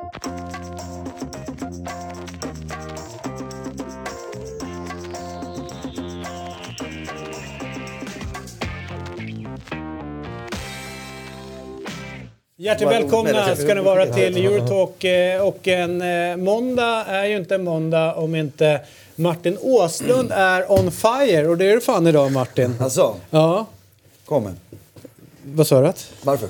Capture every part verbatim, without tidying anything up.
Hjärtligt välkomna ska ni vara till Eurotalk, och en måndag är ju inte en måndag om inte Martin Åslund är on fire, och det är du fan idag, Martin. Alltså? Ja. Kom. Vad sa du? Varför?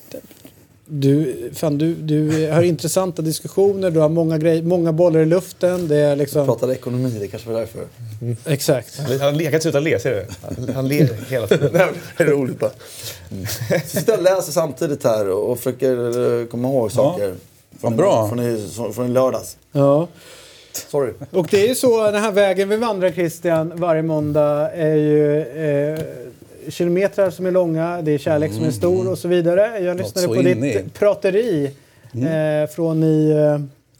Du, fan, du, du har intressanta diskussioner, du har många, grej, många bollar i luften. Det är liksom... Pratar ekonomi, det kanske var därför. Mm. Exakt. Han, han leker inte utan le, ser du? Han, han ler hela tiden. Det är roligt bara. Mm. Så sitter och läser samtidigt här och försöker komma ihåg saker. Ja. Vad bra. Från i, från i lördags. Ja. Sorry. Och det är ju så, den här vägen vi vandrar, Christian, varje måndag är ju... Eh, kilometrar som är långa, det är kärlek mm. som är stor och så vidare. Jag lyssnade på ditt prateri mm. eh, från i eh,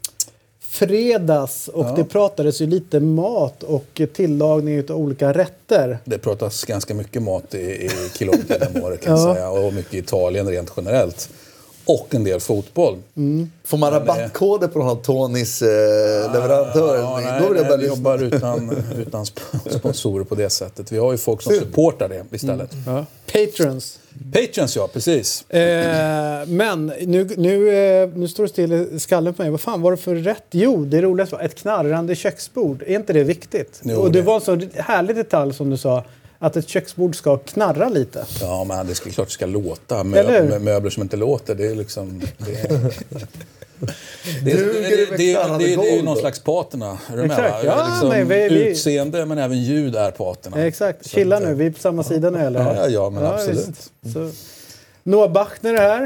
fredags, och ja. det pratades ju lite mat och tillagning av olika rätter. Det pratas ganska mycket mat i, i kilometer om året, kan jag ja. säga, och mycket Italien rent generellt. Och en del fotboll. Mm. Får man rabattkoder på någon Tonys eh, leverantör? Ja, nej, Då nej, vi jobbar utan, utan sponsorer på det sättet. Vi har ju folk som supportar det istället. Mm. Ja. Patrons. Patrons, ja, precis. Eh, men nu, nu, eh, nu står det still i skallen på mig. Vad fan var det för rätt? Jo, det är roligt. Ett knarrande köksbord. Är inte det viktigt? Jo, och det, det var en så härlig detalj som du sa. Att ett köksbord ska knarra lite. Ja, men det ska klart ska låta. Mö- mö- möbler som inte låter, det är liksom... Det är, det, är, det, det, det, är, det, är, det är ju någon slags patina. Exakt. Ja, liksom nej, vi, vi... Utseende, men även ljud är patina. Exakt. Chilla nu, vi är på samma sida nu, eller? Ja, ja, men ja, absolut. Så. Noah Bachner här.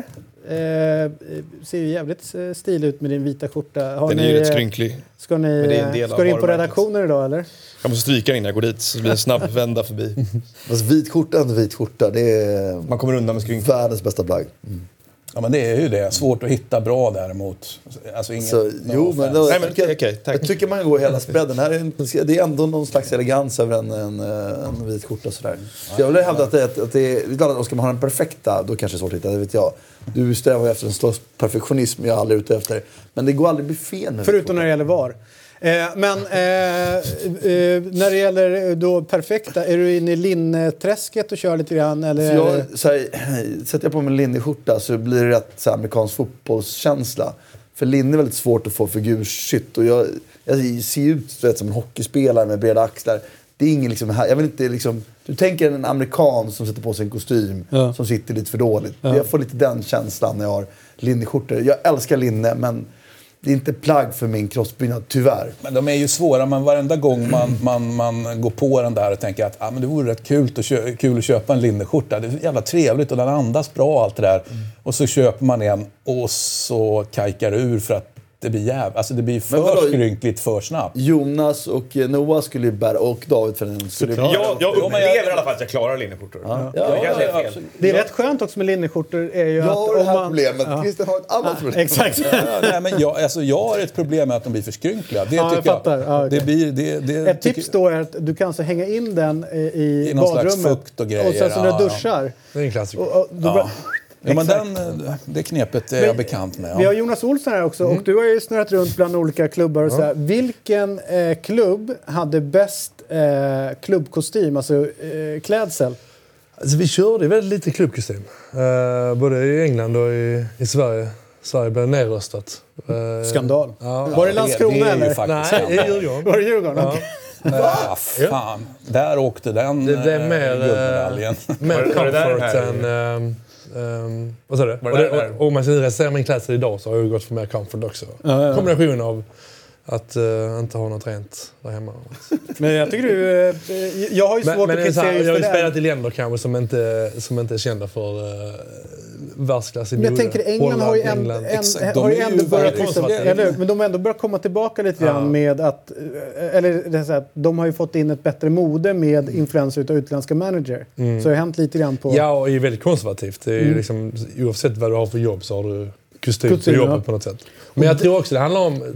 Eh, ser ju jävligt stil ut med din vita skjorta. Har den ni, är ju rätt skrynklig. Ska ni ska in på redaktionen idag, eller? Jag måste stryka innan jag går dit, så det blir en snabb vända förbi. Alltså, vit skjorta och vit skjorta, det är... Man kommer undan med skrynklig. Världens bästa plagg. Mm. Ja, men det är ju det. Svårt att hitta bra däremot. Alltså, ingen, så, jo, men, då, Nej, men jag, okay, tack. jag tycker man går hela spreaden. Här är en, det är ändå någon slags elegans över en, en, en vit skjorta. Sådär. Så jag vill hävda att det, att det är... Det är klart att ska man ha den perfekta, då kanske det är svårt att hitta, det vet jag. Du strävar efter en slags perfektionism, jag är aldrig ute efter. Men det går aldrig bli fel med förutom när det gäller var. Eh, men eh, eh, när det gäller då perfekta, är du inne i linneträsket och kör lite grann? Eller? Så jag, så här, sätter jag på mig en linneskjorta så blir det rätt så här, amerikansk fotbollskänsla. För linne är väldigt svårt att få figurskytt. Och jag, jag ser ut vet, som en hockeyspelare med breda axlar. Det är ingen liksom, jag vill inte liksom... Du tänker en amerikan som sätter på sig en kostym ja. som sitter lite för dåligt. Ja. Jag får lite den känslan när jag har linneskjortor. Jag älskar linne, men det är inte plagg för min kroppsbyggnad, tyvärr. Men de är ju svåra, men varenda gång man, man, man går på den där och tänker att ah, men det vore rätt kul att, kö- kul att köpa en linneskjorta. Det är jävla trevligt och den andas bra allt det där. Mm. Och så köper man en och så kajkar ur för att det blir jäv... Alltså det blir för skrynkligt för snabbt. Jonas och Noah skulle ju bära, och David för den skulle jag, jag, jag upplever i alla fall att jag klarar linneskjortor. Ja. Ja. Ja, ja, ja, ja, ja, det är rätt skönt också med linneskjortor är ju jag att... har det här man, problemet. Ja. Christian har ett annat ja, problem. Exakt. Ja, nej, men jag, alltså, jag har ett problem med att de blir för skrynkliga. Det ja, tycker jag fattar. jag. Ja, okay. det blir, det, det, ett tycker... tips då är att du kan så hänga in den i, I badrummet. Slags fukt och grejer. Och sen så när du duschar. Det är en klassiker. Och, och, ja. Bara... Ja, men den, det knepet är men, jag bekant med. Ja. Vi har Jonas Olsson här också, mm. och du har ju snurrat runt bland olika klubbar och ja. så här. Vilken eh, klubb hade bäst eh, klubbkostym, alltså eh, klädsel? Alltså, vi körde väldigt lite klubbkostym. Uh, både i England och i, i Sverige. Sverige blev nerröstat. Uh, Skandal. Ja. Var det Landskrona det, det eller? Nej, i Djurgården. Var det Djurgården? Ja. Ja, fan. Där åkte den det blev mer, guldmedaljen. Mer comfort än... Um, um, vad sa du? Och, det, och, och man ska se min klädsel idag så har jag gått för mer comfort också. Ja, ja. Kombination av att uh, inte ha något rent där hemma. Men jag tycker du... Uh, jag har ju svårt men, att kritisera just jag har ju spelat i länder kanske som inte, som inte är kända för uh, världsklass i Men jag tänker England Holland, har ju, en, England. en, Exakt, har ju ändå börjat... Liksom, eller, men de har ändå börjat komma tillbaka lite grann ja. med att... Eller det är så att de har ju fått in ett bättre mode med influenser utav utländska manager. Mm. Så det har hänt lite grann på... Ja, och det är väldigt konservativt. Det är mm. liksom, oavsett vad du har för jobb så har du kostym på jobbet ja. på något sätt. Men jag tror också det handlar om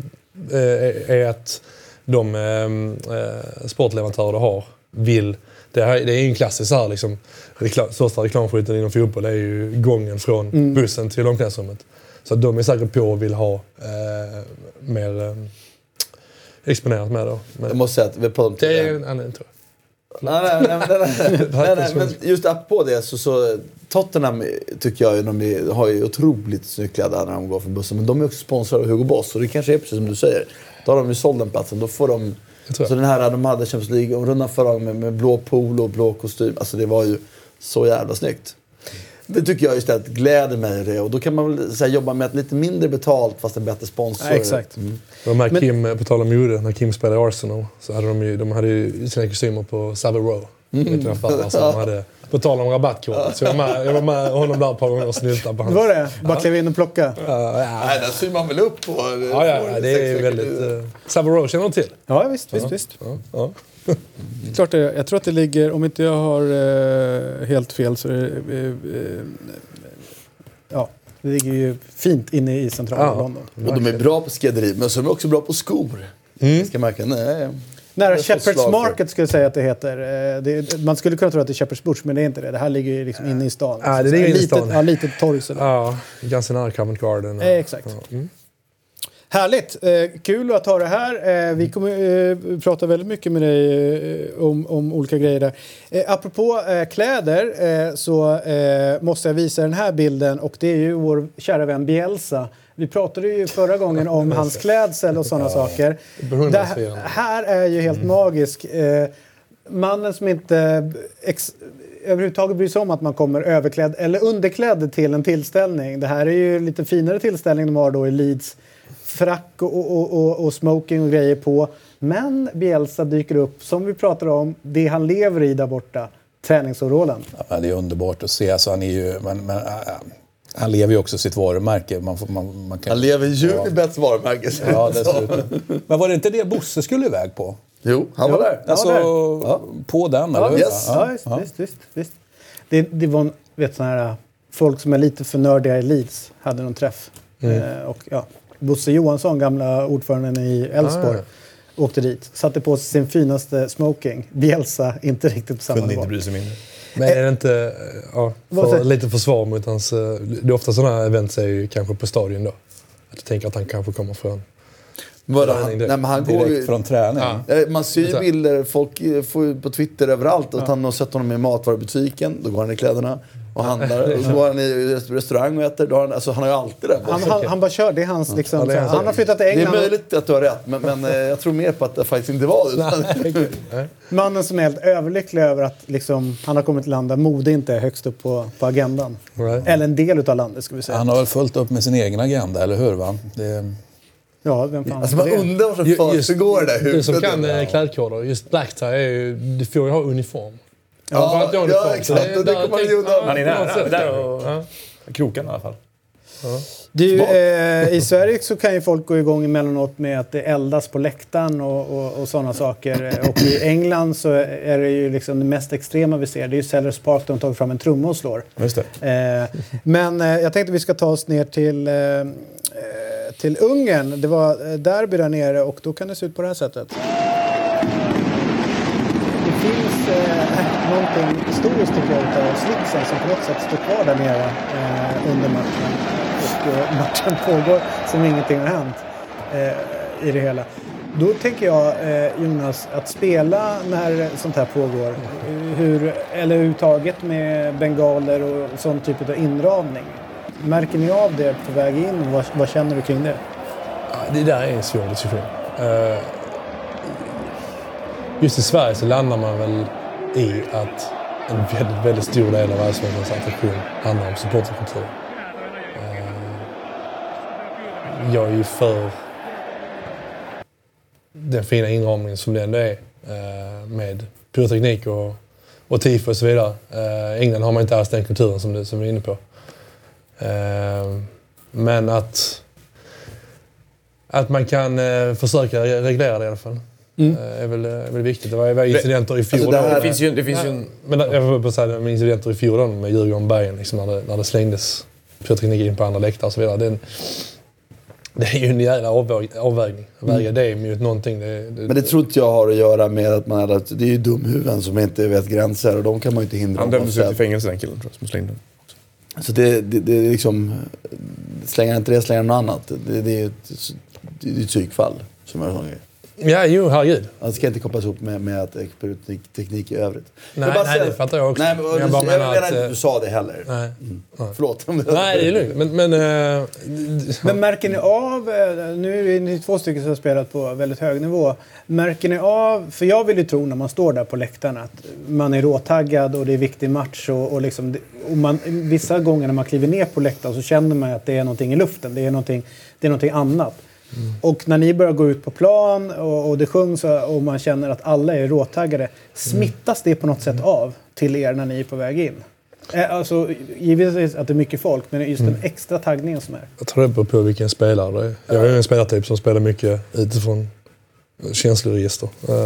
eh, är att de eh, sportleverantörer du har vill... Det, här, det är ju en klassisk här liksom, reklam, största reklamskylten inom fotboll är ju gången från mm. bussen till omklädningsrummet. Så att de är säkert på och vill ha eh, mer eh, exponerat med då. Men Jag måste säga att vi pratar om det är en anledning, tror jag. Nej, nej, nej, nej, nej, nej, nej, men just apropå det så, så Tottenham tycker jag de är, har ju otroligt snygga när de går från bussen. Men de är också sponsrade av Hugo Boss och det kanske är precis som du säger. Då har de ju sålt den platsen, då får de... Så den här de hade Champions League-rundan förra gången med, med blå polo och blå kostym. Alltså det var ju så jävla snyggt. Det tycker jag istället gläder mig det. Och då kan man väl så här, jobba med ett lite mindre betalt fast en bättre sponsor. Ja, exakt. Mm. De här Kim, på tal om mode, när Kim spelade i Arsenal så hade de ju, de hade ju sina kostymer på Savile Row. Mm. Vet du, alltså, de hade, på tal om rabattkort. Så jag var med, jag var med honom där ett par gånger och snyltade på hans. Var det? Bara ja. Klev in och plocka? Uh, ja. Nej, där syr man väl upp på. Ja, ja, ja, det är väldigt... Uh, Savile Row känner du till? Ja, visst, ja. visst, visst. Ja, ja. Klart det, jag tror att det ligger, om inte jag har eh, helt fel så är det, eh, eh, ja, det ligger ju fint inne i centrala ja. London. Och de är bra på skrädderi, men så är de också bra på skor. Mm. Ska märka, nej. Nära Shepherd's Market skulle jag säga att det heter. Det, man skulle kunna tro att det är Shepherd's Bush, men det är inte det. Det här ligger ju liksom inne i stan. Ja, det ligger inne i stan. Ja, litet torg sådär. Ja, ganska nära Covent Garden. Och, eh, exakt. Ja. Mm. Härligt! Eh, kul att ha det här. Eh, vi kommer eh, prata väldigt mycket med dig eh, om, om olika grejer där. Eh, apropå eh, kläder eh, så eh, måste jag visa den här bilden och det är ju vår kära vän Bielsa. Vi pratade ju förra gången om hans klädsel och sådana ja, saker. Det här är ju helt mm. magisk. Eh, mannen som inte ex- överhuvudtaget bryr sig om att man kommer överklädd eller underklädd till en tillställning. Det här är ju lite finare tillställning de har då i Leeds. Frack och, och, och, och smoking och grejer på. Men Bielsa dyker upp, som vi pratade om, det han lever i där borta. Träningsoverallen. Ja, det är underbart att se. Alltså, han, är ju, man, man, han lever ju också sitt varumärke. Man får, man, man kan, han lever ju ja. i Bets varumärke. Ja, dessutom. Men var det inte det Bosse skulle iväg på? Jo, han var jo, där. Alltså, var där. Ja. På den, ja, eller yes. ja, ja, ja. Visst, visst, visst. Det, det var en, vet, sån här, folk som är lite för nördiga i Leeds hade någon träff. Mm. Eh, och ja. Bosse Johansson, gamla ordföranden i Elfsborg, ah, ja. åkte dit. Satte på sin finaste smoking. Bielsa, inte riktigt på samma nivå. Kunde inte bry sig mindre. Men är det inte, ja, för lite försvar mot hans... Det är ofta sådana här events är ju kanske på stadion då. Att jag tänker att han kanske kommer från... Vadå, han, nej, men han direkt går ju, från träning. Ja. Man ser ju bilder, folk får ju på Twitter överallt ja. att han har sett honom i matvarubutiken, då går han i kläderna och handlar. Och så går han i restaurang och äter. Då har han, alltså, han har ju alltid det. Han, han, han bara kör, det är hans liksom. Ja, det är hans. Han har flyttat till England. Det är möjligt att du har rätt, men, men jag tror mer på att det faktiskt inte var det. Mannen som är helt överlycklig över att liksom, han har kommit till land där mode inte är högst upp på, på agendan. Right. Eller en del av landet, ska vi säga. Han har väl följt upp med sin egen agenda, eller hur? Va? Det... Ja, vem fan alltså man undrar vad som försiggår där. Du som kan ja. klädkoder, just black tie är ju, du får ju ha uniform. Ja, ja, ja exakt. Det, det kommer man ju undan. Man är nära, där och ja. kroken i alla fall. Ja. Du, eh, i Sverige så kan ju folk gå igång emellanåt med att det eldas på läktaren och, och, och sådana saker. Och i England så är det ju liksom det mest extrema vi ser. Det är ju Sellers Park, de har tagit fram en trumma och slår. Just det. Eh, men eh, jag tänkte vi ska ta oss ner till... Eh, till Ungern. Det var derby där nere och då kan det se ut på det här sättet. Det finns eh, någonting historiskt tycker jag utav slipsen som på något sätt står kvar där nere eh, under matchen. Och eh, matchen pågår som ingenting har hänt eh, i det hela. Då tänker jag, eh, Jonas, att spela när sånt här pågår, hur, eller överhuvudtaget med bengaler och sån typ av inramning. Märker ni av det på väg in? Vad, vad känner du kring det? Det där är en svår diskussion. Uh, just i Sverige så landar man väl i att en väldigt, väldigt stor del av allsvenskans attraktion handlar om supporterkultur. Uh, jag är ju för den fina inramningen som det ändå är uh, med pyroteknik och, och tifo och så vidare. Uh, England har man inte alls den kulturen som, det, som vi är inne på. Uh, men att att man kan uh, försöka reglera det i alla fall. Mm. Uh, är, väl, är väl viktigt. Det var, det var incidenter i fjol. Alltså det, det finns ju, det finns ja. ju en... Men jag får bara säga det med incidenter i fjol då, med Djurgården Bayern liksom, när, det, när det slängdes pyroteknik in på andra läktare och så vidare. Det är en, det är ju en jävla avväg, avvägning. Väga mm. det mot någonting. Det, det, men det tror inte jag har att göra med att man är, det är ju dumhuvuden som inte vet gränser och de kan man ju inte hindra. Han dömdes ut i fängelse den killen tror jag, som slängde. Så det, det, det är liksom slänger inte det, slänger något annat. Det, det är ett, det är ett psykfall som är sån grej. Ja, jo, herregud. Det ska inte kopplas ihop med, med att teknik, teknik i övrigt. Nej, nej säga, det fattar jag också. Nej, men, jag, jag bara menar att... Inte du sa det heller. Nej. Mm. Förlåt. Nej, det är lugnt. Men, men, äh, men märker ni av, nu är ni två stycken som har spelat på väldigt hög nivå. Märker ni av, för jag vill ju tro när man står där på läktaren att man är råtaggad och det är viktig match. Och, och, liksom, och man, vissa gånger när man kliver ner på läktaren så känner man att det är någonting i luften. Det är någonting, det är någonting annat. Mm. Och när ni börjar gå ut på plan och, och det sjungs och man känner att alla är råtaggade, smittas det på något sätt av till er när ni är på väg in? Alltså, givetvis att det är mycket folk, men just den extra taggningen som är. Jag tror det beror på vilken spelare det är. Jag är en spelartyp som spelar mycket utifrån känsloregister.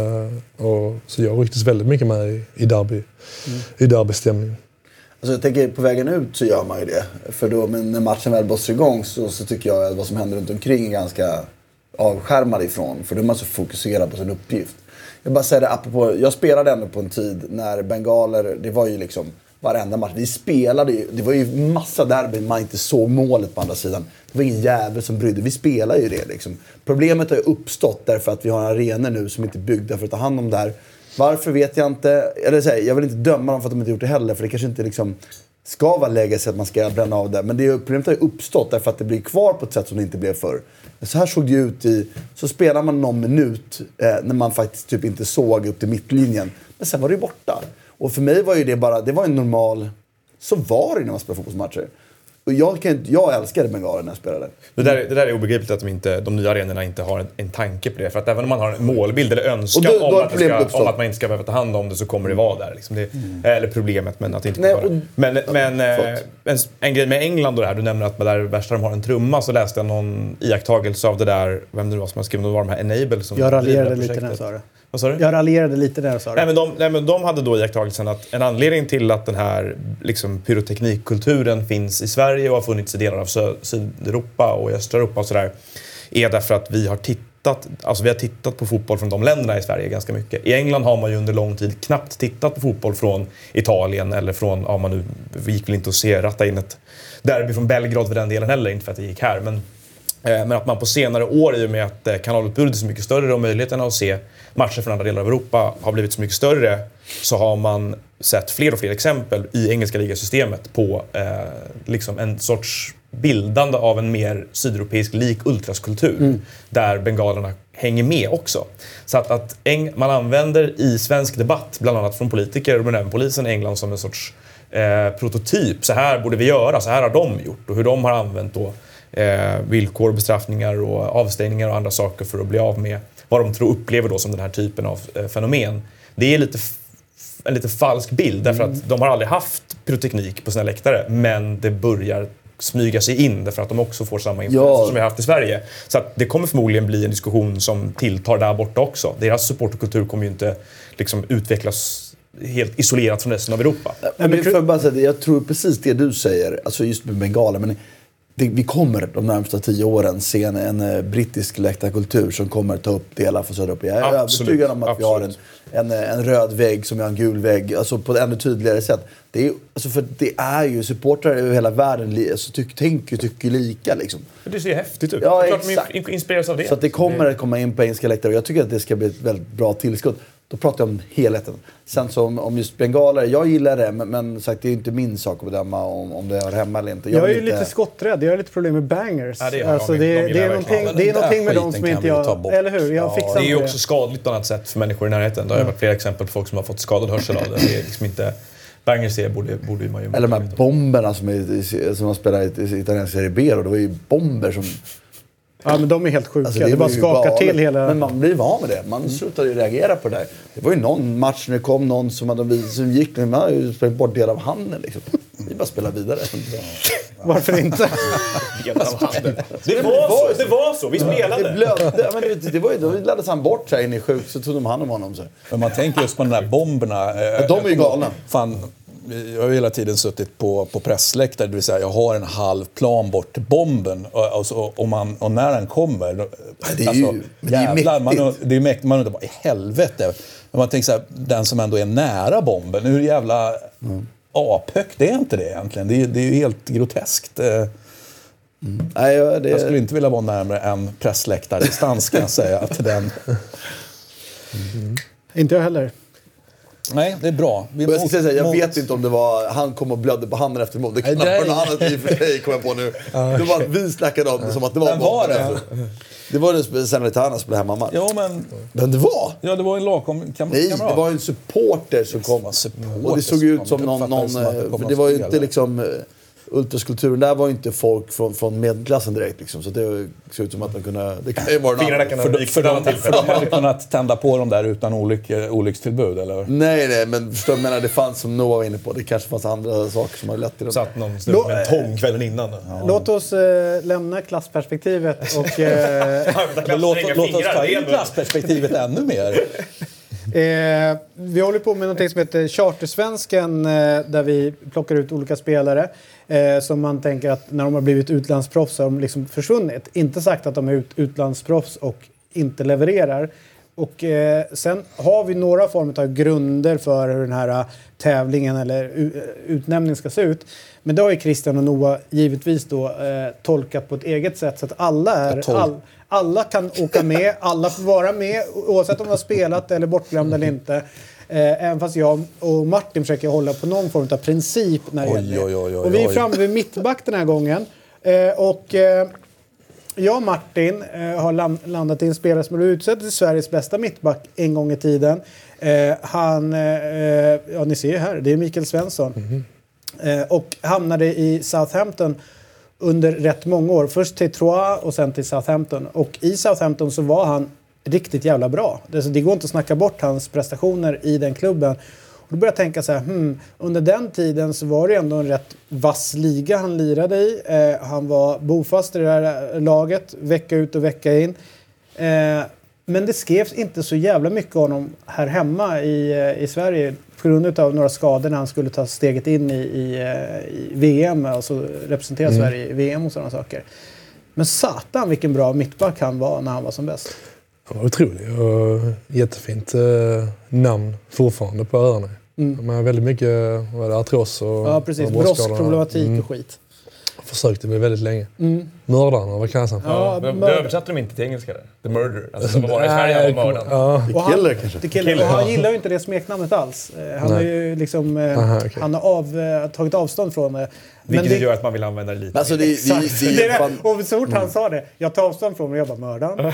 Uh, och så jag rycktes väldigt mycket med i, i derby, mm. i derbystämningen. Alltså jag tänker på vägen ut så gör man ju det. För då, men när matchen väl blåser igång så, så tycker jag att vad som händer runt omkring är ganska avskärmad ifrån. För då är man så fokuserad på sin uppgift. Jag bara säger det apropå, jag spelade ändå på en tid när bengaler, det var ju liksom varenda match. Vi spelade ju, det var ju massa derbyn man inte såg målet på andra sidan. Det var ingen jävel som brydde, vi spelar ju det liksom. Problemet har ju uppstått därför att vi har arenor nu som inte är byggda för att ta hand om det här. Varför vet jag inte. Eller så här, jag vill inte döma dem för att de inte gjort det heller. För det kanske inte liksom ska vara läge sig att man ska bränna av det. Men det problemet har ju uppstått därför att det blir kvar på ett sätt som det inte blev förr. Så här såg det ut i... Så spelar man någon minut eh, när man faktiskt typ inte såg upp till mittlinjen. Men sen var det ju borta. Och för mig var ju det bara... Det var en normal... Så var det när man spelade fotbollsmatcher. Och jag, kan, jag älskade bengaler när jag spelade. Det där, det där är obegripligt att de, inte, de nya arenorna inte har en, en tanke på det. För att även om man har en målbild eller önskan då, då om, att ska, om att man inte ska behöva ta hand om det så kommer det vara där. Liksom det, mm. Eller problemet, men att det inte Nej, och, Men, men ja, en, en grej med England och det här, du nämner att där värsta de har en trumma, så läste jag någon iakttagelse av det där, vem det var som har skrivit, det var de här Enable som... Jag raljerade lite när jag sa det. Vad sa du? Jag raljerade lite där och sa det. Nej, men de, nej, men de hade då iakttagelsen att en anledning till att den här liksom, pyroteknikkulturen finns i Sverige och har funnits i delar av Sö- Sydeuropa och östra Europa och sådär, är därför att vi har tittat, alltså vi har tittat på fotboll från de länderna i Sverige ganska mycket. I England har man ju under lång tid knappt tittat på fotboll från Italien eller från, ja man nu vi gick väl inte att se, ratta in ett derby från Belgrad för den delen heller, inte för att det gick här, men Men att man på senare år, i och med att kanalutbudet är så mycket större och möjligheterna att se matcher från andra delar av Europa har blivit så mycket större, så har man sett fler och fler exempel i engelska ligasystemet på eh, liksom en sorts bildande av en mer sydeuropeisk lik ultraskultur mm. där bengalerna hänger med också. Så att, att eng- man använder i svensk debatt, bland annat från politiker men även polisen i England, som en sorts eh, prototyp. Så här borde vi göra, så här har de gjort, och hur de har använt då Eh, villkor, bestraffningar och avstängningar och andra saker för att bli av med vad de tror upplever då som den här typen av eh, fenomen. Det är lite f- en lite falsk bild, därför Mm. att de har aldrig haft pyroteknik på sina läktare, men det börjar smyga sig in därför att de också får samma influenser Ja. som vi har haft i Sverige. Så att det kommer förmodligen bli en diskussion som tilltar där borta också. Deras supporterkultur kommer ju inte liksom utvecklas helt isolerat från resten av Europa. Ja, men det för bara säga, jag tror precis det du säger, alltså just med bengaler, men det, vi kommer de närmsta tio åren se en, en brittisk läktarkultur som kommer ta upp delar för södra Europa. Jag är övertygad om att absolut. Vi har en, en, en röd vägg som är en gul vägg, alltså på ett ännu tydligare sätt. Det är, alltså för det är ju supportrar över hela världen, alltså, tyck, tänker tycker lika liksom. Det ser häftigt ut. Ja, det är klart exakt. de inspireras av det. Så att det kommer att komma in på engelska läktare, och jag tycker att det ska bli ett väldigt bra tillskott. Då pratar jag om helheten. Sen så om, om just bengaler, jag gillar det, men, men sagt, det är inte min sak att bedöma om, om det är hemma eller inte. Jag, jag är ju inte... lite skotträdd, jag har lite problem med bangers. Ja, det alltså, de, det, de det är någonting, ja, det är någonting med dem som inte jag... Eller hur? Jag ja, fixar det är ju det. också skadligt på annat sätt för människor i närheten. Det har ju varit flera exempel på folk som har fått skadad hörsel av det. Det är liksom inte... Bangers är, borde, borde man ju... Eller de här bomberna som, är, som man spelar i italienska Serie B, och det var ju bomber som... Ja, men de är helt sjuka. Alltså, det, det bara skakar galet. till hela... Men man blir van med det. Man slutade ju reagera på det där. Det var ju någon match när det kom någon som, hade, som gick, man hade ju spelat bort del av handen liksom. Vi bara spelar vidare. Varför inte? det, var så, det var så, vi spelade. Det blödde, men det, det var ju, då laddades han bort så här in i sjuk, så tog de hand om honom så. Men man tänker just på de där bomberna. Ja, de är ju galna. Fan, jag har hela tiden suttit på, på pressläktare, det vill säga jag har en halv plan bort till bomben, och, och, så, och, man, och när den kommer då, det är alltså, ju det är jävlar, mäktigt. man, det är mäktigt, man undrar bara i helvete, men man tänker så här, den som ändå är nära bomben, hur jävla mm. aphögt det är inte det egentligen, det är, det är ju helt groteskt. Mm. Nej, ja, det... Jag skulle inte vilja vara närmare en pressläktardistans kan jag säga till den. Mm. Inte jag heller. Nej, det är bra. Vi jag, säga, jag mot... vet inte om det var han kom och blödde på handen efter mål. Det kan vara något annat i och för sig, kommer jag på nu. Det var att vi snackade om det som att det var Vem var det? Alltså. Det var det Salernitanas på det här mamma. Jo, men... Men det var? Ja, det var en lagkom... Kam... Nej, det var en supporter som kom. Supporter och det såg ut som någon... någon som det, för det var ju inte liksom... Ultraskulpturen där var ju inte folk från, från medelklassen direkt liksom, så det såg ut som att de kunde... Det kan ju vara fingrarna kan ha för, för, de, för de hade kunnat tända på dem där utan olyck, olyckstillbud, eller? Nej, nej, men förstår jag menar, det fanns som Noah var inne på, det kanske fanns andra saker som hade lett till det. Satt någon snubbe med en tång kvällen innan. Ja. Låt oss eh, lämna klassperspektivet och... Eh, låt, låt oss ta in klassperspektivet ännu mer. Eh, vi håller på med något som heter Chartersvensken eh, där vi plockar ut olika spelare eh, som man tänker att när de har blivit utlandsproffs har de liksom försvunnit. Inte sagt att de är ut, utlandsproffs och inte levererar. Och eh, sen har vi några former av grunder för hur den här tävlingen eller u- utnämningen ska se ut. Men det har ju Christian och Noah givetvis då eh, tolkat på ett eget sätt så att alla är... All, alla kan åka med, alla får vara med oavsett om de har spelat eller bortglömda eller inte. Eh, även fast jag och Martin försöker hålla på någon form av princip när det oj, gäller. oj, oj, oj, och vi är framme vid mittback den här gången. Eh, och eh, jag och Martin eh, har land, landat i en spelare som har utsett till Sveriges bästa mittback en gång i tiden. Eh, han, eh, ja ni ser ju här, det är Mikael Svensson. Mm-hmm. Eh, och hamnade i Southampton under rätt många år. Först till Troyes och sen till Southampton. Och i Southampton så var han riktigt jävla bra. Det, det går inte att snacka bort hans prestationer i den klubben. Och då började jag tänka så här, hmm, under den tiden så var det ändå en rätt vass liga han lirade i. Eh, han var bofast i det här laget, vecka ut och vecka in. Eh, men det skrevs inte så jävla mycket om honom här hemma i, i Sverige på grund av några skador när han skulle ta steget in i, i, i V M, alltså representera mm. Sverige i V M och sådana saker. Men satan vilken bra mittback han var när han var som bäst. Han var otrolig och jättefint eh, namn fortfarande på öarna. Mm. De har väldigt mycket vad det, artros och... Ja, precis. Broskproblematik mm. och skit. Försökte vi väldigt länge. Mm. Mördarna, vad kallas han? Ja, ja, det översatte de inte till engelska där. The Murder. Alltså som var i Sverige var mördaren. Ja. The Killer kanske. The Killer. Och han gillar ju inte det smeknamnet alls. Han har ju liksom... Aha, okay. Han har av, tagit avstånd från det. Vilket det gör att man vill använda det lite. Alltså det, Exakt. Det, det, det, fan... Och så fort han sa det, jag tar avstånd från mig och jag bara mördaren.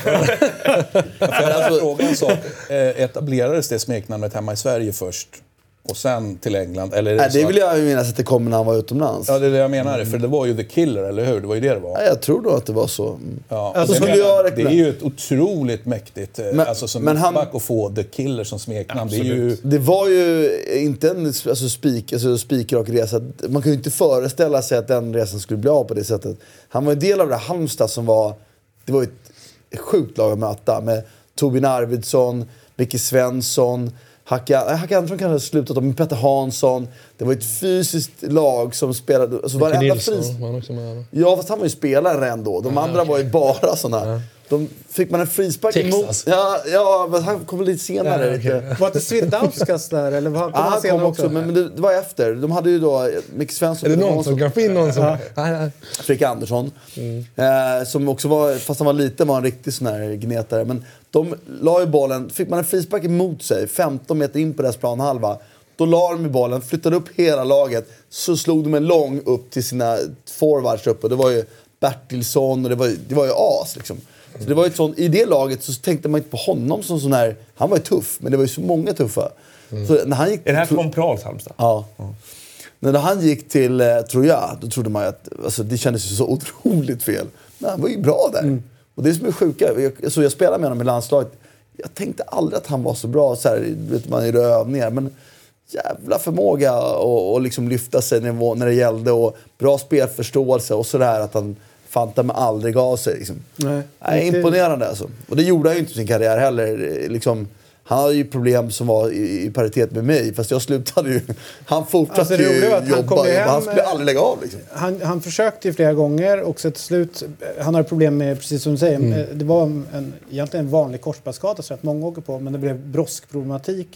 Jag frågar en sak. Etablerades det smeknamnet hemma i Sverige först? Och sen till England? Eller Nej, det vill jag ju minnas att det kom när han var utomlands. Ja, det är det jag menar. Mm. För det var ju The Killer, eller hur? Det var ju det det var. Nej, jag tror då att det var så. Ja, alltså, det, jag det är ju ett otroligt mäktigt... Men, alltså som men han, att få The Killer som smeknamn. Det, är ju... det var ju inte en alltså, spik, alltså, spikrak resa. Man kan ju inte föreställa sig att den resan skulle bli av på det sättet. Han var en del av det Halmstad som var... Det var ett sjukt lag att möta. Med Tobin Arvidsson, Micke Svensson... Hacke, Hacke Andersson kanske hade slutat om Petter Hansson. Det var ett fysiskt lag som spelade... Alltså var enda fris... var också med. Ja, fast han var ju spelare ändå. De ah, andra okay. var ju bara såna. Ja. De fick man en frispark emot... Ja, ja, men han kom lite senare. Ja, okay. Var det Svidauskas där? Eller var, kom ja, han, han kom också. också. Men, men det, det var efter. De hade ju då Micke Svensson... Är det någon som kan få in någon som... Ja. Fredrik Andersson. Mm. Eh, som också var... Fast han var liten var en riktig sån här gnetare. Men de la ju bollen... Fick man en frispark emot sig, femton meter in på deras planhalva. Då la de i bollen, flyttade upp hela laget. Så slog de en lång upp till sina forwards upp. Och det var ju Bertilsson och det var, det var ju as liksom. Så det var ju sånt, i det laget så tänkte man inte på honom som sån här... Han var ju tuff, men det var ju så många tuffa. Mm. Så när han gick, är det här från Prals Halmstad? Ja. Mm. När han gick till eh, Troyes, då trodde man att alltså, det kändes ju så otroligt fel. Men han var ju bra där. Mm. Och det som är sjuka, jag, så jag spelade med honom i landslaget. Jag tänkte aldrig att han var så bra, så här, vet man, i övningar. Men jävla förmåga att liksom lyfta sig när, när det gällde. Och bra spelförståelse och sådär att han... Fanta med aldrig gav sig. Liksom. Nej, Nej, imponerande alltså. Och det gjorde han ju inte sin karriär heller. Liksom, han hade ju problem som var i, i paritet med mig. Fast jag slutade ju... Han fortsatte alltså, ju jobba. Han, hem, han skulle aldrig lägga av. Liksom. Han, han försökte ju flera gånger. Och så till slut... Han har problem med, precis som du säger. Mm. Det var en, egentligen en vanlig korsbandsskada så att många åker på. Men det blev broskproblematik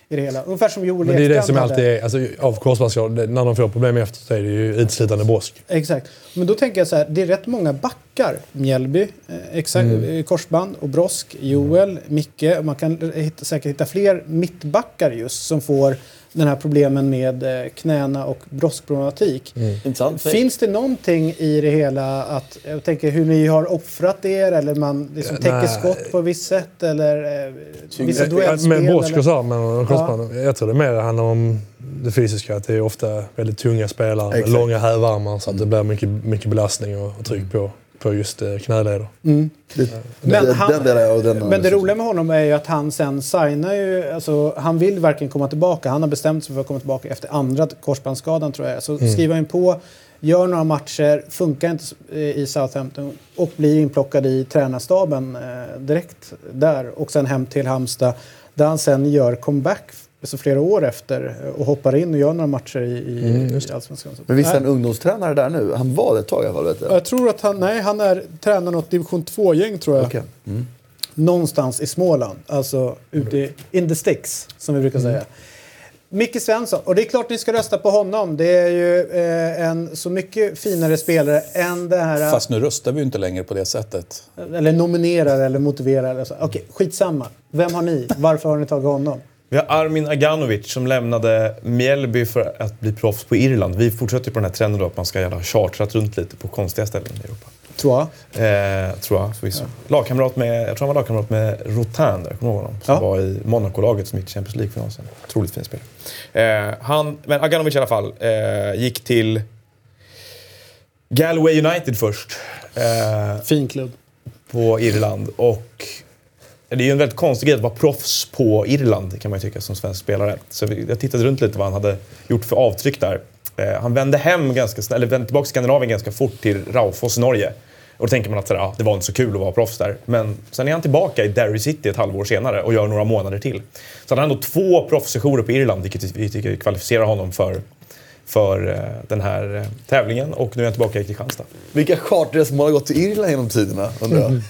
i det hela. Ungefär som Joel Men det är det som hade. alltid är, alltså, av korsbandsskador, när de får problem efter så är det ju utslitande brosk. Exakt. Men då tänker jag så här, det är rätt många backar. Mjällby, eh, exakt, mm. korsband och brosk, Joel, Micke. Man kan hitta, säkert hitta fler mittbackar just som får den här problemen med eh, knäna och broskproblematik. Mm. Finns det någonting i det hela att, jag tänker hur ni har offrat er eller man liksom täcker Nej. skott på visst sätt eller eh, vissa Ja, duellspel? med brosk eller? och så, men korsband. Ja. Jag tror det mer handlar om det fysiska, att det är ofta väldigt tunga spelare med Exakt. långa hävarmar så att det blir mycket, mycket belastning och, och tryck på, på just eh, knäleder. Mm. Det, Men, det, han, den där och den men det roliga med honom är ju att han sen signar ju, alltså, han vill verkligen komma tillbaka. Han har bestämt sig för att komma tillbaka efter andra korsbandsskadan tror jag. Så mm. skriver han på, gör några matcher, funkar inte i Southampton och blir inplockad i tränarstaben eh, direkt där. Och sen hem till Halmstad där han sen gör comeback så flera år efter och hoppar in och gör några matcher i, i, mm, i Allsvenskan. Men visst är en ungdomstränare där nu? Han var det ett tag i alla fall, vet jag. Jag tror att han, nej, han är tränare något division två-gäng tror jag. Okay. Mm. Någonstans i Småland, alltså ute i in the sticks som vi brukar mm. säga. Micke Svensson, och det är klart ni ska rösta på honom. Det är ju eh, en så mycket finare spelare än det här. Fast nu röstar vi ju inte längre på det sättet. Eller nominerar eller motiverar eller så. Okej, skitsamma. Vem har ni? Varför har ni tagit honom? Vi har Armin Aganovic som lämnade Mjällby för att bli proffs på Irland. Vi fortsätter på den här trenden då att man ska gärna chartrat runt lite på konstiga ställen i Europa. Tror jag. Eh, tror jag, förvisso. Ja. Lagkamrat med, jag tror han var lagkamrat med Rotin där, kommer honom, som ja. var i Monaco-laget som gick till Champions League för någon sedan. Otroligt fin spelare. Eh, han, men Aganovic i alla fall eh, gick till Galway United först. Eh, fin klubb. På Irland och det är ju en väldigt konstig grej att vara proffs på Irland kan man ju tycka som svensk spelare. Så jag tittade runt lite vad han hade gjort för avtryck där. Eh, han vände hem ganska snabbt, eller vände tillbaka till Skandinavien ganska fort till Raufoss i Norge. Och då tänker man att så där, ja, det var inte så kul att vara proffs där. Men sen är han tillbaka i Derry City ett halvår senare och gör några månader till. Så han har ändå två proffssessioner på Irland, vilket vi tycker kvalificerar honom för, för uh, den här uh, tävlingen. Och nu är han tillbaka i Kristianstad. Vilka charterresor har gått till Irland genom tiderna, undrar jag.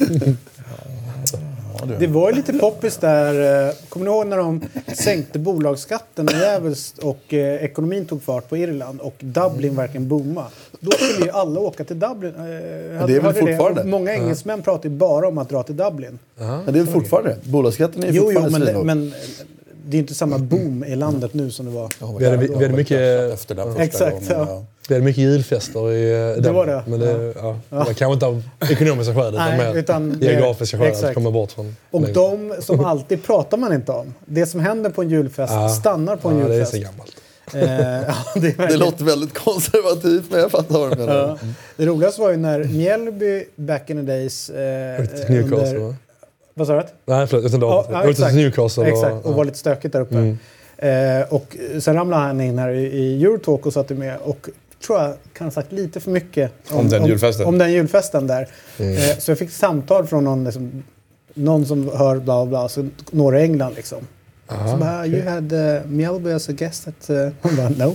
Det var ju lite poppis där. Kommer ni ihåg när de sänkte bolagsskatten jävligt och eh, ekonomin tog fart på Irland och Dublin verkligen boomade. Då skulle ju alla åka till Dublin. Eh, det är väl fortfarande? Det. Många engelsmän uh-huh. pratar ju bara om att dra till Dublin. Uh-huh. Men det är väl fortfarande? Bolagsskatten är ju jo, fortfarande jo, men, det, men det är inte samma boom i landet nu som det var. Ja, vi hade, vi, vi hade mycket efter den första exakt, gången. Ja. Ja. Vi hade mycket julfester i det den, var det. Men det, ja. Ja. det var kanske inte av ekonomiska skäl utan Nej, mer utan geografiska skäl exakt. att komma bort från. Och längre. de som alltid pratar man inte om. Det som händer på en julfest ja. stannar på en ja, julfest. Det är så gammalt. eh, ja, det, är det låter väldigt konservativt, men jag fattar vad du menar. Ja. Det roligaste var ju när Mjällby back in the days eh, Newcastle, under... Vad sa du? Nej, förlåt. Utan ja, ja, ja, till Newcastle. Exakt, och, och ja. var lite stökigt där uppe. Mm. Eh, och sen ramlade han in här i, i Eurotalk och satt med och tror jag kan ha sagt lite för mycket om, om den julfesten. Om, om den julfesten där. Mm. Eh, så jag fick samtal från någon, liksom, någon som hör bla bla, så norra England liksom. Aha, så bara, okay. You had uh, Mjällby as a guest at... Uh, hon bara, no.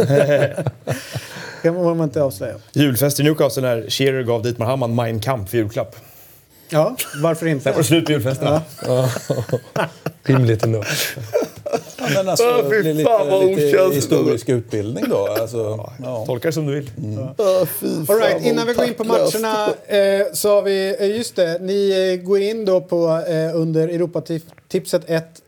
Det må man inte avslöja. Julfest i Newcastle när Shearer gav Dietmar Hamann Mein Kampf i julklapp. Ja, varför inte? Det var slut på julfesten. Ja. Rimligt ändå. Ja, men alltså, oh, det är lite, lite historisk utbildning då. Alltså, ja. Tolkar som du vill. Mm. Oh, All right, innan vi går in på matcherna eh, så har vi, eh, just det, ni eh, går in då på eh, under Europatipset ett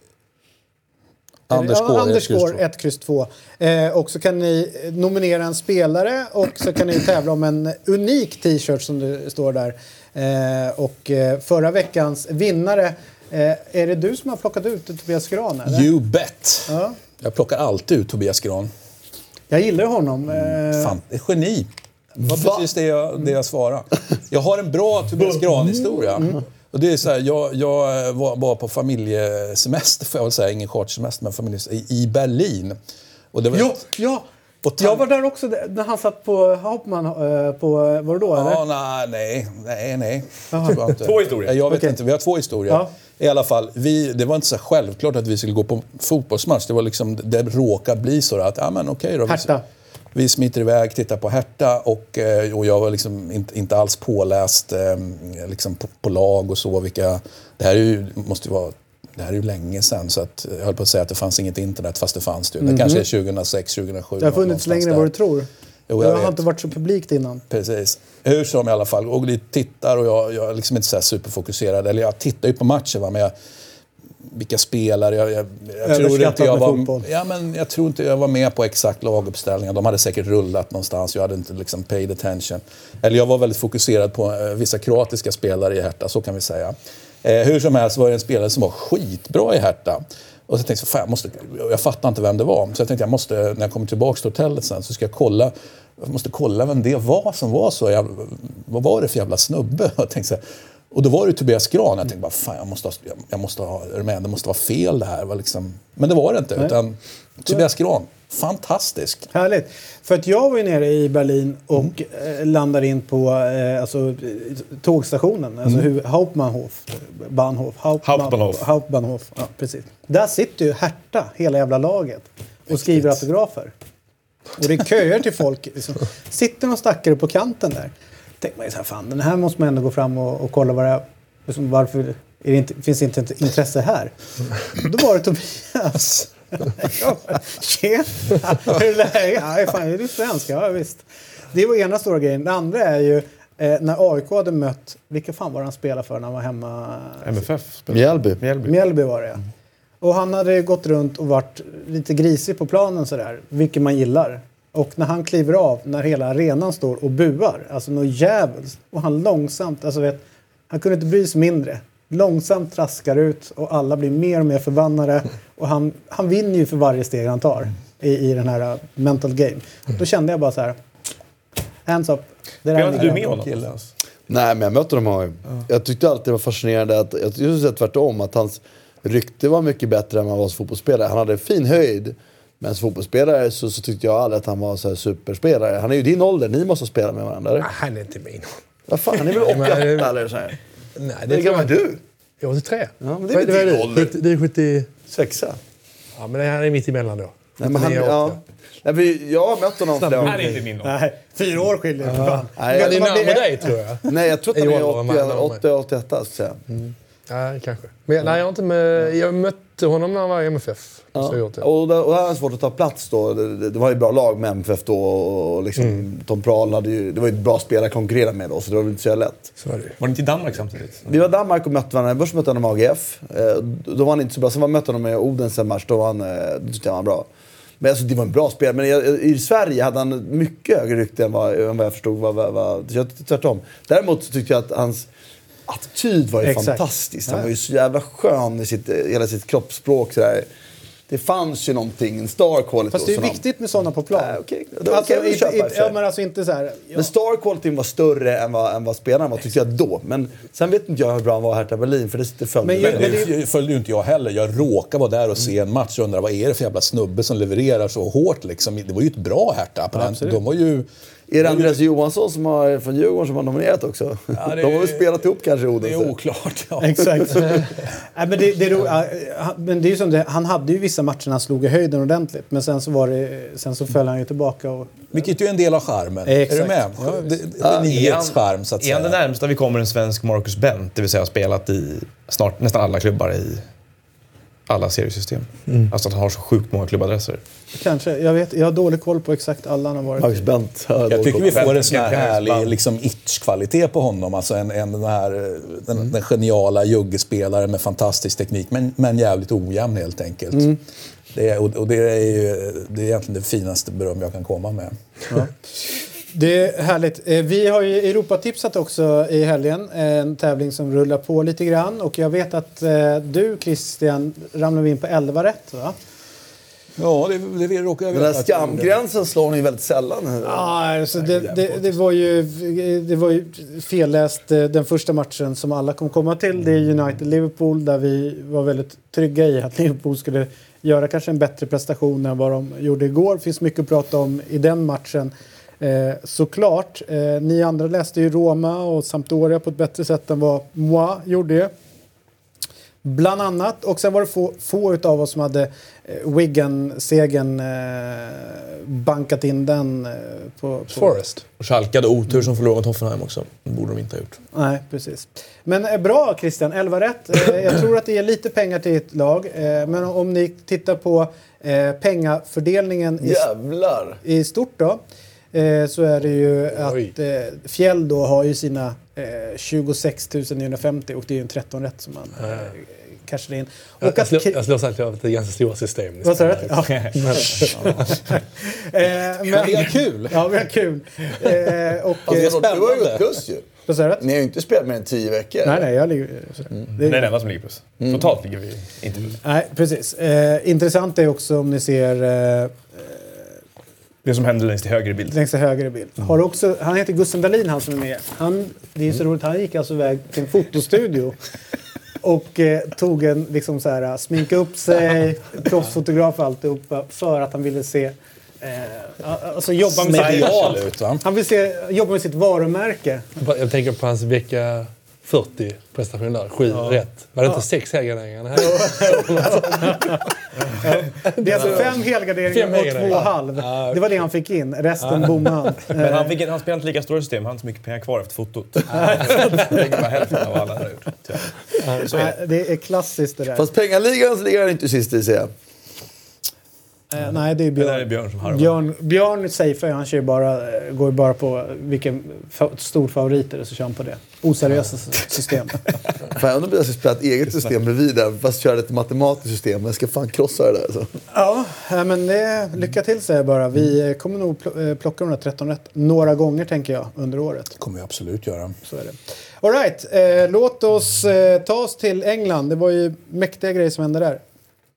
Underscore ett kryss två. Eh, och så kan ni nominera en spelare och så kan ni tävla om en unik t-shirt som det står där. Eh, och eh, förra veckans vinnare, eh, är det du som har plockat ut Tobias Gran? Eller? You bet. Ja. Jag plockar alltid ut Tobias Gran. Jag gillar honom. Eh... Fan, det är geni. Det var precis det jag, det jag svarade. Jag har en bra Tobias Gran-historia. Mm. Och det är så här, jag, jag var, var på familjesemester, får jag väl säga, ingen chartersemester, men familjesemester i, i Berlin. Och det var ja, ja. Tan- jag var där också när han satt på Hauptmann uh, på, var det då eller? Ja, nej, nej, nej. nej. Två historier. Jag vet okay. inte, vi har två historier. Ja. I alla fall, vi, det var inte så självklart att vi skulle gå på fotbollsmatch. Det var liksom, det råkade bli så att, ja men okej då. Hertha. Vi, vi smiter iväg, tittar på Hertha och, och jag var liksom inte, inte alls påläst liksom på, på lag och så. Vilka, det här är ju, måste ju vara det här är ju länge sedan, så att jag höll på att säga att det fanns inget internet, fast det fanns det. Det Mm-hmm. kanske är tjugohundrasex tjugohundrasju. Det har funnits längre än vad du tror. Jo, jag jag har vet. inte varit så publikt innan. Precis. Hur som i alla fall. Och vi tittar och jag, jag är liksom inte så här superfokuserad. Eller jag tittar ju på matcher, va, men jag, vilka spelare. Jag, jag, jag, tror inte jag, var, ja, men jag tror inte jag var med på exakt laguppställningar. De hade säkert rullat någonstans. Jag hade inte liksom paid attention. Eller jag var väldigt fokuserad på eh, vissa kroatiska spelare i Hertha, så kan vi säga. Eh, hur som helst var det en spelare som var skitbra i Hertha. Och så tänkte jag, fan, jag, måste, jag fattar inte vem det var. Så jag tänkte, jag måste, när jag kommer tillbaka till hotellet sen, så ska jag kolla. Jag måste kolla vem det var som var så. Jag, vad var det för jävla snubbe? Jag tänkte så här, och då var det Tobias Gran. Jag tänkte bara, fan, jag måste ha, jag måste ha, det måste vara fel det här. Det var liksom, men det var det inte. Utan Tobias Gran, fantastisk. Härligt. För att jag var ju nere i Berlin och mm. landade in på eh, alltså, tågstationen. Alltså mm. Hauptbahnhof. Bahnhof. Hauptbahnhof. Hauptbahnhof. Ja, precis. Där sitter ju Hertha, hela jävla laget. Och skriver autografer. Och det köer till folk. Liksom. Sitter någon stackare på kanten där. Tänker man ju så här, fan, den här måste man ändå gå fram och, och kolla vad det är. Liksom, varför är det inte, finns det inte ett intresse här? Då var det Tobias. Tjena, hur är det läget? Ja, fan, är du svensk? Ja, visst. Det var ena stora grejen. Det andra är ju eh, när A I K hade mött, vilka fan var han spelade för när han var hemma? M F F. Mjällby. Mjällby. Mjällby var det, ja. Och han hade gått runt och varit lite grisig på planen sådär, vilket man gillar. Och när han kliver av, när hela arenan står och buar, alltså något jävligt, och han långsamt, alltså vet, han kunde inte bry sig mindre. Långsamt traskar ut och alla blir mer och mer förbannade. Och han, han vinner ju för varje steg han tar i, i den här uh, mental game. Då kände jag bara så här, hands up. Det Var inte du med honom? Nej, men jag mötte dem här. Ja. Jag tyckte alltid det var fascinerande att, jag tyckte tvärtom, att hans rykte var mycket bättre än man var som fotbollsspelare. Han hade fin höjd, men som fotbollsspelare så, så tyckte jag aldrig att han var så här superspelare. Han är ju din ålder, ni måste spela med varandra. Eller? Nej, han är inte min. Vad fan, han är väl åttioåtta eller så här? Nej, det är gammal du. Jag är åttiotre. Ja, men det är väl din ålder. Det är sjuttiosex. Ja, men han är mitt emellan då. Nej, men han, ja. Nej, jag har mött honom flera gånger. inte min Nej, fyra år skiljer. Ja. Nej, jag är närmare dig, tror jag. Nej, jag tror att han är åttio åttioett, ska jag säga. Mm. Ja, kanske. Men nej, jag har inte med, jag mötte honom när han var i M F F. Ja. Så gjort det. Och det var svårt att ta plats då. Det, det var ju bra lag med M F F då. Och liksom, mm. Tom Prahl hade ju, det var ju ett bra spelare att konkurrera med då, så det var väl inte så lätt. Så var det. Var det inte i Danmark samtidigt? Vi var i Danmark och mötte varandra. Först mötte han med A G F. Då var han inte så bra. Sen var mötte han med Odense en match. Då var han, då tyckte jag han var bra. Men alltså, det var en bra spel. Men i, i Sverige hade han mycket högre rykte än vad, än vad jag förstod. Vad, vad, vad, tvärtom. Däremot så tyckte jag att hans attityd var ju Exakt. fantastisk. Han var ju så jävla skön i sitt, hela sitt kroppsspråk. Så där. Det fanns ju någonting, en star quality. Fast det är viktigt med sådana på plan. Äh, okay. Det alltså, kan inte, köpa, inte, ja, men alltså inte så här. Ja. Men star quality var större än vad, än vad spelaren var, tyckte jag då. Men sen vet inte jag hur bra han var här till Berlin, för det, det följde men, men det, det följde ju inte jag heller. Jag råkade vara där och se en match och undra, vad är det för jävla snubbe som levererar så hårt liksom. Det var ju ett bra Hertha på den. De var ju... Är det Andreas Johansson som har, från Djurgården som har nominerat också? Ja, det, de har väl spelat ihop kanske Odense. Det är oklart. Ja. Exakt. Nej, men, det, det, det, men det är ju som det, han hade ju vissa matcher han slog i höjden ordentligt. Men sen så, var det, sen så föll han ju tillbaka. Och... Vilket ju är en del av charmen. Exakt. Är du med? Ja, det, det, det är nyhetscharm så att säga. Är han det närmsta vi kommer en svensk Marcus Bent? Det vill säga har spelat i snart nästan alla klubbar i alla seriesystem. Mm. Alltså att han har så sjukt många klubbadresser. Kanske. Jag vet, jag har dålig koll på exakt alla han har varit. Marcus Bent. Jag, jag tycker vi får en sån här härlig liksom, itch-kvalitet på honom. Alltså en, en, den här den, mm. den geniala juggespelaren med fantastisk teknik. Men, men jävligt ojämn helt enkelt. Mm. Det är, och, och det är ju det är egentligen det finaste beröm jag kan komma med. Ja. Det är härligt. Vi har ju Europatipsat också i helgen. En tävling som rullar på lite grann. Och jag vet att du, Christian, ramlade in på elva rätt, va? Ja, det, det råkar jag veta. Den här skamgränsen slår ni väldigt sällan. Ja, alltså det, det, det, var ju, det var ju felläst den första matchen som alla kommer komma till. Det är United-Liverpool där vi var väldigt trygga i att Liverpool skulle göra kanske en bättre prestation än vad de gjorde igår. Det finns mycket att prata om i den matchen. Eh, såklart, eh, ni andra läste ju Roma och Sampdoria på ett bättre sätt än vad moi gjorde. Bland annat. Och sen var det få, få utav oss som hade eh, Wigan-segern eh, bankat in den eh, på, på... Forest. Och Schalke hade otur som förlorade mot Hoffenheim också. Det borde de inte ha gjort. Nej, precis. Men eh, bra Christian, elva rätt. Eh, jag tror att det ger lite pengar till ett lag. Eh, men om ni tittar på eh, pengafördelningen i, Jävlar! i stort då. Eh, så är det ju att eh, Fjäll då har ju sina eh, tjugosex tusen niohundrafemtio och det är ju en tretton rätt som man eh, cashar in. Och Jag, jag, att, slår, jag slår sagt att det är ganska stora system. vad sa du? Ja. men, Men vi har kul! Ja, vi har kul. Eh, och, Alltså, eh, du har ju gått plus ju. vad sa du? Ni har ju inte spelat mer än tio veckor. Nej, nej, jag ligger... Mm. Det, Det är det enda som ligger plus. Totalt ligger vi inte plus. nej, precis. Eh, intressant är också om ni ser... Eh, Det som händer längst till höger i bild. längst till höger i bild. Har också, han heter Gusten Dahlin, han som är med. Han, det är ju så roligt, han gick alltså iväg till en fotostudio och eh, tog en, liksom så här, sminka upp sig, proffsfotograf och alltihopa för att han ville se, eh, alltså jobba med Medial sitt, ut, va? han vill se, jobba med sitt varumärke. Jag tänker på hans vecka fyrtio prestation där. Sju ja. rätt. Var det inte sex helgarderingar? Det är alltså fem helgarderingar och två och halv. Det var det han fick in. Resten bommade han. Men han, fick, han spelar inte lika stora system. Han har inte så mycket pengar kvar efter fotot. Det ligger bara hälften av alla har gjort. Så är det. Det är klassiskt det där. Fast pengaligans ligger han inte sist i, säger jag. Eh, nej, det är Björn. Det där är Björn som harvar. Björn, Björn safear, han kör bara, går bara på vilken fa- stor favorit är det, så kör han på det. Oseriösa system. Fan, jag undrar om jag ska spela ett eget system bredvid där, fast köra ett matematiskt system. Jag ska fan krossa det där. Alltså. Ja, men det, lycka till säger jag bara. Vi kommer nog pl- plocka de där tretton rätt några gånger, tänker jag, under året. Det kommer vi absolut göra. Så är det. All right, eh, låt oss eh, ta oss till England. Det var ju mäktiga grejer som hände där.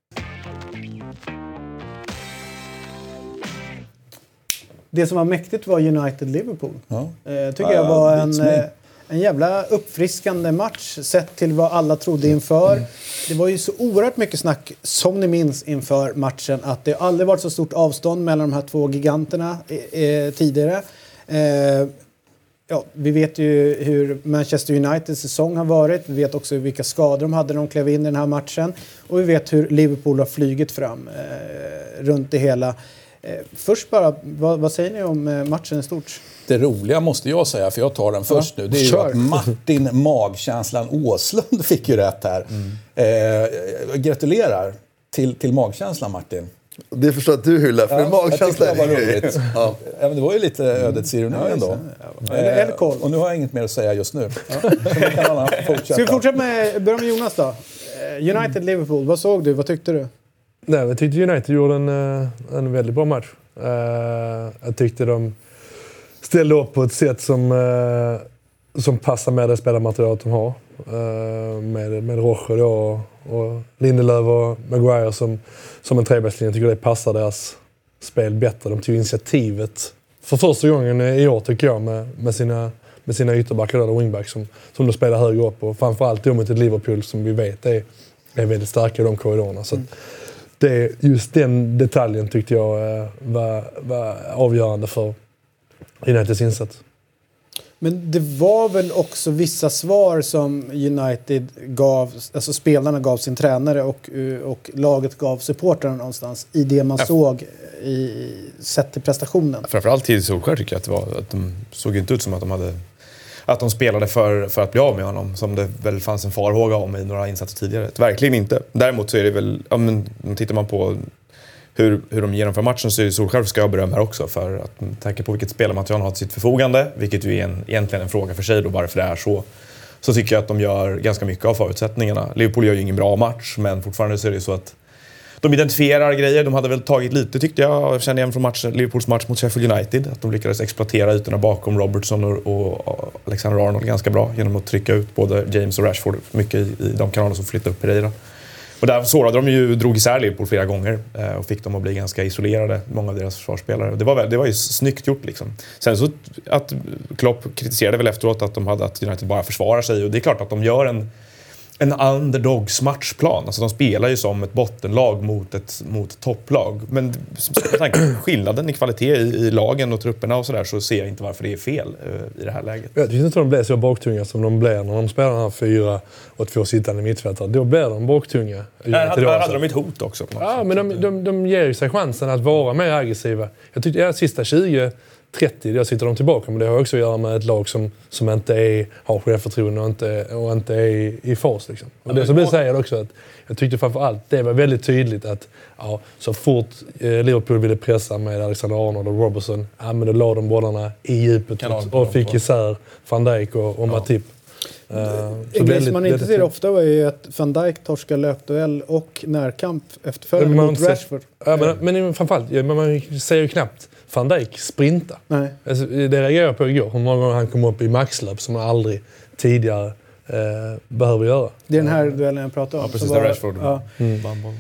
Det som var mäktigt var United-Liverpool. Ja. Eh, tycker jag var en, eh, en jävla uppfriskande match sett till vad alla trodde inför. Mm. Det var ju så oerhört mycket snack, som ni minns, inför matchen. Att det aldrig varit så stort avstånd mellan de här två giganterna eh, tidigare. Eh, ja, vi vet ju hur Manchester Uniteds säsong har varit. Vi vet också vilka skador de hade när de klev in i den här matchen. Och vi vet hur Liverpool har flugit fram eh, runt det hela. Eh, först bara, vad, vad säger ni om eh, matchen i stort? Det roliga måste jag säga, för jag tar den först ja. nu. Det är ju Kör. att Martin Magkänslan Åslund fick ju rätt här. Mm. Eh, gratulerar till, till magkänslan, Martin. Det förstår att du hyllar, för ja, magkänslan jag tyckte det var roligt. Ja. Ja, men det var ju lite ödets ironi ja, ändå. Ja, eller, eller koll. Och nu har jag inget mer att säga just nu. Ja. Kan man fortsätta. Ska vi fortsätta med, börja med Jonas då? United-Liverpool, vad såg du? Vad tyckte du? Nej, jag tyckte United gjorde en, en väldigt bra match. Uh, jag tyckte de ställde upp på ett sätt som, uh, som passar med det spelarmaterialet de har. Uh, med, med Rocher då och, och Lindelöf och Maguire som, som en trebackslinje. Jag tycker det passar deras spel bättre. De tog initiativet för första gången i år, tycker jag, med, med sina, med sina ytterbackar och wingbacks som, som de spelar högre upp. Och framförallt då mot ett Liverpool som vi vet är, är väldigt starka i de korridorerna. Så mm. det, just den detaljen tyckte jag var, var avgörande för Uniteds insats. Men det var väl också vissa svar som United gav, alltså spelarna gav sin tränare och, och laget gav supportrarna någonstans i det man ja. såg i sett till prestationen. Framförallt till Solskjaer tycker jag att det var att de såg inte ut som att de hade att de spelade för, för att bli av med honom, som det väl fanns en farhåga om i några insatser tidigare. Verkligen inte. Däremot så är det väl, ja, men tittar man på hur, hur de genomför matchen, så är Solskjaer ska jag berömma här också, för att tänka på vilket spelarmaterial han har till sitt förfogande, vilket ju är en, egentligen en fråga för sig då, varför det är så. Så tycker jag att de gör ganska mycket av förutsättningarna. Liverpool gör ju ingen bra match, men fortfarande så är det så att de identifierar grejer. De hade väl tagit lite, tyckte jag, kände igen från matchen, Liverpools match mot Sheffield United, att de lyckades exploatera ytorna bakom Robertson och, och Alexander Arnold ganska bra genom att trycka ut både James och Rashford mycket i, i de kanaler som flyttade upp Pereira. Och där sårade de ju, drog isär Liverpool flera gånger eh, och fick dem att bli ganska isolerade, många av deras försvarsspelare. Det var, väl, det var ju snyggt gjort liksom. Sen så att Klopp kritiserade väl efteråt att de hade att United bara försvarar sig, och det är klart att de gör en en underdogs matchplan. Alltså de spelar ju som ett bottenlag mot ett, mot ett topplag. Men med tanke på skillnaden i kvalitet i, i lagen och trupperna och sådär, så ser jag inte varför det är fel uh, i det här läget. Jag tycker inte att de blir så baktunga som de blir när de spelar den här fyra och två sittande mittfältare. Då blir de baktunga. Här hade, här hade de ett hot också. På något ja, sätt. men de, de, de ger ju sig chansen att vara mer aggressiva. Jag tyckte att sista tjugo trettio, då sitter de tillbaka. Men det har också att göra med ett lag som, som inte är, har självförtroende och inte, och inte är i, i fas. Liksom. Och det som du säger också, att jag tyckte framförallt det var väldigt tydligt att ja, så fort eh, Liverpool ville pressa med Alexander Arnold och Robertson, ja, men då la de bollarna i djupet och, och fick isär Van Dijk och, och Matip. Uh, en grej som man inte ser ofta var ju att Van Dijk torskar löpduell och närkamp efterföljande mot Rashford. Ja, men, men framförallt, ja, man ser ju knappt Van Dijk sprinta. Nej. Alltså, det reagerade jag på igår. Hur många gånger han kom upp i maxlöp som han aldrig tidigare eh, behöver göra. Det är den här duellen jag pratade om. Ja, precis. Var, Rashford. Ja. Mm.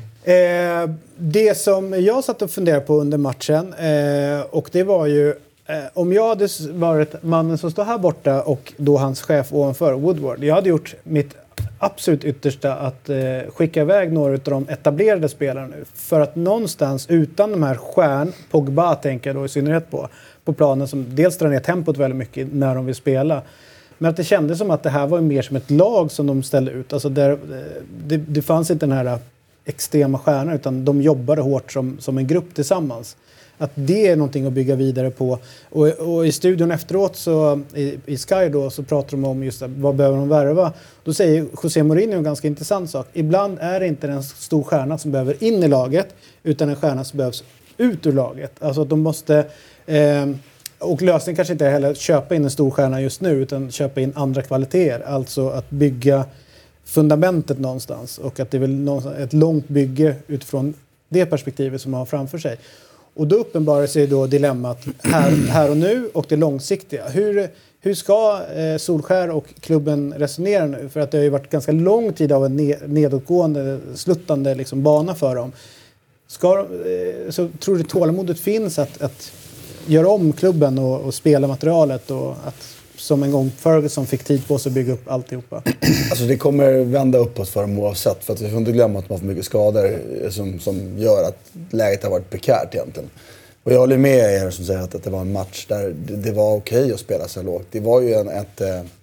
Eh, det som jag satt och funderade på under matchen, eh, och det var ju eh, om jag hade varit mannen som står här borta och då hans chef ovanför, Woodward, jag hade gjort mitt absolut yttersta att eh, skicka iväg några av de etablerade spelarna nu. För att någonstans utan de här stjärn, Pogba tänker jag då i synnerhet på, på planen som dels drar ner tempot väldigt mycket när de vill spela. Men att det kändes som att det här var mer som ett lag som de ställde ut. Alltså där, det, det fanns inte den här extrema stjärnan, utan de jobbade hårt som, som en grupp tillsammans. Att det är någonting att bygga vidare på. Och, och i studion efteråt så, i, i Sky då, så pratar de om just det, vad behöver de värva. Då säger José Mourinho en ganska intressant sak. Ibland är det inte en stor stjärna som behöver in i laget, utan en stjärna som behövs ut ur laget. Alltså att de måste... Eh, och lösningen kanske inte är heller köpa in en stor stjärna just nu, utan köpa in andra kvaliteter. Alltså att bygga fundamentet någonstans. Och att det är väl ett långt bygge utifrån det perspektivet som man har framför sig. Och då uppenbarar sig då dilemmat här, här och nu och det långsiktiga. Hur, hur ska eh, Solskär och klubben resonera nu? För att det har ju varit ganska lång tid av en nedåtgående, sluttande liksom, bana för dem. Ska, eh, så tror du tålamodet finns att, att göra om klubben och, och spela materialet och att som en gång Ferguson fick tid på sig att bygga upp alltihopa? Alltså det kommer vända uppåt för dem oavsett. För att vi får inte glömma att man får mycket skador som, som gör att läget har varit prekärt egentligen. Och jag håller med er som säger att, att det var en match där det, det var okej okay att spela så lågt. Det var ju en, ett,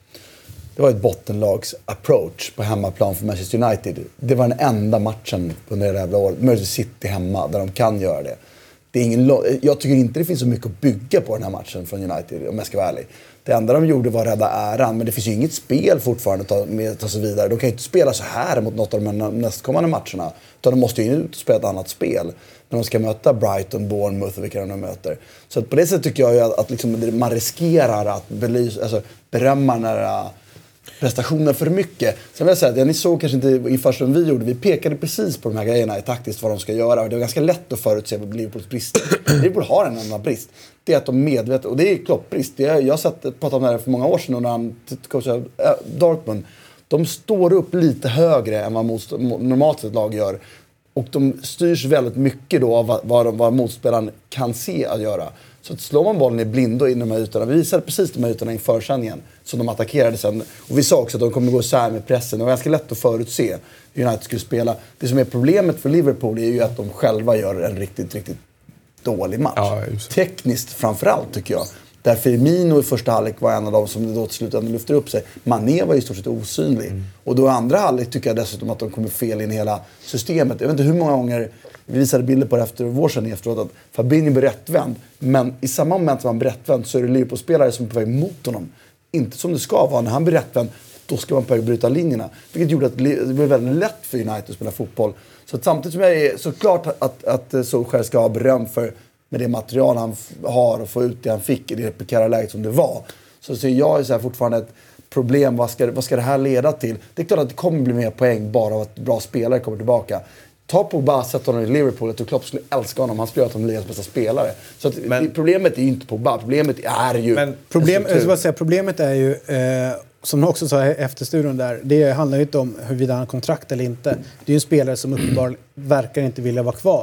det var ett bottenlags approach på hemmaplan för Manchester United. Det var den enda matchen under det här året. Manchester City hemma där de kan göra det. Det är ingen, jag tycker inte det finns så mycket att bygga på den här matchen från United, om jag ska vara ärlig. Det enda de gjorde var att rädda äran, men det finns ju inget spel fortfarande att ta, med, ta sig vidare. De kan ju inte spela så här mot något av de nästkommande matcherna. Utan de måste ju ut och spela ett annat spel när de ska möta Brighton, Bournemouth och vilka de möter. Så att på det sättet tycker jag ju att, att liksom man riskerar att belysa, alltså, berömma den här prestationen för mycket. Sen vill jag säga att ni såg kanske inte i första vi gjorde. Vi pekade precis på de här grejerna i taktiskt vad de ska göra. Det var ganska lätt att förutse vad Liverpools brist. Liverpool har en annan brist. Det är att de medvetet, och det är Klopp-brist. Det är, jag har sett, pratat om det här för många år sedan när han coachade Dortmund. De står upp lite högre än vad most, normalt ett lag gör. Och de styrs väldigt mycket då av vad, vad, vad motspelaren kan se att göra. Så att slår man bollen i blindo i de här ytorna. Vi visade precis de här ytorna i försändningen som de attackerade sen. Och vi sa också att de kommer gå isär med pressen. Det var ganska lätt att förutse hur United skulle spela. Det som är problemet för Liverpool är ju att de själva gör en riktigt, riktigt dålig match. Ja, tekniskt framförallt tycker jag. Där Firmino i första halvlek var en av dem som då till slut ändå lyfter upp sig. Mané var ju i stort sett osynlig. Mm. Och då i andra halvlek tycker jag dessutom att de kommer fel in i hela systemet. Jag vet inte hur många gånger vi visade bilder på det efter vår sändning efteråt att Fabinho blir rättvänd. Men i samma moment som han blir rättvänd så är det Liverpool-spelare som är på väg mot honom. Inte som det ska vara. När han blir rättvänd, då ska man på väg bryta linjerna. Vilket gjorde att det blev väldigt lätt för United att spela fotboll. Så att samtidigt som jag är såklart att, att Solskjaer ska ha beröm för med det material han har och få ut det han fick i det prekära läget som det var. Så ser jag så här fortfarande ett problem. Vad ska, vad ska det här leda till? Det är klart att det kommer bli mer poäng bara av att bra spelare kommer tillbaka. Ta Pogba, sätt honom i Liverpool. Jag tror Klopp skulle älska honom. Han skulle göra att han blir ligans bästa spelare. Så att men, problemet är ju inte Pogba. Problemet är ju... Men problem, jag ska säga, problemet är ju... Eh, som jag också sa efter studion där. Det handlar ju inte om huruvida han har kontrakt eller inte. Det är ju en spelare som uppenbarligen verkar inte vilja vara kvar.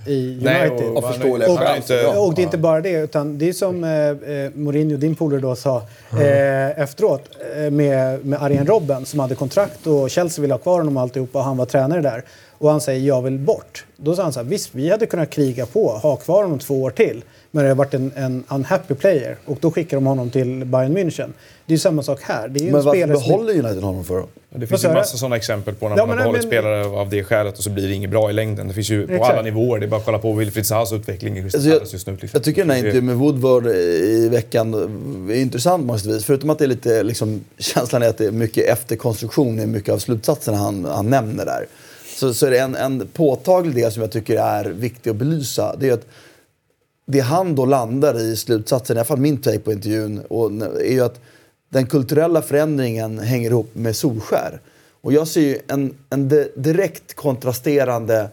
i United. Nej, och, och förståeliga och, skäl. inte, och det är inte bara det, utan det är som eh, Mourinho, din polare då, sa eh, efteråt eh, med, med Arjen Robben som hade kontrakt och Chelsea ville ha kvar honom och alltihopa och han var tränare där. Och han säger, jag vill bort. Då sa han så här, visst vi hade kunnat kriga på, ha kvar honom två år till. Men det har varit en, en unhappy player. Och då skickar de honom till Bayern München. Det är ju samma sak här. Det är ju men en varför spelare behåller United honom för då? Det finns ju en massa sådana exempel på när ja, man har men, behållit men, spelare av det skälet och så blir det inget bra i längden. Det finns ju exakt. på alla nivåer. Det är bara att kolla på Wilfried Zahas utveckling i Crystal Alltså jag, Palace just nu. Liksom. Jag tycker den här intervjun med Woodward i veckan är intressant måste vis. Förutom att det är lite, liksom, känslan är att det är mycket efterkonstruktion i mycket av slutsatserna han, han nämner där. Så, så är det en, en påtaglig del som jag tycker är viktig att belysa. Det är att det han då landar i slutsatsen, i alla fall min take på intervjun, och, är ju att den kulturella förändringen hänger ihop med Solskär. Och jag ser ju en, en direkt kontrasterande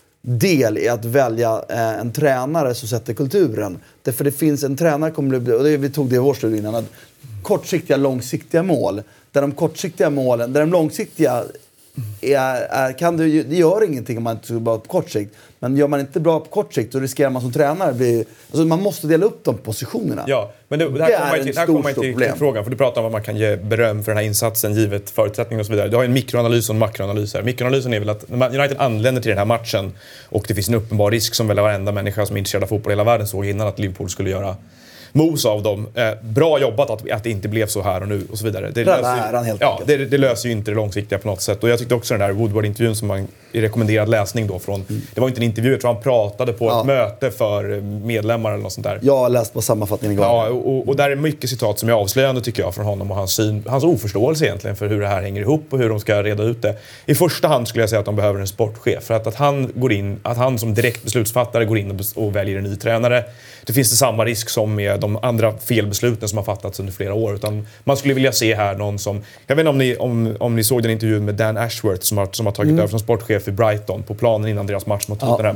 del i att välja eh, en tränare som sätter kulturen. Därför det finns en tränare, kommer bli, och det, vi tog det i vår studie innan, att kortsiktiga, långsiktiga mål. Där de kortsiktiga målen, där de långsiktiga är, är, kan du, det gör ingenting om man inte är bra på kort sikt. Men gör man inte bra på kort sikt så riskerar man som tränare bli, alltså man måste dela upp de positionerna. Ja, men det, det här kommer man till, här kommer man till, till frågan. För du pratar om att man kan ge beröm för den här insatsen givet förutsättningar och så vidare. Du har en mikroanalys och en makroanalys här. Mikroanalysen är väl att när United anländer till den här matchen och det finns en uppenbar risk som väl varenda människa som är intresserad av fotboll i hela världen såg innan att Liverpool skulle göra mos av dem. Eh, bra jobbat att, att det inte blev så här och nu och så vidare. Det löser, ju, ja, det, det löser ju inte det långsiktiga på något sätt. Och jag tyckte också den där Woodward-intervjun som man i rekommenderad läsning då från, mm. det var inte en intervju, jag tror han pratade på ja. ett möte för medlemmar eller något sånt där. Jag har läst på sammanfattningen igår. Ja, och, och där är mycket citat som är avslöjande tycker jag från honom och hans syn, hans oförståelse egentligen för hur det här hänger ihop och hur de ska reda ut det. I första hand skulle jag säga att de behöver en sportchef för att, att han går in, att han som direkt beslutsfattare går in och, och väljer en ny tränare. Det finns det samma risk som med de andra felbesluten som har fattats under flera år. Utan man skulle vilja se här någon som... Jag vet inte om ni, om, om ni såg den intervjun med Dan Ashworth som har, som har tagit mm. över som sportchef i Brighton på planen innan deras match mot Tottenham.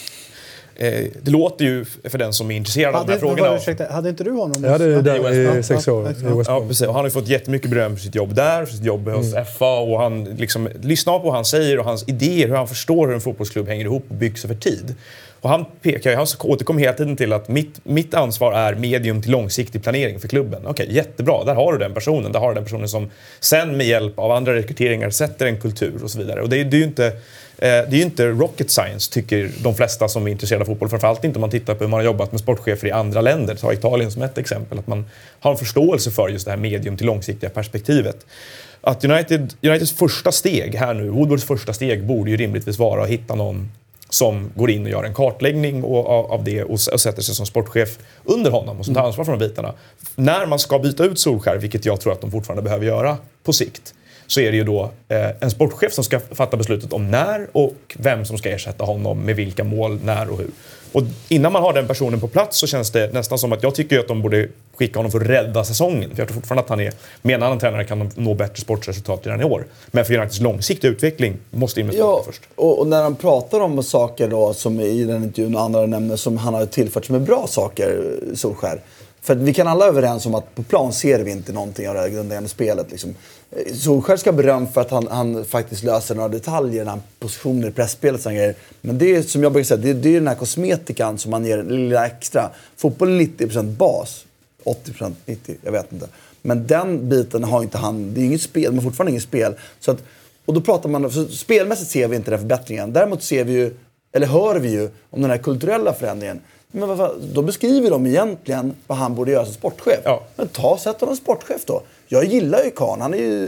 Ja. Eh, det låter ju för den som är intresserad hade, av de här frågorna. Var, ursäkta, hade inte du honom? Jag hade där i sex år. Ja, ja, precis. Och han har ju fått jättemycket beröm för sitt jobb där, för sitt jobb hos mm. F A. Och han liksom, lyssnar på vad han säger och hans idéer, hur han förstår hur en fotbollsklubb hänger ihop och byggs över tid. Och han pekar, han återkommer hela tiden till att mitt, mitt ansvar är medium till långsiktig planering för klubben. Okej, jättebra. Där har du den personen. Där har du den personen som sen med hjälp av andra rekryteringar sätter en kultur och så vidare. Och det är, det är ju inte, eh, det är ju inte rocket science, tycker de flesta som är intresserade av fotboll. Framförallt inte om man tittar på hur man har jobbat med sportchefer i andra länder. Ta Italien som ett exempel. Att man har en förståelse för just det här medium till långsiktiga perspektivet. Att United, Uniteds första steg här nu, Woodwards första steg borde ju rimligtvis vara att hitta någon som går in och gör en kartläggning och, av, av det och, och sätter sig som sportchef under honom och som tar ansvar för de bitarna. När man ska byta ut Solskär, vilket jag tror att de fortfarande behöver göra på sikt, så är det ju då eh, en sportchef som ska fatta beslutet om när och vem som ska ersätta honom med vilka mål, när och hur. Och innan man har den personen på plats så känns det nästan som att jag tycker att de borde skicka honom för att rädda säsongen. För jag tror fortfarande att han är, med en annan tränare kan de nå bättre sportresultat redan i år. Men för Uniteds långsiktiga utveckling måste investera ja, först. Och, och när han pratar om saker då, som i den intervjun och andra nämner som han har tillfört som är bra saker, Solskär. För vi kan alla överens om att på plan ser vi inte någonting av det här grundläggande spelet. Liksom. Solskär ska beröm för att han, han faktiskt löser några detaljer när han positioner i pressspelet. Men det är som jag brukar säga, det, det är den här kosmetikan som man ger lilla extra. Fotboll är nittio procent bas, åttio procent, nittio, jag vet inte. Men den biten har inte han, det är inget spel, man har fortfarande inget spel. Så att, och då pratar man, så spelmässigt ser vi inte den förbättringen. Däremot ser vi ju, eller hör vi ju om den här kulturella förändringen. Men vad, då beskriver de egentligen vad han borde göra som sportchef. Ja. Men ta sätt honom sportchef då. Jag gillar ju Kahn. Han är ju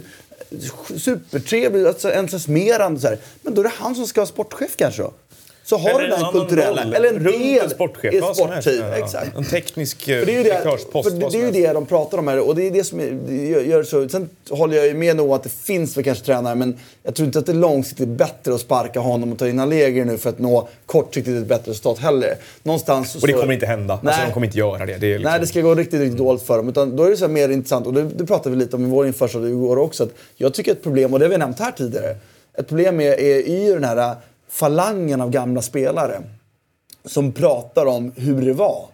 supertrevlig, alltså entusiasmerande så här. Men då är det han som ska vara sportchef kanske då. Så har du den här kulturella roll, eller en del en sportchef, i sportteam, ja, exakt. En teknisk för det är ju det, för det, det, är ju det de pratar om här och det är det som är, gör så. Sen håller jag ju med nog att det finns väl kanske tränare, men jag tror inte att det är långsiktigt bättre att sparka honom och ta in Allegri nu för att nå kortsiktigt ett bättre resultat heller. Någonstans och det så, kommer inte hända. Nej, alltså, de kommer inte göra det. Det är liksom... Nej, det ska gå riktigt, riktigt dåligt för dem. Utan då är det så här mer intressant, och det, det pratade vi lite om i vår införsel igår också, att jag tycker ett problem, och det har vi nämnt här tidigare, ett problem är, är i den här falangen av gamla spelare som pratar om hur det var.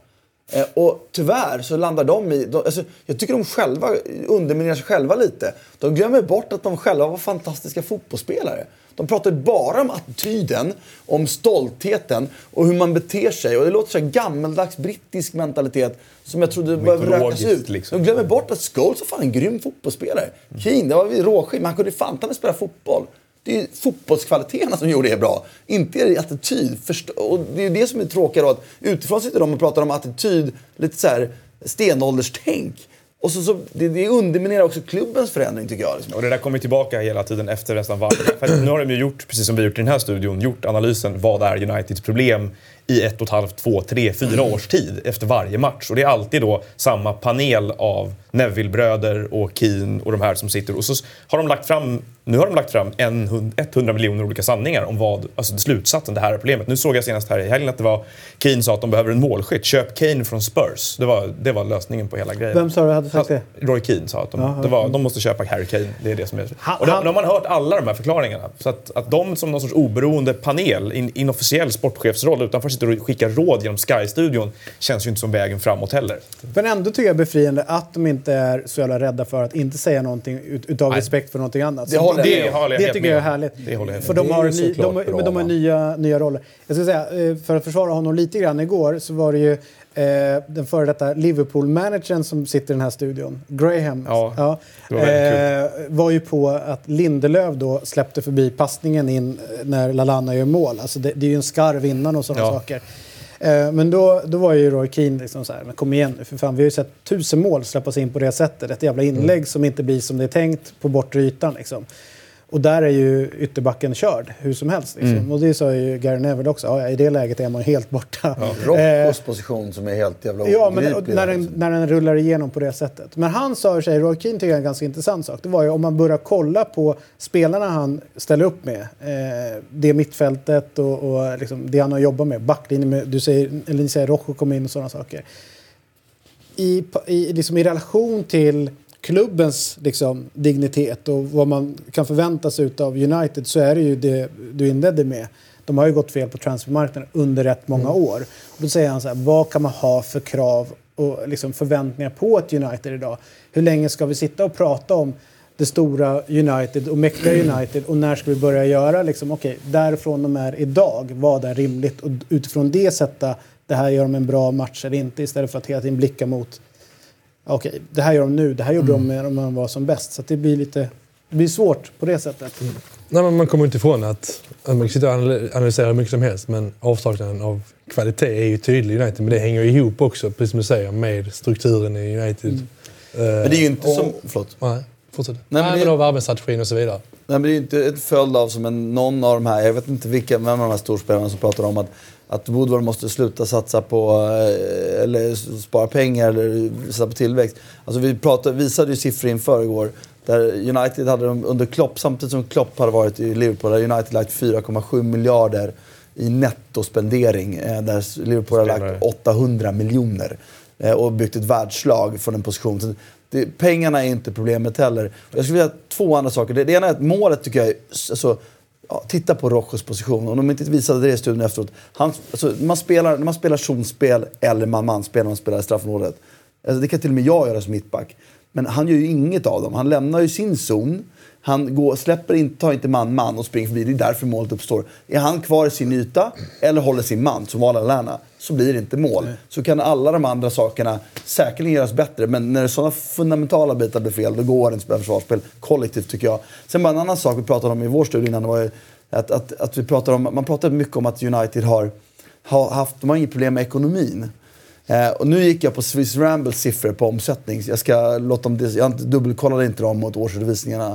Eh, och tyvärr så landar de i... De, alltså, jag tycker de själva underminerar sig själva lite. De glömmer bort att de själva var fantastiska fotbollsspelare. De pratar bara om attityden, om stoltheten och hur man beter sig. Och det låter så här gammaldags brittisk mentalitet som jag trodde behöver rökas ut. Liksom. De glömmer bort att Scholes var fan en grym fotbollsspelare. Mm. Keane, det var vi råskit, men han kunde fan inte spela fotboll. Det är fotbollskvaliteterna som gjorde det bra. Inte är det attityd. Förstå- och det är det som är tråkigt då, att utifrån sitter de och pratar om attityd, lite så här stenålderstänk. Och så, så, det, det underminerar också klubbens förändring tycker jag. Liksom. Och det där kommer tillbaka hela tiden efter nästan varje. För nu har de ju gjort, precis som vi gjort i den här studion, gjort analysen vad är Uniteds problem i ett och ett halvt, två, tre, fyra års tid efter varje match. Och det är alltid då samma panel av Neville-bröder och Keane och de här som sitter. Och så har de lagt fram, nu har de lagt fram hundra miljoner olika sanningar om vad, alltså slutsatsen, det här är problemet. Nu såg jag senast här i helgen att det var Keane sa att de behöver en målskytt. Köp Kane från Spurs. Det var, det var lösningen på hela grejen. Vem sa du hade sagt det? Roy Keane sa att de, Aha. det var, de måste köpa Harry Kane. Det är det som är. Och då, då har man hört alla de här förklaringarna. Så att, att de som någon sorts oberoende panel, in, inofficiell sportchefsroll utanför sitter och skickar råd genom Sky-studion känns ju inte som vägen framåt heller. Men ändå tycker jag befriande att de inte är så jävla rädda för att inte säga någonting ut, utav Nej. respekt för någonting annat. Det, håller det, jag det, det tycker jag är härligt. Det håller jag för de har, ny, de, bra, men de har nya, nya roller. Jag ska säga, för att försvara honom lite grann igår så var det ju eh, den före detta Liverpool-managern som sitter i den här studion, Graham, ja, ja, det var, eh, var ju på att Lindelöf då släppte förbi passningen in när Lallana gör mål. Alltså det, det är ju en skarv innan och sådana ja. saker. Men då, då var ju Roy Keane liksom så här, men kom igen nu, för fan, vi har ju sett tusen mål släppas in på det sättet. Ett jävla inlägg mm. som inte blir som det är tänkt på bortre ytan liksom. Och där är ju ytterbacken körd, hur som helst. Liksom. Mm. Och det sa ju Gary Neville också. Ja, i det läget är man helt borta. Ja. Rockos eh, position som är helt jävla ja, men när den, när den rullar igenom på det sättet. Men han sa ju sig, Roy Keane tycker jag är en ganska intressant sak. Det var ju om man börjar kolla på spelarna han ställer upp med. Eh, det mittfältet och, och liksom det han har jobbat med. Backlinjen med, du säger, eller ni säger Rojo kom in och sådana saker. I, i, liksom i relation till klubbens liksom, dignitet och vad man kan förvänta sig av United så är det ju det du inledde med. De har ju gått fel på transfermarknaden under rätt många mm. år. Och då säger han så här, vad kan man ha för krav och liksom, förväntningar på ett United idag? Hur länge ska vi sitta och prata om det stora United och mäktiga United och när ska vi börja göra liksom, okej, okay, därifrån de är idag, vad är rimligt och utifrån det sätta, det här gör de en bra match eller inte istället för att hela tiden blicka mot okej, det här gör de nu. Det här gjorde mm. de när de var som bäst. Så att det blir lite det blir svårt på det sättet. Mm. Nej, men man kommer inte ifrån att man kan sitta och analysera hur mycket som helst, men avsaknaden av kvalitet är ju tydlig i United. Men det hänger ihop också, precis som du säger, med strukturen i United. Mm. Uh, men det är ju inte och, som... Förlåt. Nej, fortsätt. Nej, men, nej, men av arbetsstrategin och så vidare. Nej, men det är ju inte ett följd av som en, någon av de här, jag vet inte vilka, men av de här storspelarna som pratar om att att Woodward måste sluta satsa på eller spara pengar eller satsa på tillväxt. Alltså vi pratade, visade ju siffror inför igår där United hade under Klopp, samtidigt som Klopp hade varit i Liverpool, där United lagt fyra komma sju miljarder i nettospendering, där Liverpool har lagt åttahundra miljoner och byggt ett världslag från en position. Så det, pengarna är inte problemet heller. Jag skulle vilja ha två andra saker. Det, det ena är att målet tycker jag är, alltså, ja, titta på Rojos position. Om de inte visade det i studien efteråt. Han, alltså, man spelar, när man spelar zonspel eller man-man-spel när man spelar i straffområdet. Alltså, det kan till och med jag göra som mittback. Men han gör ju inget av dem. Han lämnar ju sin zon. Han går, släpper inte, tar inte man-man och springer förbi. Det är därför målet uppstår. Är han kvar i sin yta eller håller sin man, som var Lallana, så blir det inte mål. Nej. Så kan alla de andra sakerna säkerligen göras bättre. Men när sådana fundamentala bitar blir fel, då går det inte att spela försvarsspel kollektivt, tycker jag. Sen bara en annan sak vi pratade om i vår studie innan, var ju att, att, att vi pratade om, man pratade mycket om att United har, har haft, de har inget problem med ekonomin. Eh, och nu gick jag på Swiss Rambles siffror på omsättning. Jag ska låta dem, jag inte dubbelkollade inte dem mot årsredovisningarna.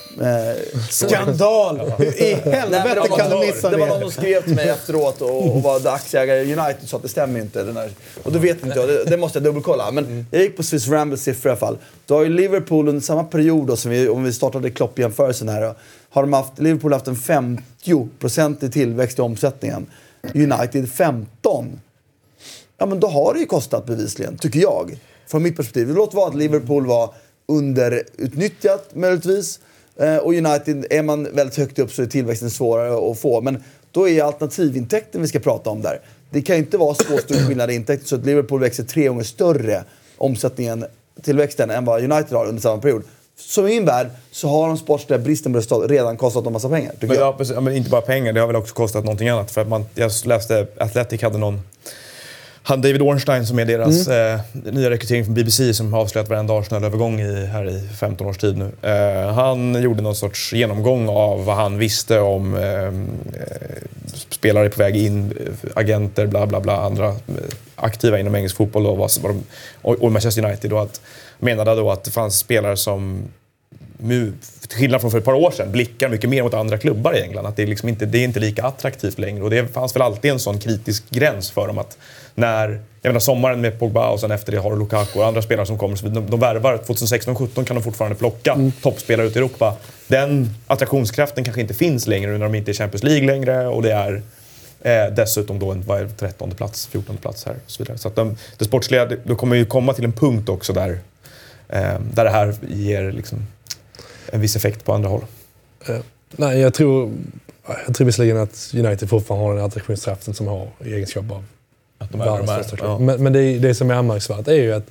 Eh, Skandal! Hur i helvete kan du missa det? Det var någon som skrev till mig efteråt och, och var aktieägare i United, så att det stämmer inte. Den här. Och då vet inte jag, det, det måste jag dubbelkolla. Men mm. jag gick på Swiss Rambles siffror i alla fall. Då har ju Liverpool under samma period då, som vi, om vi startade Klopp-jämförelsen här, då, har de haft, Liverpool haft en femtio procent i tillväxt i omsättningen. United femton. Ja, men då har det ju kostat bevisligen, tycker jag. Från mitt perspektiv. Låt vara att Liverpool var underutnyttjat möjligtvis. Eh, och United, är man väldigt högt upp så är tillväxten svårare att få. Men då är alternativintäkten vi ska prata om där. det kan ju inte vara så stor skillnad i intäkter så att Liverpool växer tre gånger större omsättningen, tillväxten än vad United har under samma period. Så i min värld så har de sportsliga bristen på resultat redan kostat dem massa pengar. Men, ja, precis, men inte bara pengar, det har väl också kostat någonting annat. För att man, jag läste Athletic hade någon... Han David Ornstein som är deras mm. eh, nya rekrytering från B B C som har avslöjat varenda Arsenal-övergång i, här i femton års tid nu. Eh, han gjorde någon sorts genomgång av vad han visste om eh, spelare på väg in, agenter, bla bla bla, andra aktiva inom engelsk fotboll och, vad, vad de, och, och Manchester United. Och att, menade då att det fanns spelare som till skillnad från för ett par år sedan blickar mycket mer mot andra klubbar i England. Att det är, liksom inte, det är inte lika attraktivt längre. Och det fanns väl alltid en sån kritisk gräns för dem att när, jag menar sommaren med Pogba och sen efter det har Lukaku och andra spelare som kommer, så de, de värvar tjugohundrasexton sjutton kan de fortfarande plocka mm. toppspelare ut i Europa. Den attraktionskraften kanske inte finns längre när de inte är Champions League längre och det är eh, dessutom då en vad är det, trettonde plats, fjortonde plats här och så vidare. Så att de, det sportsliga, det, det kommer ju komma till en punkt också där, eh, där det här ger liksom en viss effekt på andra håll. Uh, nej, jag tror jag tror visserligen att United fortfarande har den attraktionskraften som har i egenskap av att de är de ja. Men, men det, det som är anmärkningsvärt är ju att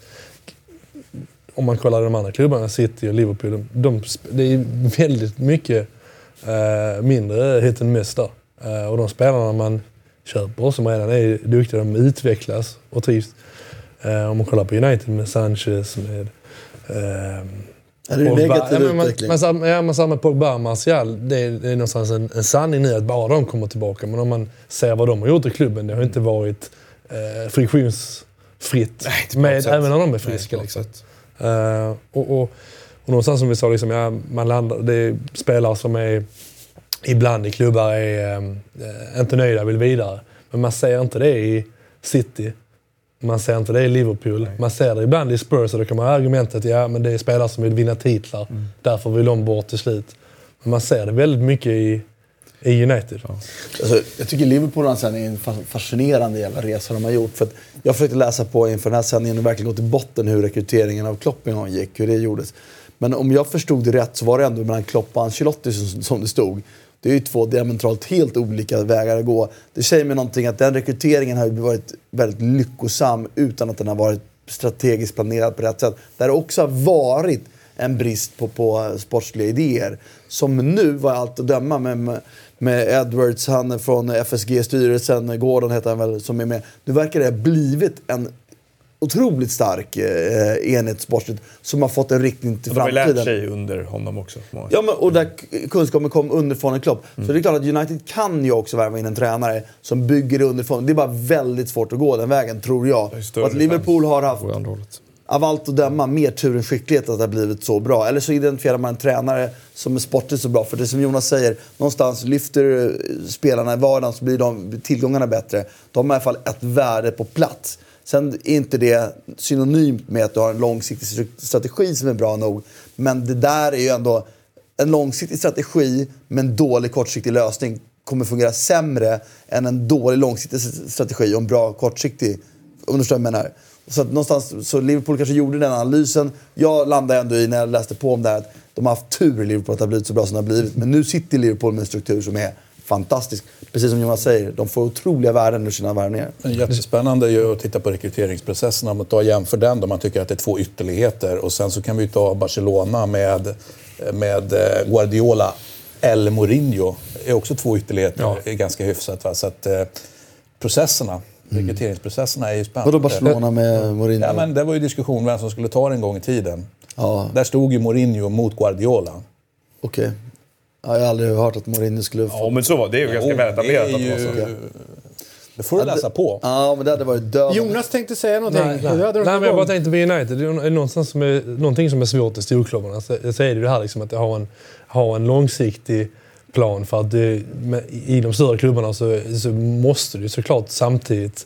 om man kollar de andra klubbarna, City och Liverpool, de, det är väldigt mycket uh, mindre hit and miss där. Uh, och de spelarna man köper som redan är duktiga, de utvecklas och trivs. Uh, om man kollar på United med Sanchez, med uh, är det Pogba, negativ ja, man, utveckling? Man, man, ja, man sa med Pogba och Martial, det är, det är någonstans en, en sanning i att bara de kommer tillbaka. Men om man ser vad de har gjort i klubben, det har inte varit eh, friktionsfritt. Nej, med, även när de är friska. Nej, liksom. uh, och, och, och någonstans som vi sa, liksom, ja, man landar, det är spelare som är ibland i klubbar är eh, inte nöjda, vill vidare. Men man ser inte det i City. Man ser inte det i Liverpool. Nej. Man ser det ibland i Spurs och då kan man ha argumentet ja, men det är spelare som vill vinna titlar. Mm. Därför vill de bort till slut. Men man ser det väldigt mycket i, i United. Ja. Alltså, jag tycker Liverpool är en fascinerande jävla resa de har gjort. För att jag försökte läsa på inför den här sändningen och verkligen gå till botten hur rekryteringen av Klopp en gång gick, hur det gjordes. Men om jag förstod det rätt så var det ändå mellan Klopp och Ancelotti som, som det stod. Det är ju två diametralt helt olika vägar att gå. Det säger mig någonting att den rekryteringen har varit väldigt lyckosam utan att den har varit strategiskt planerad på rätt sätt. Där det också har varit en brist på, på sportsliga idéer. Som nu var allt att döma med, med Edwards, han från F S G-styrelsen, Gordon heter han väl, som är med. Nu verkar det ha blivit en otroligt stark eh, enhet sportsligt som har fått en riktning till framtiden. De har lärt sig under honom också. Ja, men, och där kunskapen kom underifrån en Klopp. Mm. Så det är klart att United kan ju också värva in en tränare som bygger det underifrån. Det är bara väldigt svårt att gå den vägen, tror jag. Och att Liverpool har haft av allt att döma mer tur än skicklighet att det har blivit så bra. Eller så identifierar man en tränare som är sportligt så bra. För det som Jonas säger, någonstans lyfter spelarna i vardagen så blir de tillgångarna bättre. De har i alla fall ett värde på plats. Sen är inte det synonymt med att du har en långsiktig strategi som är bra nog. Men det där är ju ändå en långsiktig strategi med en dålig kortsiktig lösning kommer fungera sämre än en dålig långsiktig strategi och en bra kortsiktig. Understår jag menar. Så att någonstans, så Liverpool kanske gjorde den analysen. Jag landade ändå i när jag läste på om det här att de har haft tur i Liverpool att det har blivit så bra som det har blivit. Men nu sitter Liverpool med en struktur som är fantastisk. Precis som Jonas säger, de får otroliga värden ur sina värvningar. Jättespännande är ju att titta på rekryteringsprocessen. Om man tar jämför den då man tycker att det är två ytterligheter. Och sen så kan vi ta Barcelona med, med Guardiola eller Mourinho. Det är också två ytterligheter. Ja. Är ganska hyfsat. Va? Så att eh, processerna, rekryteringsprocesserna är ju spännande. Vadå Barcelona med Mourinho? Ja, men det var ju diskussion vem som skulle ta det en gång i tiden. Ja. Där stod ju Mourinho mot Guardiola. Okej. Okay. Ja, jag har aldrig hört att Mourinho skulle få... Ja, men så var det. Det är ju ganska väl etablerat. Det, ju... det får du läsa på. Ja, men det hade varit död. Jonas tänkte säga någonting. Nej, nej. nej men jag bara tänkte på United. Det är någonstans som är, någonting som är svårt i storklubbarna. Jag säger det här liksom att ha en, ha en långsiktig plan. För att det, i de större klubbarna så, så måste du såklart samtidigt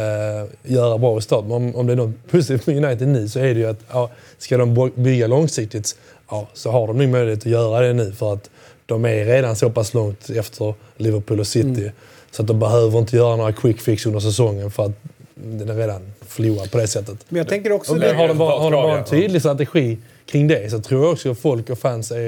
eh, göra bra i start. Men om, om det är något positivt med United nu så är det ju att ja, ska de bygga långsiktigt ja, så har de nu möjlighet att göra det nu för att de är redan så pass långt efter Liverpool och City. Mm. Så att de behöver inte göra några quick fix under säsongen för att den är redan förlorad på det sättet. Men jag tänker också... Och det, har de bara, har de bara en tydlig strategi kring det så tror jag också att folk och fans är,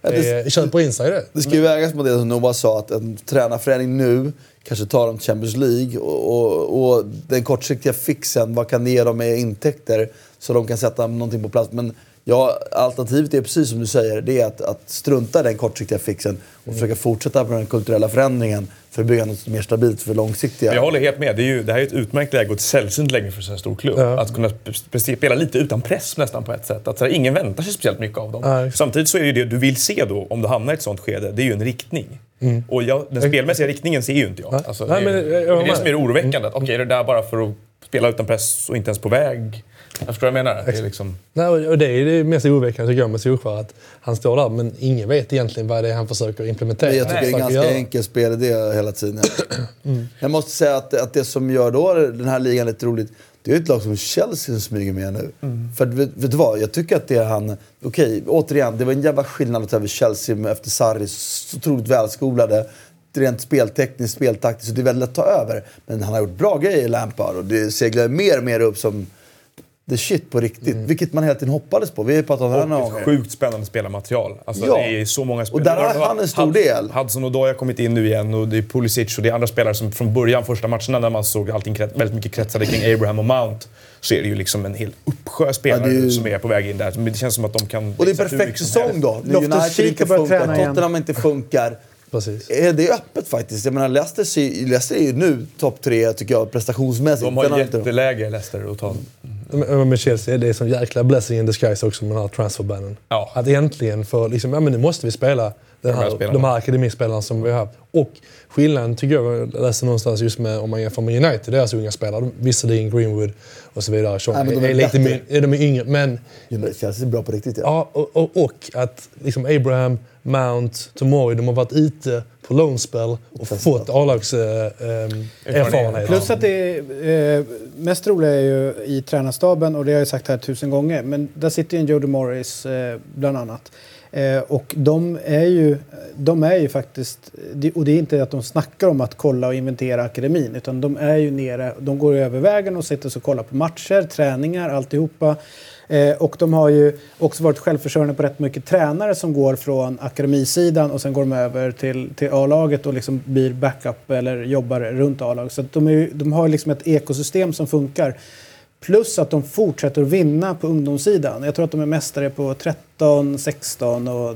Det köper in sig det. Det ska ju vägas mot det som Noah sa, att en tränarförändring nu kanske tar dem till Champions League och, och, och den kortsiktiga fixen, vad kan det ge dem med intäkter så de kan sätta någonting på plats. Men ja, alternativet är precis som du säger, det är att, att strunta i den kortsiktiga fixen och mm. försöka fortsätta med den kulturella förändringen för att bygga något mer stabilt för långsiktiga. Jag håller helt med. Det, är ju, det här är ett utmärkt läge och ett sällsynt läge för en så stor klubb. Ja. Att kunna spela lite utan press nästan på ett sätt. Att så här, ingen väntar sig speciellt mycket av dem. Ja. Samtidigt så är det det du vill se då, om du hamnar i ett sånt skede, det är ju en riktning. Mm. Och jag, den spelmässiga riktningen ser ju inte jag. Alltså, Nej, det, är, men, jag, jag, det är det som är det oroväckande. Mm. Okej, okay, är det där bara för att spela utan press och inte ens på väg? Jag förstår vad jag menar. Det är, liksom... Nej, och det är det mest oroväckande tycker jag med Solskjaer, att han står där men ingen vet egentligen vad det är han försöker implementera. Jag tycker det är en ganska enkel spelidé hela tiden. mm. Jag måste säga att, att det som gör då den här ligan lite roligt, det är ett lag som Chelsea som smyger med nu. Mm. För vet, vet du vad, jag tycker att det är han... Okej, återigen, det var en jävla skillnad att över Chelsea efter Sarri, så otroligt välskolade. Rent speltekniskt, speltaktiskt, så det är väldigt lätt att ta över. Men han har gjort bra grejer i Lampard och det seglar mer och mer upp som... det shit på riktigt, mm. vilket man hela tiden hoppades på. Vi har pratat om det här någon gång. Sjukt spännande spelarmaterial. Alltså, ja. Det är så många spelare. Och där har han en stor Hud, del. Hudson och Odoi har kommit in nu igen och det är Pulisic och det är andra spelare som från början, första matcherna när man såg allting väldigt mycket kretsade kring Abraham och Mount, så är det ju liksom en hel uppsjö spelare ja, är ju... som är på väg in där. Men det känns som att de kan... Och det är perfekt säsong då. United inte funkar, Tottenham inte funkar. Precis. Det är öppet faktiskt. Jag menar, Leicester, Leicester är ju nu topp tre tycker jag prestationsmässigt. De har jätteläge Leicester att ta. Men med Chelsea, det är som jäkla blessing in disguise också med den här transferbannen. Ja. Att egentligen för liksom, ja men nu måste vi spela den här, de här akademispelarna som vi har. Och skillnaden tycker jag, jag läste någonstans just med, om man jämför med United, deras unga spelare, visserligen Greenwood och så vidare. Så, Nej, men de är, är lite my, är de är yngre, men... Chelsea är bra på riktigt, ja. Ja, och, och, och att liksom Abraham, Mount, Tomori, de har varit ute på loan spell och fått A-lags äh, äh, erfarenhet. Plus att det är, äh, mest roliga är ju i tränarstaben, och det har jag sagt här tusen gånger, men där sitter ju en Jody Morris äh, bland annat. Eh, och de är ju de är ju faktiskt, och det är inte att de snackar om att kolla och inventera akademin, utan de är ju nere, de går över vägen och sitter och kollar på matcher, träningar, alltihopa. Eh, och de har ju också varit självförsörjande på rätt mycket tränare som går från akademisidan och sen går de över till, till A-laget och liksom blir backup eller jobbar runt A-laget. Så att de, är, de har liksom ett ekosystem som funkar. Plus att de fortsätter att vinna på ungdomssidan. Jag tror att de är mästare på tretton, sexton och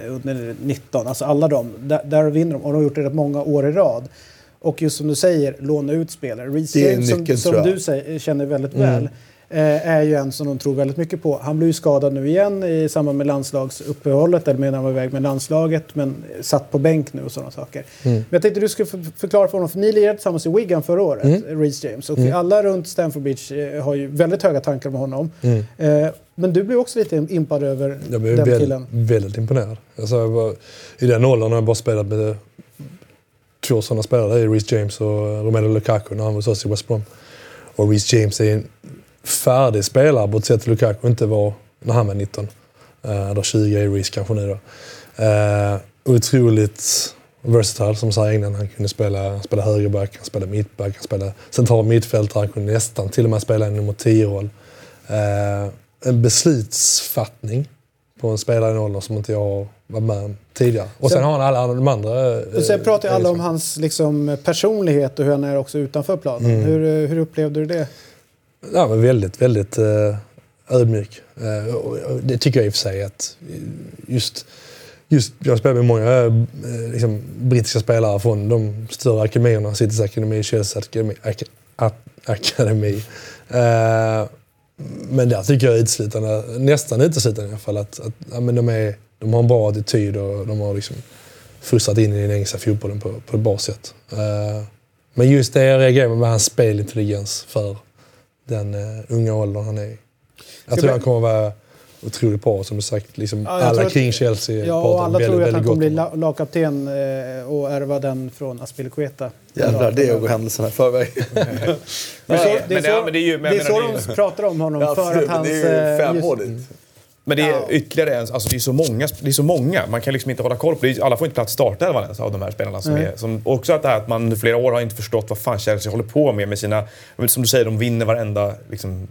nitton. Alltså alla de. Där, där vinner de. Och de har gjort det rätt många år i rad. Och just som du säger, låna ut spelare. Reece James, som, som du säger, känner väldigt mm. väl, eh, är ju en som de tror väldigt mycket på. Han blev ju skadad nu igen i samband med landslagsuppehållet. Eller medan han var iväg med landslaget. Men satt på bänk nu och sådana saker. Mm. Men jag tänkte du skulle förklara för honom. För ni lirade tillsammans i Wigan förra året. Mm. Reece James. Och mm. alla runt Stamford Bridge har ju väldigt höga tankar om honom. Mm. Eh, men du blev också lite impad över jag blev den väldigt, killen. väldigt imponerad. Alltså, jag var, i den åldern har jag bara spelat med två sådana spelare. Reece James och Romelu Lukaku när han var hos oss i West Brom. Och Reece James är en färdig spelare på ett sätt Lukaku inte var när han var nitton. Uh, då tjugo är Reece kanske nu då. Uh, otroligt versatile som sa innan. Han kunde spela, spela högerback, han spelade mittback, han spelade central mittfältare, han kunde nästan till och med spela en nummer tio-roll. Uh, en beslutsfattning på en spelare i en ålder som inte jag var med tidigare. Och sen, sen har han alla de andra... Och sen pratar ju alla om hans liksom, personlighet och hur han är också utanför planen. Mm. Hur, hur upplevde du det? Ja, men väldigt, väldigt uh, ödmjuk. Uh, och, och det tycker jag i och för sig att just... Just, jag spelar med många uh, liksom, brittiska spelare från de större akademierna. Citys Akademi, Chelsea Akademi. Ak- akademi. Uh, men där tycker jag utslutande, nästan utslutande i alla fall, att, att ja, men de, är, de har en bra attityd och de har liksom frustrat in i den engelska fotbollen på, på ett bra sätt. Uh, men just det jag reagerar med hans spelintelligens för den uh, unga åldern han är i. Jag tror han kommer vara otroligt bra, som du sagt. Liksom ja, alla kring Chelsea. Ja, och alla väldigt, tror att han kommer bli la- lagkapten eh, och ärva den från Aspilicueta. Jävlar, det är ju händelserna i förväg. Men så, det är så, ja, men det är, ju, det är så de pratar om honom. Ja, för att hans... Det är ju femårigt. Just, men det är ja. ytterligare en, alltså det är så många, det är så många. Man kan liksom inte hålla koll på det. Alla får inte plats starta ens av de här spelarna som mm. är som också att det här att man i flera år har inte förstått vad fan Chelsea håller på med med sina, som du säger, de vinner varenda liksom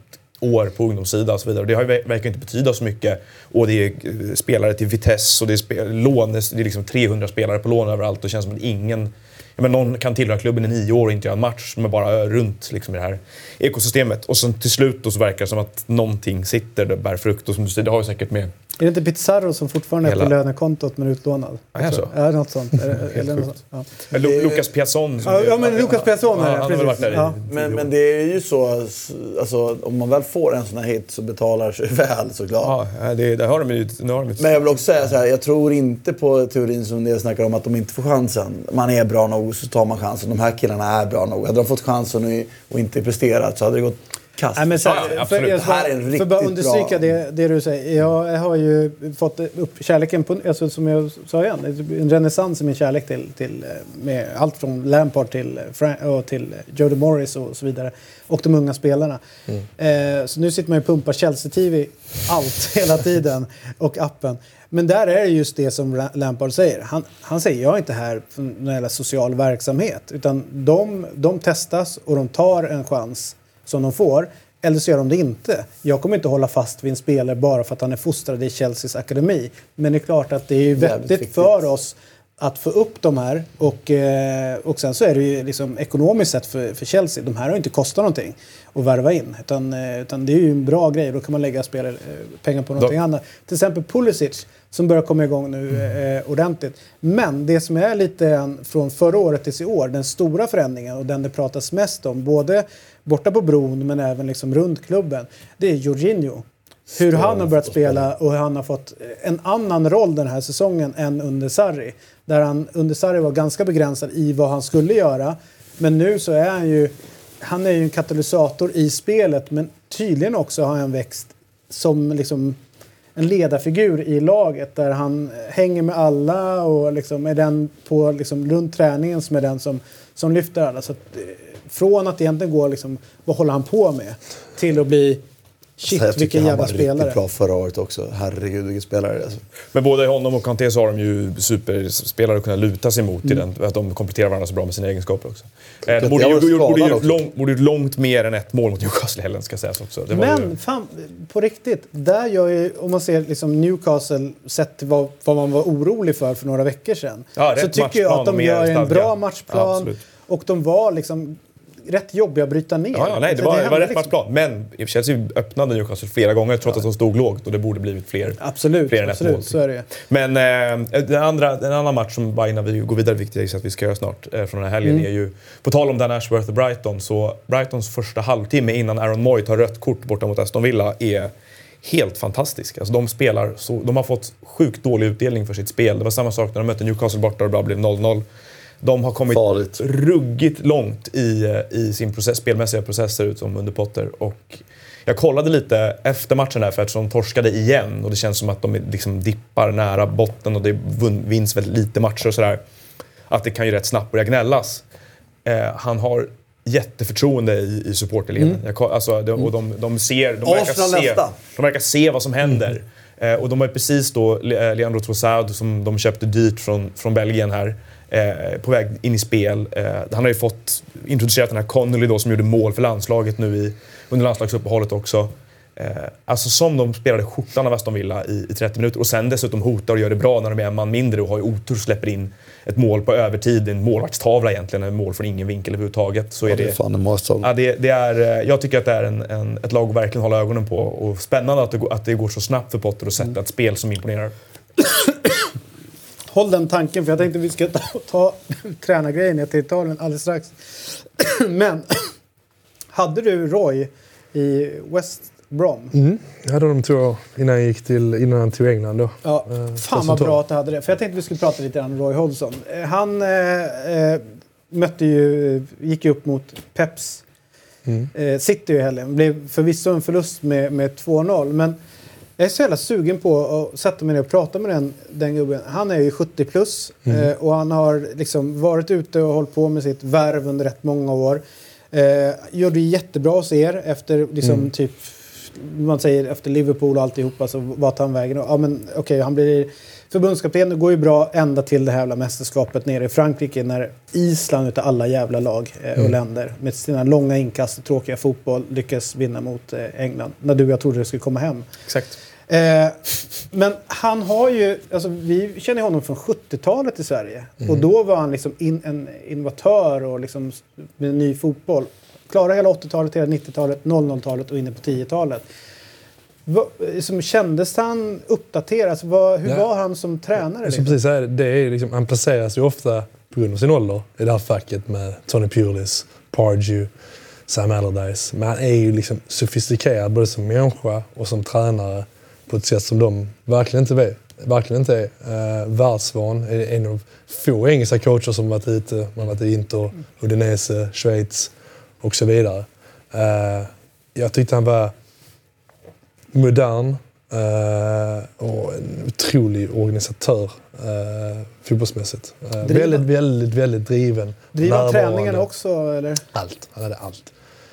år på ungdomssidan och så vidare. Det har ju, verkar inte betyda så mycket. Och det är spelare till Vitesse och det är, spel, lån, det är liksom trehundra spelare på lån överallt. Det känns som att ingen... Ja, men någon kan tillhöra klubben i nio år och inte göra en match, men bara runt liksom, i det här ekosystemet. Och sen till slut då så verkar det som att någonting sitter där, bär frukt. Och som du säger, det har ju säkert med... Är det inte Pizarro som fortfarande Hela... är på lönekontot men utlånad? Ja, är så? Ja, något sånt. Eller något sånt. Ja. Men Lu- Lucas Piazon... Ja, ja, men Lucas Piazon är ja, det, precis. Ja. Men, men det är ju så, alltså, om man väl får en sån här hit så betalar sig väl såklart. Ja, det, det har de ju... Det har de ju. Men jag vill också säga så här, jag tror inte på teorin som det snackar om att de inte får chansen. Man är bra nog så tar man chansen. De här killarna är bra nog. Hade de fått chansen och inte presterat så hade det gått kast. Nej, men så, ja, ja, för, jag, det här är en för riktigt bara understryka bra... det, det du säger. Jag, jag har ju fått upp kärleken på, alltså, som jag sa igen, en renässans i min kärlek till, till med allt från Lampard till, och till Jody Morris och så vidare. Och de unga spelarna. Mm. Eh, så nu sitter man ju och pumpar Chelsea-T V allt hela tiden och appen. Men där är det just det som Lampard säger. Han, han säger, jag är inte här för någon social verksamhet. Utan de, de testas och de tar en chans som de får. Eller så gör de det inte. Jag kommer inte hålla fast vid en spelare bara för att han är fostrad i Chelseas akademi. Men det är klart att det är ju vettigt för oss att få upp de här. Och, eh, och sen så är det ju liksom ekonomiskt sett för, för Chelsea. De här har inte kostat någonting att värva in. Utan, eh, utan det är ju en bra grej. Då kan man lägga spelare, eh, pengar på någonting Då. annat. Till exempel Pulisic som börjar komma igång nu eh, ordentligt. Men det som är lite från förra året till i år, den stora förändringen och den det pratas mest om, både borta på bron men även liksom runt klubben, det är Jorginho. Hur han har börjat spela och hur han har fått en annan roll den här säsongen än under Sarri. Där han under Sarri var ganska begränsad i vad han skulle göra. Men nu så är han ju, han är ju en katalysator i spelet, men tydligen också har han växt som liksom en ledarfigur i laget där han hänger med alla och liksom är den på liksom runt träningen som är den som, som lyfter alla. Så att, från att egentligen gå liksom, vad håller han på med till att bli shit, vilken jävla spelare. Han var riktigt bra förra året också. Herregud, vilken spelare. Alltså. Men både honom och Kanté så har de ju superspelare att kunna luta sig mot mm. i den, att de kompletterar varandra så bra med sina egenskaper också. Eh, de borde ju borde, borde, långt, borde långt mer än ett mål mot Newcastle helgen ska sägas också. Det var Men ju... fan, på riktigt, där gör ju, om man ser liksom Newcastle sett vad, vad man var orolig för för några veckor sedan. Ja, så tycker jag att de gör en bra matchplan. Ja, och de var liksom rätt jobbiga att bryta ner. Ja, ja, nej, det var, det, det var rätt liksom... matchplan. Men Chelsea öppnade Newcastle flera gånger trots ja. att de stod lågt och det borde blivit fler, absolut, fler än absolut, ett mål. Så är det. Men eh, den andra, en annan match som bara innan vi går vidare, viktigt att vi ska göra snart eh, från den här helgen mm. är ju, på tal om Dan Ashworth och Brighton, så Brightons första halvtimme innan Aaron Moy tar rött kort borta mot Aston Villa är helt fantastisk. Alltså de spelar så, de har fått sjukt dålig utdelning för sitt spel. Det var samma sak när de mötte Newcastle borta och det bara blev noll noll. De har kommit Farligt. ruggigt långt i, i sin process, spelmässiga process ser ut som under Potter. Och jag kollade lite efter matchen där för att de torskade igen och det känns som att de liksom dippar nära botten och det vinns väldigt lite matcher och sådär. Att det kan ju rätt snabbt börja gnällas. Eh, han har jätteförtroende i, i supporterleden. Mm. Jag, alltså, de, och de, de ser, de verkar se, de verkar se vad som händer. Mm. Eh, och de har precis då Leandro Trossard som de köpte dyrt från, från Belgien här. Eh, på väg in i spel. Eh, han har ju fått introducerat den här Connolly då som gjorde mål för landslaget nu i, under landslagsuppehållet också. Eh, alltså som de spelade skjortan av Aston Villa i, i trettio minuter och sen dessutom hotar och gör det bra när de är en man mindre och har ju otur släpper in ett mål på övertid, en målvaktstavla egentligen, en mål från ingen vinkel överhuvudtaget. Så är ja, det, det är fan en målstavla. Ja, det, det är, jag tycker att det är en, en, ett lag att verkligen hålla ögonen på och spännande att det, att det går så snabbt för Potter att sätta mm. ett spel som imponerar. Håll den tanken, för jag tänkte att vi ska ta, ta tränargrejen ner till Italien alldeles strax. Men hade du Roy i West Brom? Mm. Jag hade dem tror jag innan jag gick till innan han tog England då. Ja, eh, fan vad bra att du hade det. För jag tänkte att vi skulle prata lite om Roy Hodgson. Han eh, mötte ju, gick ju upp mot Peps mm. eh, City i helgen. Blev förvisso en förlust med, med två noll, men jag är så jävla sugen på att sätta mig ner och prata med den, den gubben. Han är ju sjuttio plus mm. eh, och han har liksom varit ute och hållit på med sitt värv under rätt många år. Eh, gjorde jättebra hos er efter liksom mm. typ, man säger efter Liverpool och alltihopa så vart han vägen. Ja men okej, okay, han blir förbundskapten går ju bra ända till det här jävla mästerskapet nere i Frankrike när Island utav alla jävla lag eh, och mm. länder med sina långa inkast och tråkiga fotboll lyckas vinna mot eh, England. När du och jag trodde det skulle komma hem. Exakt. Eh, men han har ju, alltså vi känner honom från sjuttiotalet i Sverige. Mm. Och då var han liksom in, en innovatör och liksom med ny fotboll. Klara hela åttiotalet, hela nittiotalet, noll noll-talet och inne på tiotalet. Va, som kändes han uppdaterad? Alltså, vad, hur ja. var han som tränare? Liksom? Precis, det är liksom, han placeras ju ofta på grund av sin ålder i det här facket med Tony Pulis, Pardew, Sam Allardyce. Men han är ju liksom sofistikerad både som människa och som tränare på ett sätt som de verkligen inte vet. Verkligen inte är. Uh, världsvan är en av få engelska coacher som varit ute. Man har varit i Inter, Udinese, Schweiz och så vidare. Uh, jag tyckte han var modern uh, och en otrolig organisatör uh, fotbollsmässigt. Uh, väldigt, väldigt, väldigt driven. Driver träningen också, eller? Allt. Han hade allt.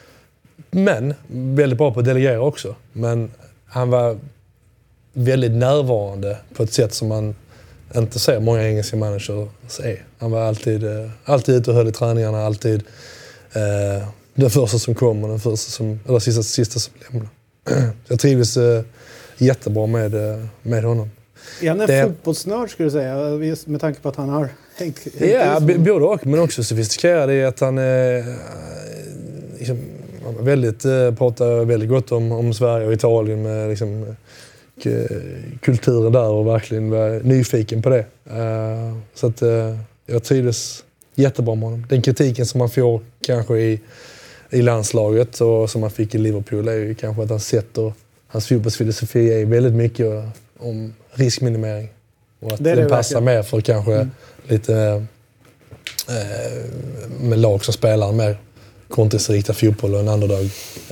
Men väldigt bra på att delegera också. Men han var väldigt närvarande på ett sätt som man inte ser många engelska managers är. Han var alltid, uh, alltid ute och höll i träningarna, alltid uh, den första som kom och den första som, eller sista, sista som lämnade. Jag trivdes uh, jättebra med, uh, med honom. Är han en det... fotbollsnörd skulle du säga? Just med tanke på att han har hängt... hängt ja, b- både och. Men också sofistikerad i att han uh, liksom, väldigt, uh, pratar väldigt gott om, om Sverige och Italien med liksom, uh, kulturen där och verkligen var nyfiken på det. Uh, så att uh, jag trivdes jättebra med honom. Den kritiken som man får kanske i i landslaget och som han fick i Liverpool är ju kanske att han sätter, hans fotbollsfilosofi är väldigt mycket om riskminimering. Och att det den passar mer för kanske mm. lite eh, med lag som spelar mer kontrinriktad fotboll och en underdog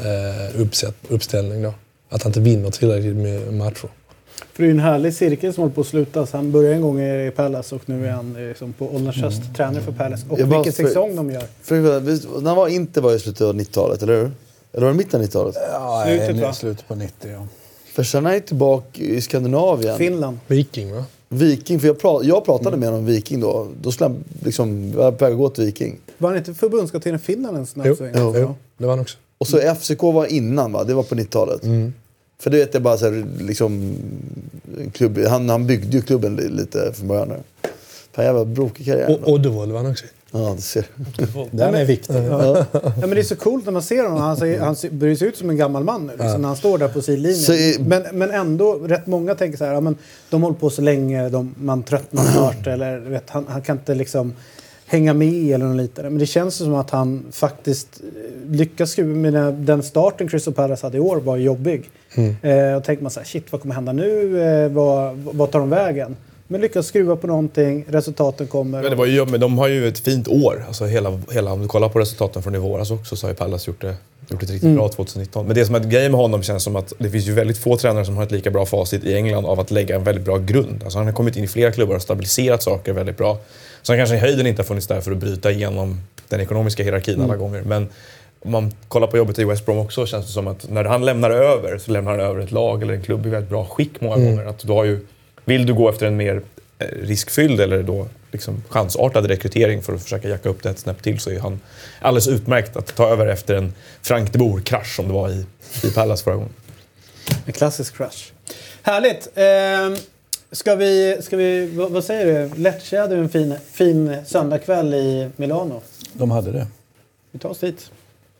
eh, uppsätt, uppställning då. Att han inte vinner tillräckligt med matcher. För det är en härlig cirkel som håller på att slutas. Han började en gång i Palace och nu är han liksom på ålderns höst mm. tränare för Palace. Och vilken för, säsong de gör. För, när var inte var i slutet av nittiotalet, eller hur? Eller var det mitten av nittiotalet? Ja, slutet, nej, slutet på nittio, ja. För sen är han tillbaka i Skandinavien. Finland. Viking, va? Viking, för jag, pra- jag pratade mm. med honom om Viking då. Då skulle han liksom, jag var på väg att gå till Viking. Var han inte förbundskapten i Finland ens? Jo, jo. jo, det var han också. Och så F C K var innan, va? Det var på nittiotalet. Mm. För det vet jag bara så här, liksom, klubb, han, han byggde ju klubben lite från början. Fan, jävla brokig karriär. Och Oddevall var han också. Ja, det ser. Den är viktig. Ja. Ja, men det är så coolt när man ser honom. Han, ser, han börjar se ut som en gammal man nu, liksom, ja. när han står där på sidlinjen. Så, men, men ändå, rätt många tänker så här, ja, men de håller på så länge, de, man tröttnar snart. Eller, vet, han, han kan inte liksom hänga med eller något liknande. Men det känns som att han faktiskt lyckas med den starten Crystal Palace hade i år var jobbig. Mm. Eh, och tänker man så här, shit, vad kommer hända nu? Eh, vad, vad tar de vägen? Men lyckas skruva på någonting, resultaten kommer. Men, det var ju, men de har ju ett fint år. Alltså hela, hela, om du kollar på resultaten från i våras också så har ju Palace gjort det, gjort det riktigt mm. bra tjugonitton. Men det som är ett grej med honom känns som att det finns ju väldigt få tränare som har ett lika bra facit i England av att lägga en väldigt bra grund. Alltså han har kommit in i flera klubbar och stabiliserat saker väldigt bra. Så han kanske i höjden inte har funnits där för att bryta igenom den ekonomiska hierarkin mm. alla gånger. Men om man kollar på jobbet i West Brom också känns det som att när han lämnar över så lämnar han över ett lag eller en klubb i väldigt bra skick många mm. gånger. Att du har ju, vill du gå efter en mer riskfylld eller då liksom chansartad rekrytering för att försöka jacka upp det ett snäpp till så är han alldeles utmärkt att ta över efter en Frank de Boer-krasch som det var i, i Palace förra gången. En klassisk crash. Härligt. Eh, ska vi, ska vi, vad, vad säger du? Lecce hade en fin, fin söndagkväll i Milano. De hade det. Vi tar oss dit.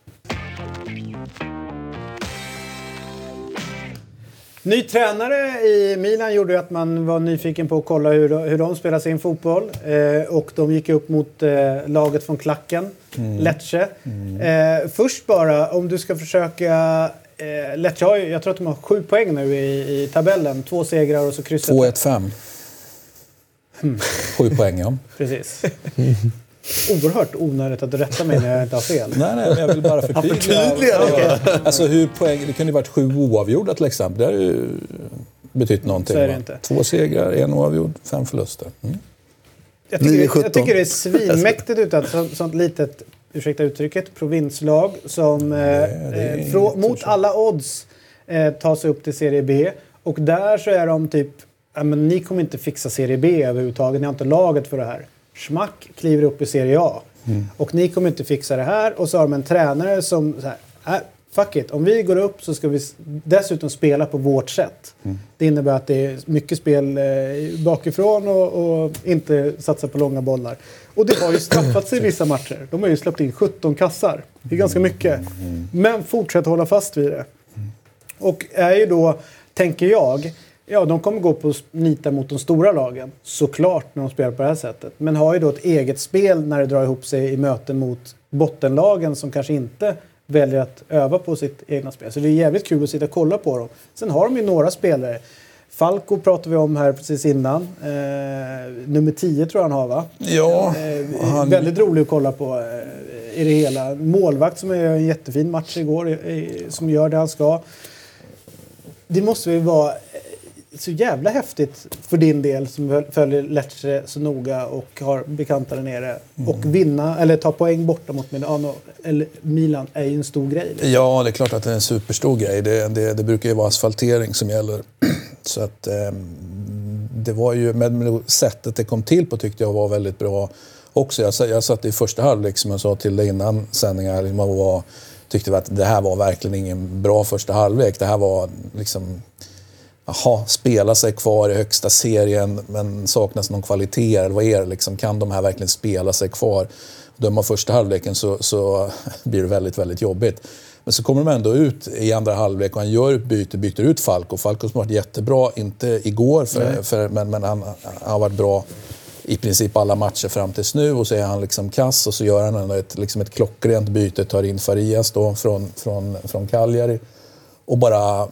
Ny tränare i Milan gjorde att man var nyfiken på att kolla hur, hur de spelar sin fotboll. Eh, och de gick upp mot eh, laget från klacken, mm. Lecce. Mm. Eh, först bara, om du ska försöka... Eh, Lecce har ju, jag tror att de har sju poäng nu i, i tabellen. Två segrar och så kryssat. två ett fem. Hmm. Sju poäng, ja. Precis. Oerhört onödigt att du rättar mig när jag inte har fel. Nej, nej, men jag vill bara förtydliga. förtydliga okay. Alltså hur poäng, det kunde ju varit sju oavgjorda till exempel. Det har ju betytt någonting. Så är det inte. Två segrar, en oavgjord, fem förluster. Mm. Jag, tycker, jag tycker det är svinmäktigt utan sånt, sånt litet, ursäkta uttrycket, provinslag som nej, eh, frå, mot alla odds eh, tar sig upp till Serie B. Och där så är de typ men ni kommer inte fixa Serie B överhuvudtaget, ni har inte laget för det här. Schmack kliver upp i Serie A. Mm. Och ni kommer inte fixa det här. Och så har de en tränare som så här, äh, fuck it, om vi går upp så ska vi dessutom spela på vårt sätt. Mm. Det innebär att det är mycket spel eh, bakifrån och, och inte satsa på långa bollar. Och det har ju straffat sig i vissa matcher. De har ju släppt in sjutton kassar. Det är ganska mycket. Men fortsätt hålla fast vid det. Och är ju då, tänker jag, ja, de kommer gå på nita mot de stora lagen. Såklart när de spelar på det här sättet. Men har ju då ett eget spel när det drar ihop sig i möten mot bottenlagen som kanske inte väljer att öva på sitt egna spel. Så det är jävligt kul att sitta och kolla på dem. Sen har de ju några spelare. Falco pratade vi om här precis innan. Eh, nummer tio tror jag han har, va? Ja. Eh, han... Väldigt rolig att kolla på eh, i det hela. Målvakt som är en jättefin match igår. Eh, som gör det han ska. Det måste ju vara så jävla häftigt för din del som följer Lecce så noga och har bekanta där nere. Mm. Och vinna, eller ta poäng borta mot Milano eller Milan är ju en stor grej. Liksom. Ja, det är klart att det är en superstor grej. Det, det, det brukar ju vara asfaltering som gäller. Så att eh, det var ju, med sättet det kom till på tyckte jag var väldigt bra också. Jag, jag satt i första halvlek som jag sa till dig innan sändningar. Man var, tyckte att det här var verkligen ingen bra första halvlek. Det här var liksom... Jaha, spela sig kvar i högsta serien men saknas någon kvalitet eller vad är det liksom? Kan de här verkligen spela sig kvar? Döma första halvleken så, så blir det väldigt, väldigt jobbigt. Men så kommer de ändå ut i andra halvlek och han gör ett byte, byter ut Falco. Falco som har varit jättebra, inte igår för, för, men, men han, han har varit bra i princip alla matcher fram tills nu och så är han liksom kass och så gör han ändå ett, liksom ett klockrent byte, tar in Farias då från, från, från Cagliari och bara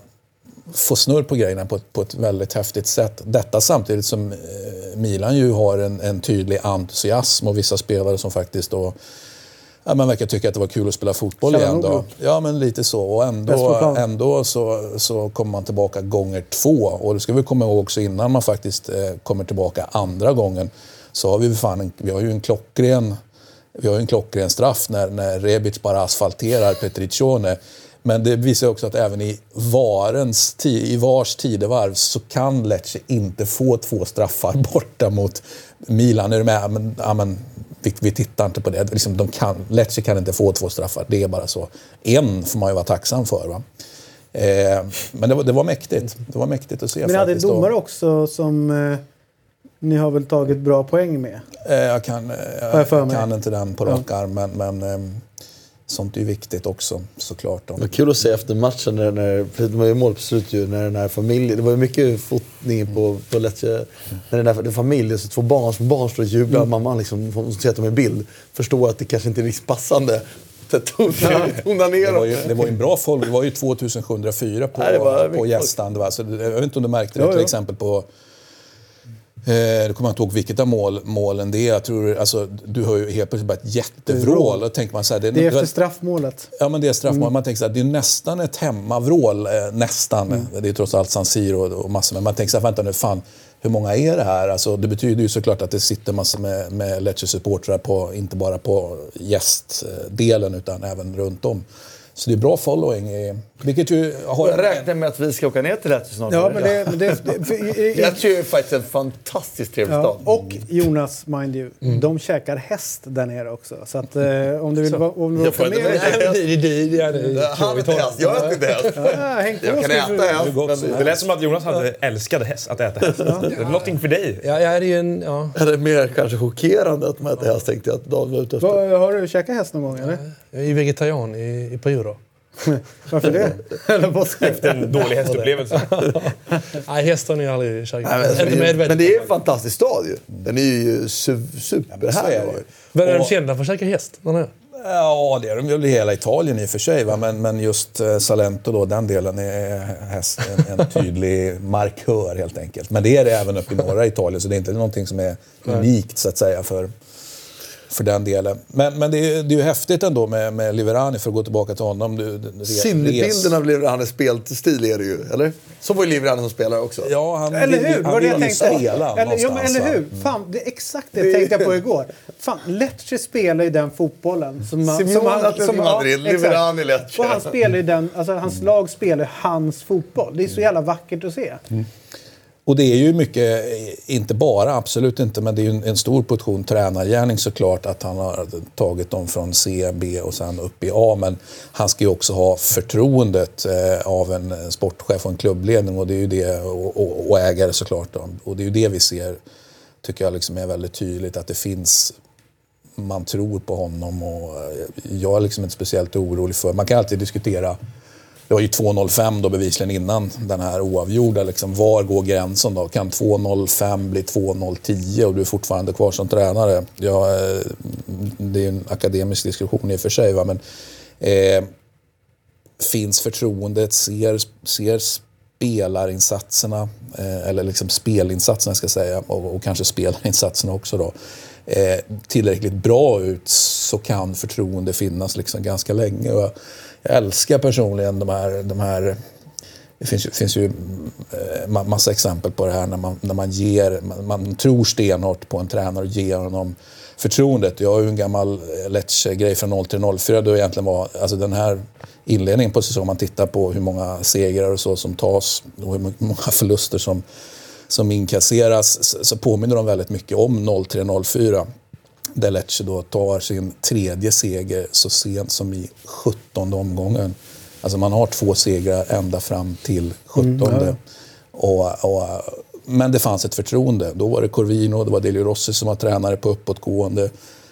få snurr på grejerna på ett, på ett väldigt häftigt sätt. Detta samtidigt som eh, Milan ju har en, en tydlig entusiasm och vissa spelare som faktiskt då ja, man verkar tycka att det var kul att spela fotboll igen då. Ja, men lite så. Och ändå, ändå så, så kommer man tillbaka gånger två. Och det ska vi komma ihåg också innan man faktiskt eh, kommer tillbaka andra gången så har vi fan en, vi har ju en klockren vi har ju en klockren straff när, när Rebic bara asfalterar Petriccione. Men det visar också att även i, varens, i vars tidevarv så kan Lecce inte få två straffar borta mot Milan. Är du med? Men, ja, men, vi, vi tittar inte på det. Liksom, de kan, Lecce kan inte få två straffar. Det är bara så. En får man ju vara tacksam för. Va? Eh, men det var, det var mäktigt. Det var mäktigt att se. Men ni hade domare också som eh, ni har väl tagit bra poäng med? Eh, jag kan, eh, jag jag kan inte den på rak arm, men... men eh, sånt är ju viktigt också, såklart. Det var kul att se efter matchen när, när det var ju mål på slut ju, när den här familjen, det var ju mycket fotning på, på Lecce, mm. när den här den familjen, så två barn, som barn står och jublar, mm. mamman liksom, hon ser att de är i bild, förstår att det kanske inte är riktigt passande. Tona ner det, var ju, det var ju en bra folk, det var ju tvåtusenhundrafyra på, Nej, på gäststand, va? Så jag vet inte om du märkte det ja, till ja. exempel på Eh, det kommer jag inte ihåg vilket av mål, målen det är. Jag tror, alltså, du har ju helt plötsligt bara ett jättevrål. Och tänker man så här, det, är, det är efter straffmålet. Ja, men det är straffmål. Mm. Man tänker så här, det är nästan ett hemmavrål. Eh, nästan. Mm. Det är trots allt San Siro och, och massor. Men man tänker så här, vänta nu, fan, hur många är det här? Alltså, det betyder ju såklart att det sitter massor med, med Lecce-supportrar på, inte bara på gästdelen utan även runt om. Så det är bra following. I, vilket ju har... Jag räknar med att vi ska åka ner till Lecce snart. Ja, men det... Men det, det Lecce är ju faktiskt en fantastiskt trevlig ja, stad. Och Jonas, mind you, mm. de käkar häst där nere också. Så att eh, om du vill vara med... Jag får inte med häst. Jag äter inte häst. Jag kan äta häst. Det lät som att Jonas hade älskade häst, att äta häst. Det är någonting för dig. Ja, jag är ju en... Ja. Är det mer kanske chockerande att man äter häst, tänkte jag att David var ute efter. Har du käkat häst någon gång, eller? Jag är vegetarian i, i perioder. Varför det? Efter en dålig hästupplevelse. Nej, hästen är aldrig käkat. Men det är en fantastisk stad ju. Den är ju su- superhärlig. Men är de kända för att käka häst? Ja, det är de ju i hela Italien i och för sig. Va? Men, men just uh, Salento då, den delen är häst, en, en tydlig markör helt enkelt. Men det är det även uppe i norra Italien, så det är inte någonting som är unikt så att säga för... för den delen. Men, men det, är, det är ju häftigt ändå med, med Liverani, för att gå tillbaka till honom. Du, du, Sinnebilden av Liverani spelstil är det ju, eller? Så var ju Liverani som spelar också. Ja, han eller hur? Han var det jag tänkte spela eller, ja, men, eller hur? Fan, det är exakt det jag tänkte på igår. Fan, Lecce spelar ju den fotbollen som man, Simone som han, som Madrid, ja, Liverani Lecce. Och han spelar ju den, alltså hans lag spelar hans fotboll. Det är så jävla vackert att se. Mm. Och det är ju mycket, inte bara, absolut inte, men det är ju en, en stor portion tränargärning såklart att han har tagit dem från C, B och sen upp i A. Men han ska ju också ha förtroendet eh, av en sportchef och en klubbledning och det är ju det, och, och, och ägare såklart. Då. Och det är ju det vi ser, tycker jag liksom är väldigt tydligt, att det finns, man tror på honom och jag är liksom inte speciellt orolig för, man kan alltid diskutera. Det var ju två noll fem då bevisligen innan den här oavgjorda. Liksom, var går gränsen då? Kan två noll fem bli två noll tio och du är fortfarande kvar som tränare? Ja, det är en akademisk diskussion i och för sig. Va? Men eh, finns förtroendet? Ser, ser spelarinsatserna, eh, eller liksom spelinsatserna ska jag säga, och, och kanske spelarinsatserna också då, eh, tillräckligt bra ut, så kan förtroende finnas liksom ganska länge. Och jag älskar personligen de här, de här det finns, finns ju eh, massa exempel på det här när man, när man ger, man, man tror stenhårt på en tränare och ger honom förtroendet. Jag har ju en gammal Lecce-grej från noll till noll fyra då egentligen var, alltså den här inledningen på säsongen, man tittar på hur många segrar och så som tas och hur många förluster som, som inkasseras, så, så påminner de väldigt mycket om noll tre noll fyra. Där Lecce då tar sin tredje seger så sent som i sjuttonde omgången. Alltså man har två segrar ända fram till sjuttonde. Mm, ja. och, och, men det fanns ett förtroende. Då var det Corvino, det var Delio Rossi som var tränare på uppåtgående.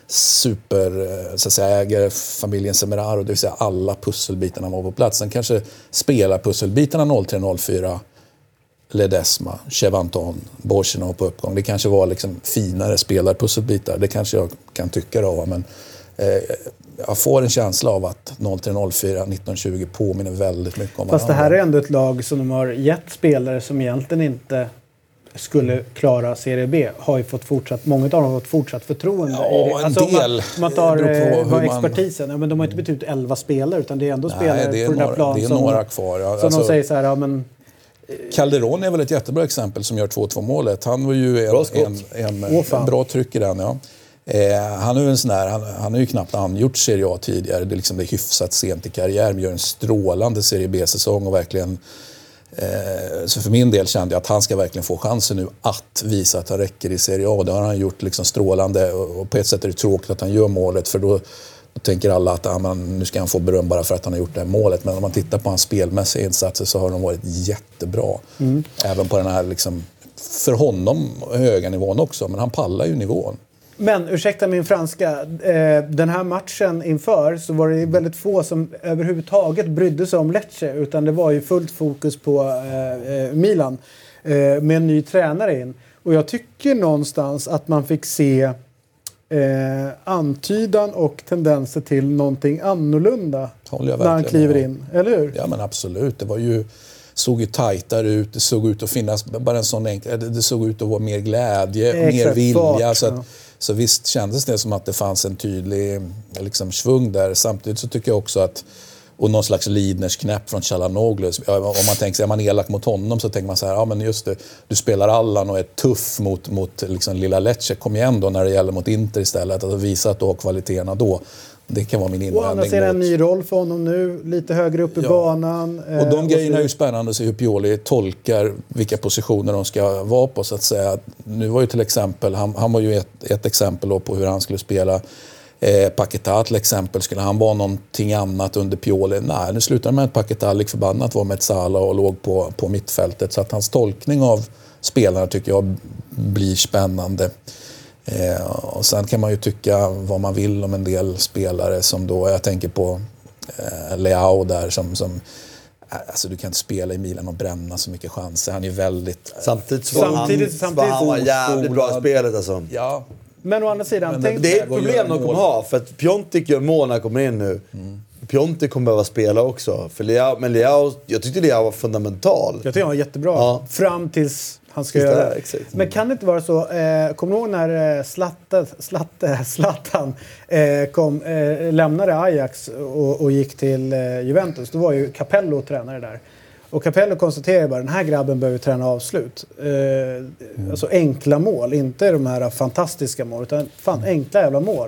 Super, så att säga, ägare, familjen Semeraro, det vill säga alla pusselbitarna var på plats. Sen kanske spelar pusselbitarna noll tre noll fyra. Ledesma, Chevanton, Borsinov på uppgång. Det kanske var liksom finare spelarpusselbitar. Det kanske jag kan tycka då. Men eh, jag får en känsla av att noll tre noll fyra nitton tjugo påminner väldigt mycket om Fast det här är ändå ett lag som de har gett spelare som egentligen inte skulle klara Serie B. Har ju fått fortsatt, många av dem har fått fortsatt förtroende. Ja, en alltså, del. Man, man tar på vad expertisen. Ja, men de har inte bytt ut elva spelare utan det är ändå Nej, spelare det är på den några, där plan det är som, några kvar. Ja. som alltså, de säger så här, ja men Calderon är väl ett jättebra exempel som gör två två målet. Han var ju en, en, en, oh, en bra tryck i den, ja. Eh, han är ju en sån här, han, han har ju knappt angjort Serie A tidigare. Det är liksom det är hyfsat sent i karriären. Gör en strålande Serie B-säsong och verkligen eh, så för min del kände jag att han ska verkligen få chansen nu att visa att han räcker i Serie A. Det har han gjort liksom strålande och, och på ett sätt är det tråkigt att han gör målet för då Då tänker alla att ah, man, nu ska han få beröm bara för att han har gjort det här målet. Men om man tittar på hans spelmässiga insatser så har de varit jättebra. Mm. Även på den här, liksom, för honom, höga nivån också. Men han pallar ju nivån. Men ursäkta min franska, eh, den här matchen inför så var det väldigt få som överhuvudtaget brydde sig om Lecce. Utan det var ju fullt fokus på eh, Milan eh, med en ny tränare in. Och jag tycker någonstans att man fick se Eh, antydan och tendenser till någonting annorlunda när han kliver in, eller hur? Ja men absolut, det var ju såg ju tajtare ut, det såg ut att finnas bara en sån enkel, det såg ut att vara mer glädje, Exakt, mer vilja fart, så, att, ja. så visst kändes det som att det fanns en tydlig liksom svung där. Samtidigt så tycker jag också att och någon slags Lidners-knäpp från Çalhanoğlu. Om man tänker sig, är man elak mot honom så tänker man så här, ja men just det, du spelar Allan och är tuff mot, mot liksom lilla Lecce. Kom igen då när det gäller mot Inter istället. Att visa att du har kvaliteterna då. Det kan vara min invändning. Och ser en ny roll för honom nu, lite högre upp i ja. banan. Och de grejerna är ju spännande att se hur Pioli tolkar vilka positioner de ska vara på så att säga. Nu var ju till exempel, han, han var ju ett, ett exempel då på hur han skulle spela. Eh, Paquetá till exempel, skulle han vara någonting annat under Pioli? Nej, nu slutar med att Paquetá lik förbannat var med Sala och låg på, på mittfältet. Så att hans tolkning av spelarna tycker jag blir spännande. Eh, och sen kan man ju tycka vad man vill om en del spelare som då, jag tänker på eh, Leao där som, som alltså du kan inte spela i Milan och bränna så mycket chanser. Han är väldigt... Samtidigt så var samtidigt, han, samtidigt han var jävligt bra i spelet alltså. Ja. Men å andra sidan... Tänk, det är ett problem de kommer ha. För att Piontek gör mål när han kommer in nu. Mm. Piontek kommer behöva spela också. För Leao, men Leao, jag tyckte Leao var fundamental. Jag tycker han var jättebra. Ja. Fram tills han ska Just göra det. Exakt. Men kan det inte vara så... Eh, kommer du ihåg när eh, Slatte, Slatte, Zlatan eh, kom, eh, lämnade Ajax och, och gick till eh, Juventus? Då var ju Capello tränare där. Och Capello konstaterar bara den här grabben behöver träna avslut. Eh, mm. Alltså enkla mål, inte de här fantastiska mål utan fan enkla jävla mål.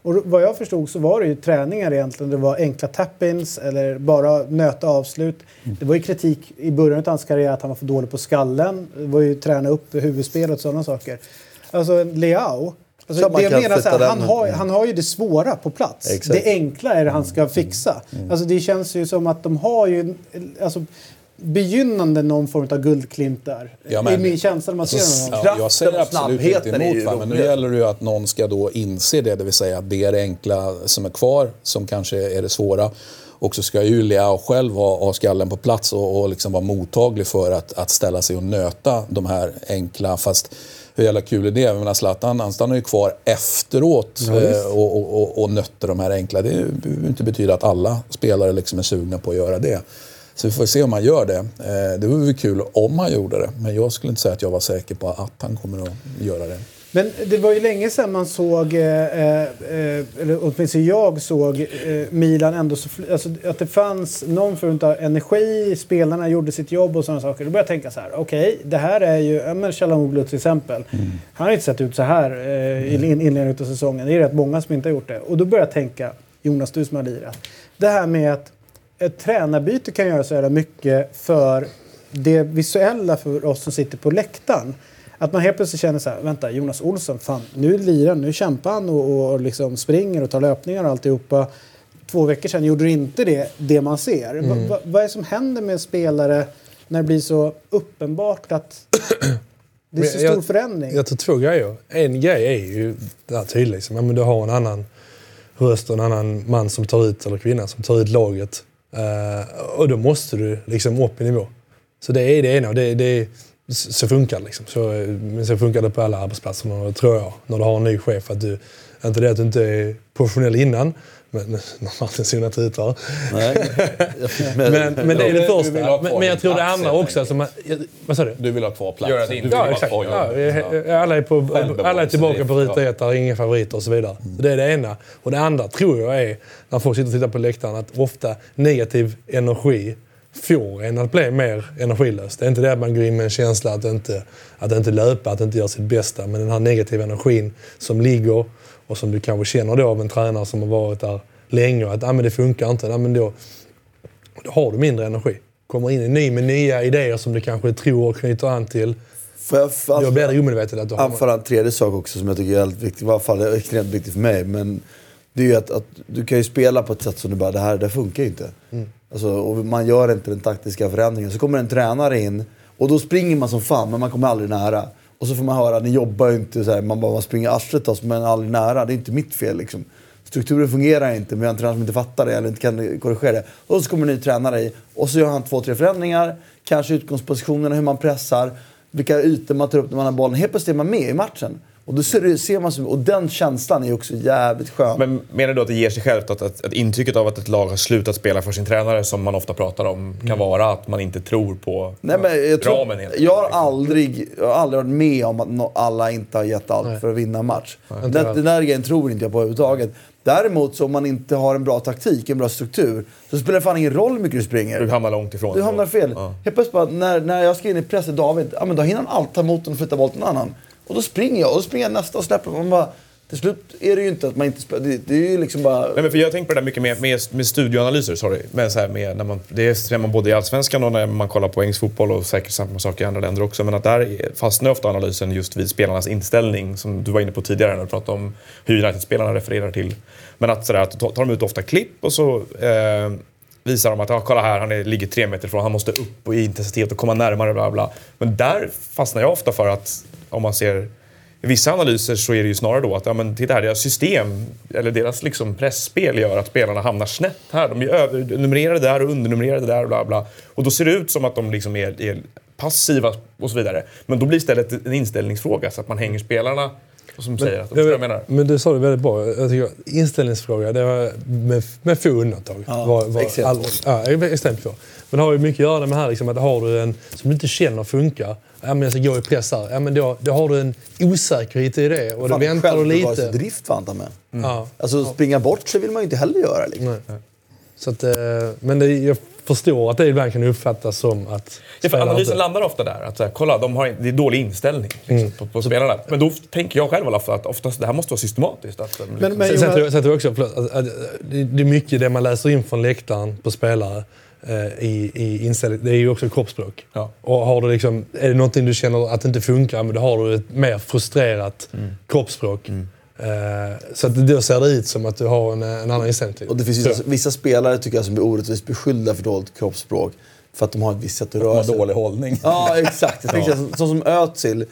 Och vad jag förstod så var det ju träningar egentligen. Det var enkla tap-ins eller bara nöta avslut. Mm. Det var ju kritik i början av hans karriär att han var för dålig på skallen. Det var ju träna upp huvudspelet och sådana saker. Alltså Leao, alltså, det jag menar så här, han, har, han har ju det svåra på plats. Exakt. Det enkla är det han ska fixa. Mm. Alltså det känns ju som att de har ju... Alltså, begynnande någon form av guldklimp där. Ja, men, i min känsla man ser alltså, den ja, jag säger absolut inte emot, va, men nu gäller det ju att någon ska då inse det, det vill säga att det är det enkla som är kvar, som kanske är det svåra. Och så ska ju Leao själv ha, ha skallen på plats och, och liksom vara mottaglig för att, att ställa sig och nöta de här enkla, fast hur jävla kul är det? Jag menar, Zlatan, han stannar ju kvar efteråt ja, eh, och, och, och, och nötter de här enkla. Det behöver inte betyda att alla spelare liksom är sugna på att göra det. Så vi får se om han gör det. Eh, det vore kul om han gjorde det. Men jag skulle inte säga att jag var säker på att han kommer att göra det. Men det var ju länge sedan man såg, eh, eh, eller åtminstone jag såg eh, Milan ändå så, alltså, att det fanns någon form av energi, spelarna gjorde sitt jobb och sådana saker. Då började jag tänka så här, okej, okay, det här är ju, ja men Çalhanoğlu till exempel, mm. han har inte sett ut så här eh, i inledningen av säsongen. Det är rätt många som inte har gjort det. Och då började jag tänka, Jonas, du som har lirat, det här med att ett tränarbyte kan göra så här mycket för det visuella för oss som sitter på läktaren. Att man helt plötsligt känner så här, vänta, Jonas Olsson, fan, nu lirar, nu kämpar han och, och liksom springer och tar löpningar och alltihopa. Två veckor sedan gjorde du inte det, det man ser. Mm. Va, va, vad är det som händer med spelare när det blir så uppenbart att det är så jag, stor förändring? Jag tror två grejer. En grej är ju det här tydligt. Liksom. Ja, men du har en annan röst och en annan man som tar ut, eller kvinna som tar ut laget. Uh, och då måste du liksom upp i nivå. Så det är det ena. Det, det, så funkar det liksom. Så, men så funkar det på alla arbetsplatser, tror jag. När du har en ny chef. Att du, inte det att du inte är professionell innan. Men när Martin sina titlar. Nej. men, men, men det är det första. Men, men jag tror det andra också. Alltså man, vad sa du? Du vill ha kvar platsen. Göra din, ja, exakt. Ja, alla, är på, alla är tillbaka på ruta ett, där inga favoriter och så vidare. Mm. Så det är det ena. Och det andra tror jag är, när folk sitter och tittar på läktaren, att ofta negativ energi får en att bli mer energilös. Det är inte det att man går in med en känsla att inte, att inte löpa, att inte göra sitt bästa. Men den här negativa energin som ligger och som du kanske känner då av en tränare som har varit där länge och att ah, men det funkar inte. Ah, men då, då har du mindre energi. Kommer in i ny med nya idéer som du kanske tror och knyter an till. Får jag då blir det omedvetet att du har... Anföra en tredje sak också som jag tycker är väldigt viktig. I alla fall är extremt viktigt för mig. Men det är ju att, att du kan ju spela på ett sätt som du bara, det här det funkar ju inte. Mm. Alltså, och man gör inte den taktiska förändringen. Så kommer en tränare in och då springer man som fan, men man kommer aldrig nära. Och så får man höra, ni jobbar ju inte så här, man bara man springer arslet oss, men aldrig nära. Det är inte mitt fel liksom. Strukturen fungerar inte, men en tränare som inte fattar det eller inte kan korrigera det. Och så kommer en ny tränare i och så gör han två, tre förändringar. Kanske utgångspositionerna, hur man pressar, vilka ytor man tar upp när man har bollen. Helt plötsligt är man med i matchen. Och då ser man så, och den känslan är också jävligt skön. Men menar du att det ger sig självt att, att, att intrycket av att ett lag har slutat spela för sin tränare, som man ofta pratar om, kan mm. vara att man inte tror på Nej, men jag tror, ramen? Helt jag, har aldrig, jag har aldrig varit med om att no, alla inte har gett allt Nej. för att vinna en match. Den, den där grejen tror inte jag på överhuvudtaget. Däremot så om man inte har en bra taktik, en bra struktur, så spelar det fan ingen roll hur mycket du springer. Du hamnar långt ifrån. Du hamnar fel. Ja. Helt plötsligt bara, när, när jag ska in i press i David, ja, men då hinner han allt ta motorn och flytta bollen till en annan. Och då springer jag och då springer jag nästa och släpper. Man bara, till slut är det ju inte att man inte spelar. Det, det är ju liksom bara... Nej, men för jag tänker på det där mycket med, med, med studioanalyser, sorry. Men så här med, när man, det ser man både i Allsvenskan och när man kollar på engelsk fotboll och säkert samma saker i andra länder också. Men att där fastnar ofta analysen just vid spelarnas inställning, som du var inne på tidigare när du pratade om hur United-spelarna refererar till. Men att sådär, att tar de ut ofta klipp och så... Eh, visar de att, ja, kolla här, han är, ligger tre meter ifrån, han måste upp och i intensitet och komma närmare, bla bla. Men där fastnar jag ofta för att, om man ser i vissa analyser, så är det ju snarare då att, ja men titta här, deras system, eller deras liksom pressspel gör att spelarna hamnar snett här. De är övernumrerade där och undernumrerade där, bla bla. Och då ser det ut som att de liksom är, är passiva och så vidare. Men då blir istället en inställningsfråga, så att man hänger spelarna och som men, säger att de jag menar. Men det sa du väldigt bra. Jag tycker inställningsfråga, det var med, med få undantag. Ja, var, var all, ja, extremt få. Men det har ju mycket att göra med här liksom, att har du en som du inte känner funkar. Ja, men jag ska gå i press här. Ja, men då, då har du en osäkerhet i det och då väntar du lite. Själv drift fan ta med. Mm. Ja. Alltså springa bort så vill man ju inte heller göra liksom. Nej. Så att, men det, jag förstår att det ibland kan uppfattas som att... Ja, för analysen landar ofta där. Att så här, kolla, de har, det är dålig inställning liksom, mm. på, på spelarna. Men då tänker jag själv i alla fall att oftast det här måste vara systematiskt. Att, liksom, men, men, sen, sen, tror jag, sen tror jag också förlåt, att, att, det är mycket det man läser in från läktaren på spelare eh, i, i inställning. Det är ju också kroppsspråk. Ja. Och har du liksom, är det någonting du känner att det inte funkar, men då har du ett mer frustrerat mm. kroppsspråk. Mm. Uh, så att då ser det ut som att du har en, en annan inställning till. Och det finns vissa, vissa spelare tycker jag som blir orättvist beskyllda för dåligt kroppsspråk för att de har ett visst sätt att röra sig. Dålig hållning. Ja, exakt. Jag ja. Så, så som Özil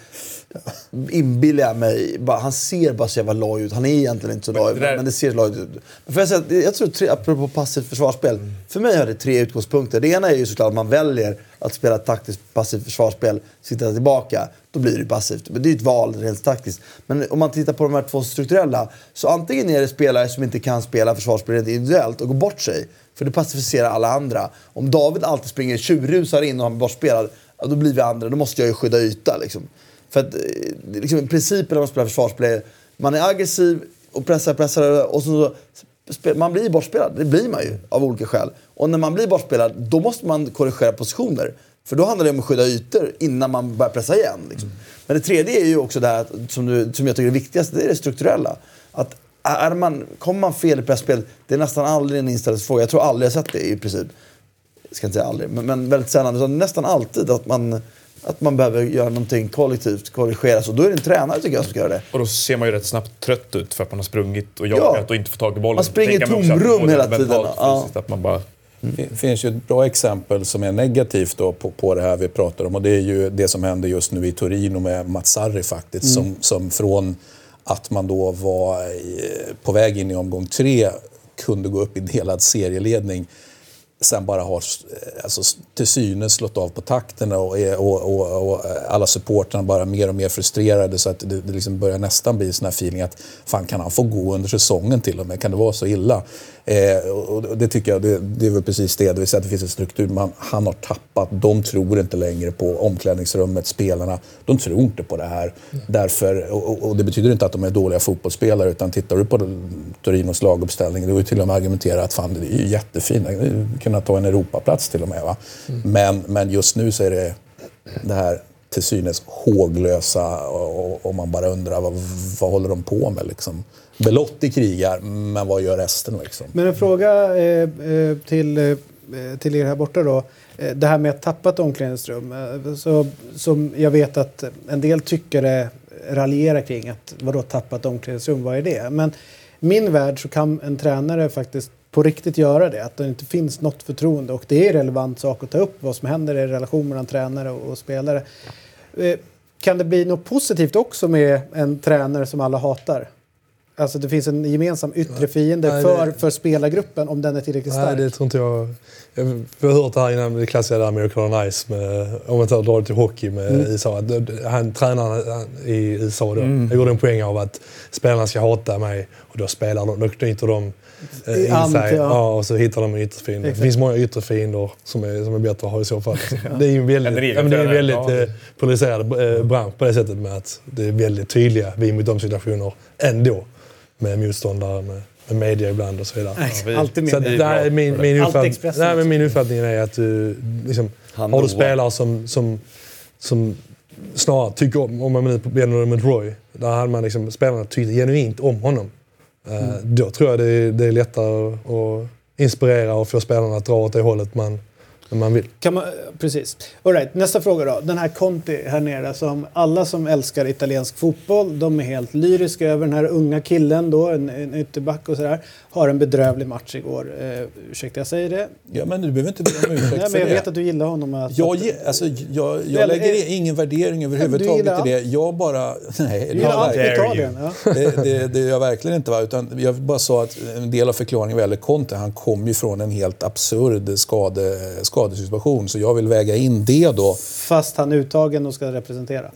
inbillar jag mig, bara, han ser bara så jävla loj ut. Han är egentligen inte så loj, men, där... men det ser loj ut. Men för jag, säga, jag tror, tre, apropå passivt försvarsspel, mm. för mig har det tre utgångspunkter. Det ena är ju såklart att man väljer att spela taktiskt passivt försvarsspel, sitta tillbaka, då blir det passivt. Men det är ju ett val rent taktiskt. Men om man tittar på de här två strukturella, så antingen är det spelare som inte kan spela försvarsspel individuellt och går bort sig, för det pacificerar alla andra. Om David alltid springer tjurrusar in och han blir bortspelad, ja, då blir vi andra. Då måste jag ju skydda yta liksom. För att liksom, principen när man spelar försvarsspel är, man är aggressiv och pressar, pressar och så, så man blir bortspelad. Det blir man ju av olika skäl. Och när man blir bortspelad, då måste man korrigera positioner. För då handlar det om att skydda ytor innan man börjar pressa igen. Liksom. Mm. Men det tredje är ju också det här som, du, som jag tycker är det viktigaste, det är det strukturella. Att är man, kommer man fel i pressspel, det är nästan aldrig en inställningsfråga. Jag tror aldrig jag sett det i princip. Jag ska inte säga aldrig, men, men väldigt sällan. Så nästan alltid att man... Att man behöver göra någonting kollektivt, korrigeras. Och då är det en tränare tycker jag som ska göra det. Och då ser man ju rätt snabbt trött ut för att man har sprungit och jagat ja. och inte fått tag i bollen. Man springer i tomrum hela tiden. Ja. Att man bara... Mm. Det finns ju ett bra exempel som är negativt då på, på det här vi pratar om. Och det är ju det som händer just nu i Torino med Mats Sarri faktiskt. Mm. Som, som från att man då var i, på väg in i omgång tre kunde gå upp i delad serieledning. Sen bara har alltså, till synes slått av på takten och, och, och, och alla supporterna bara mer och mer frustrerade, så att det, det liksom börjar nästan bli sån här feeling att fan, kan han få gå under säsongen till och med? Kan det vara så illa? Eh, och det tycker jag, det, det är väl precis det. Det vill säga att det finns en struktur. Man, han har tappat. De tror inte längre på omklädningsrummet, spelarna. De tror inte på det här. Mm. Därför, och, och det betyder inte att de är dåliga fotbollsspelare, utan tittar du på Torinos laguppställning, det är ju till och med argumentera att fan, det är ju jättefint. Kunna ta en Europaplats till och med, va? Mm. Men, men just nu så är det det här till synes håglösa, och, och man bara undrar vad, vad håller de på med liksom. Belotti krigar, men vad gör resten liksom? Men en fråga eh, till, eh, till er här borta då. Eh, det här med att tappa ett omklädningsrum. Eh, så, som jag vet att en del tyckare raljerar kring att vadå tappat omklädningsrum, vad är det? Men min värld så kan en tränare faktiskt på riktigt göra det. Att det inte finns något förtroende, och det är relevant sak att ta upp vad som händer i relation mellan tränare och, och spelare. Eh, kan det bli något positivt också med en tränare som alla hatar? Alltså det finns en gemensam yttre fiende nej, för, det, för spelargruppen om den är tillräckligt stark. Nej, det tror inte jag. Jag har hört det här innan, det klassiska där med American Ice, med, om man tar drar till hockey med mm. U S A. Han tränar i U S A då. Mm. Jag gjorde en poäng av att spelarna ska hata mig, och då spelar de, då knyter de eh, in Ant, sig. Ja. Ja, och så hittar de en yttre fiende. Det finns många yttre fiender som är, som är bättre att ha i så fall. Det är ju en väldigt, en ja, men det är en väldigt ja. eh, polariserad eh, bransch på det sättet, med att det är väldigt tydliga vi mot de situationer ändå. Med motståndare, med, med media ibland och så vidare. Nej, ja, alltid med. Så det är min, min, uppfattning, nej, men min uppfattning är att du, liksom, har du spelare som, som, som snarare tycker om, om man nu blir med Roy, där hade man liksom spelarna tyckte genuint om honom. Mm. Uh, då tror jag det är, det är lättare att inspirera och få spelarna att dra åt det hållet man, man vill. Kan man, precis. All right, nästa fråga då. Den här Conti här nere, som alla som älskar italiensk fotboll, de är helt lyriska över den här unga killen då, en, en ytterback och sådär, har en bedrövlig match igår. Eh, ursäkta jag säger det. Ja, men du behöver inte be om ursäkt. Nej, men jag vet att du gillar honom. Att, jag, ge, alltså, jag, jag lägger är, ingen värdering överhuvudtaget i det. Jag bara... Nej, du gillar allt i Italien. Ja. Det, det, det gör jag verkligen inte. Va? Utan jag bara sa att en del av förklaringen vad gäller Conte, han kom ju från en helt absurd skade, skadesituation. Så jag vill väga in det då. Fast han är uttagen och ska representera.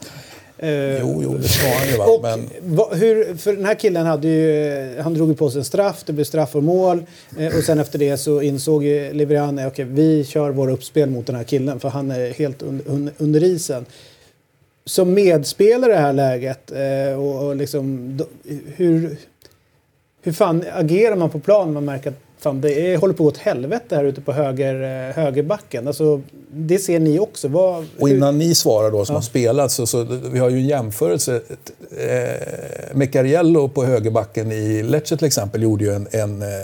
Jo, jo, det ska han ju vara. Och men... va, hur, för den här killen hade ju, han drog ju på sig en straff, det blev straff och mål. Eh, och sen efter det så insåg ju Livriani, okej, okay, vi kör våra uppspel mot den här killen, för han är helt under, un, under isen. Som medspelare i det här läget, eh, och, och liksom, do, hur, hur fan agerar man på plan när man märker att fan, det är, håller på åt helvete här ute på höger, högerbacken. Alltså, det ser ni också. Vad, och innan hur... ni svarar då som ja. har spelat så, så vi har ju en jämförelse. Eh, Mecariello på högerbacken i Lecce till exempel gjorde ju en, en eh,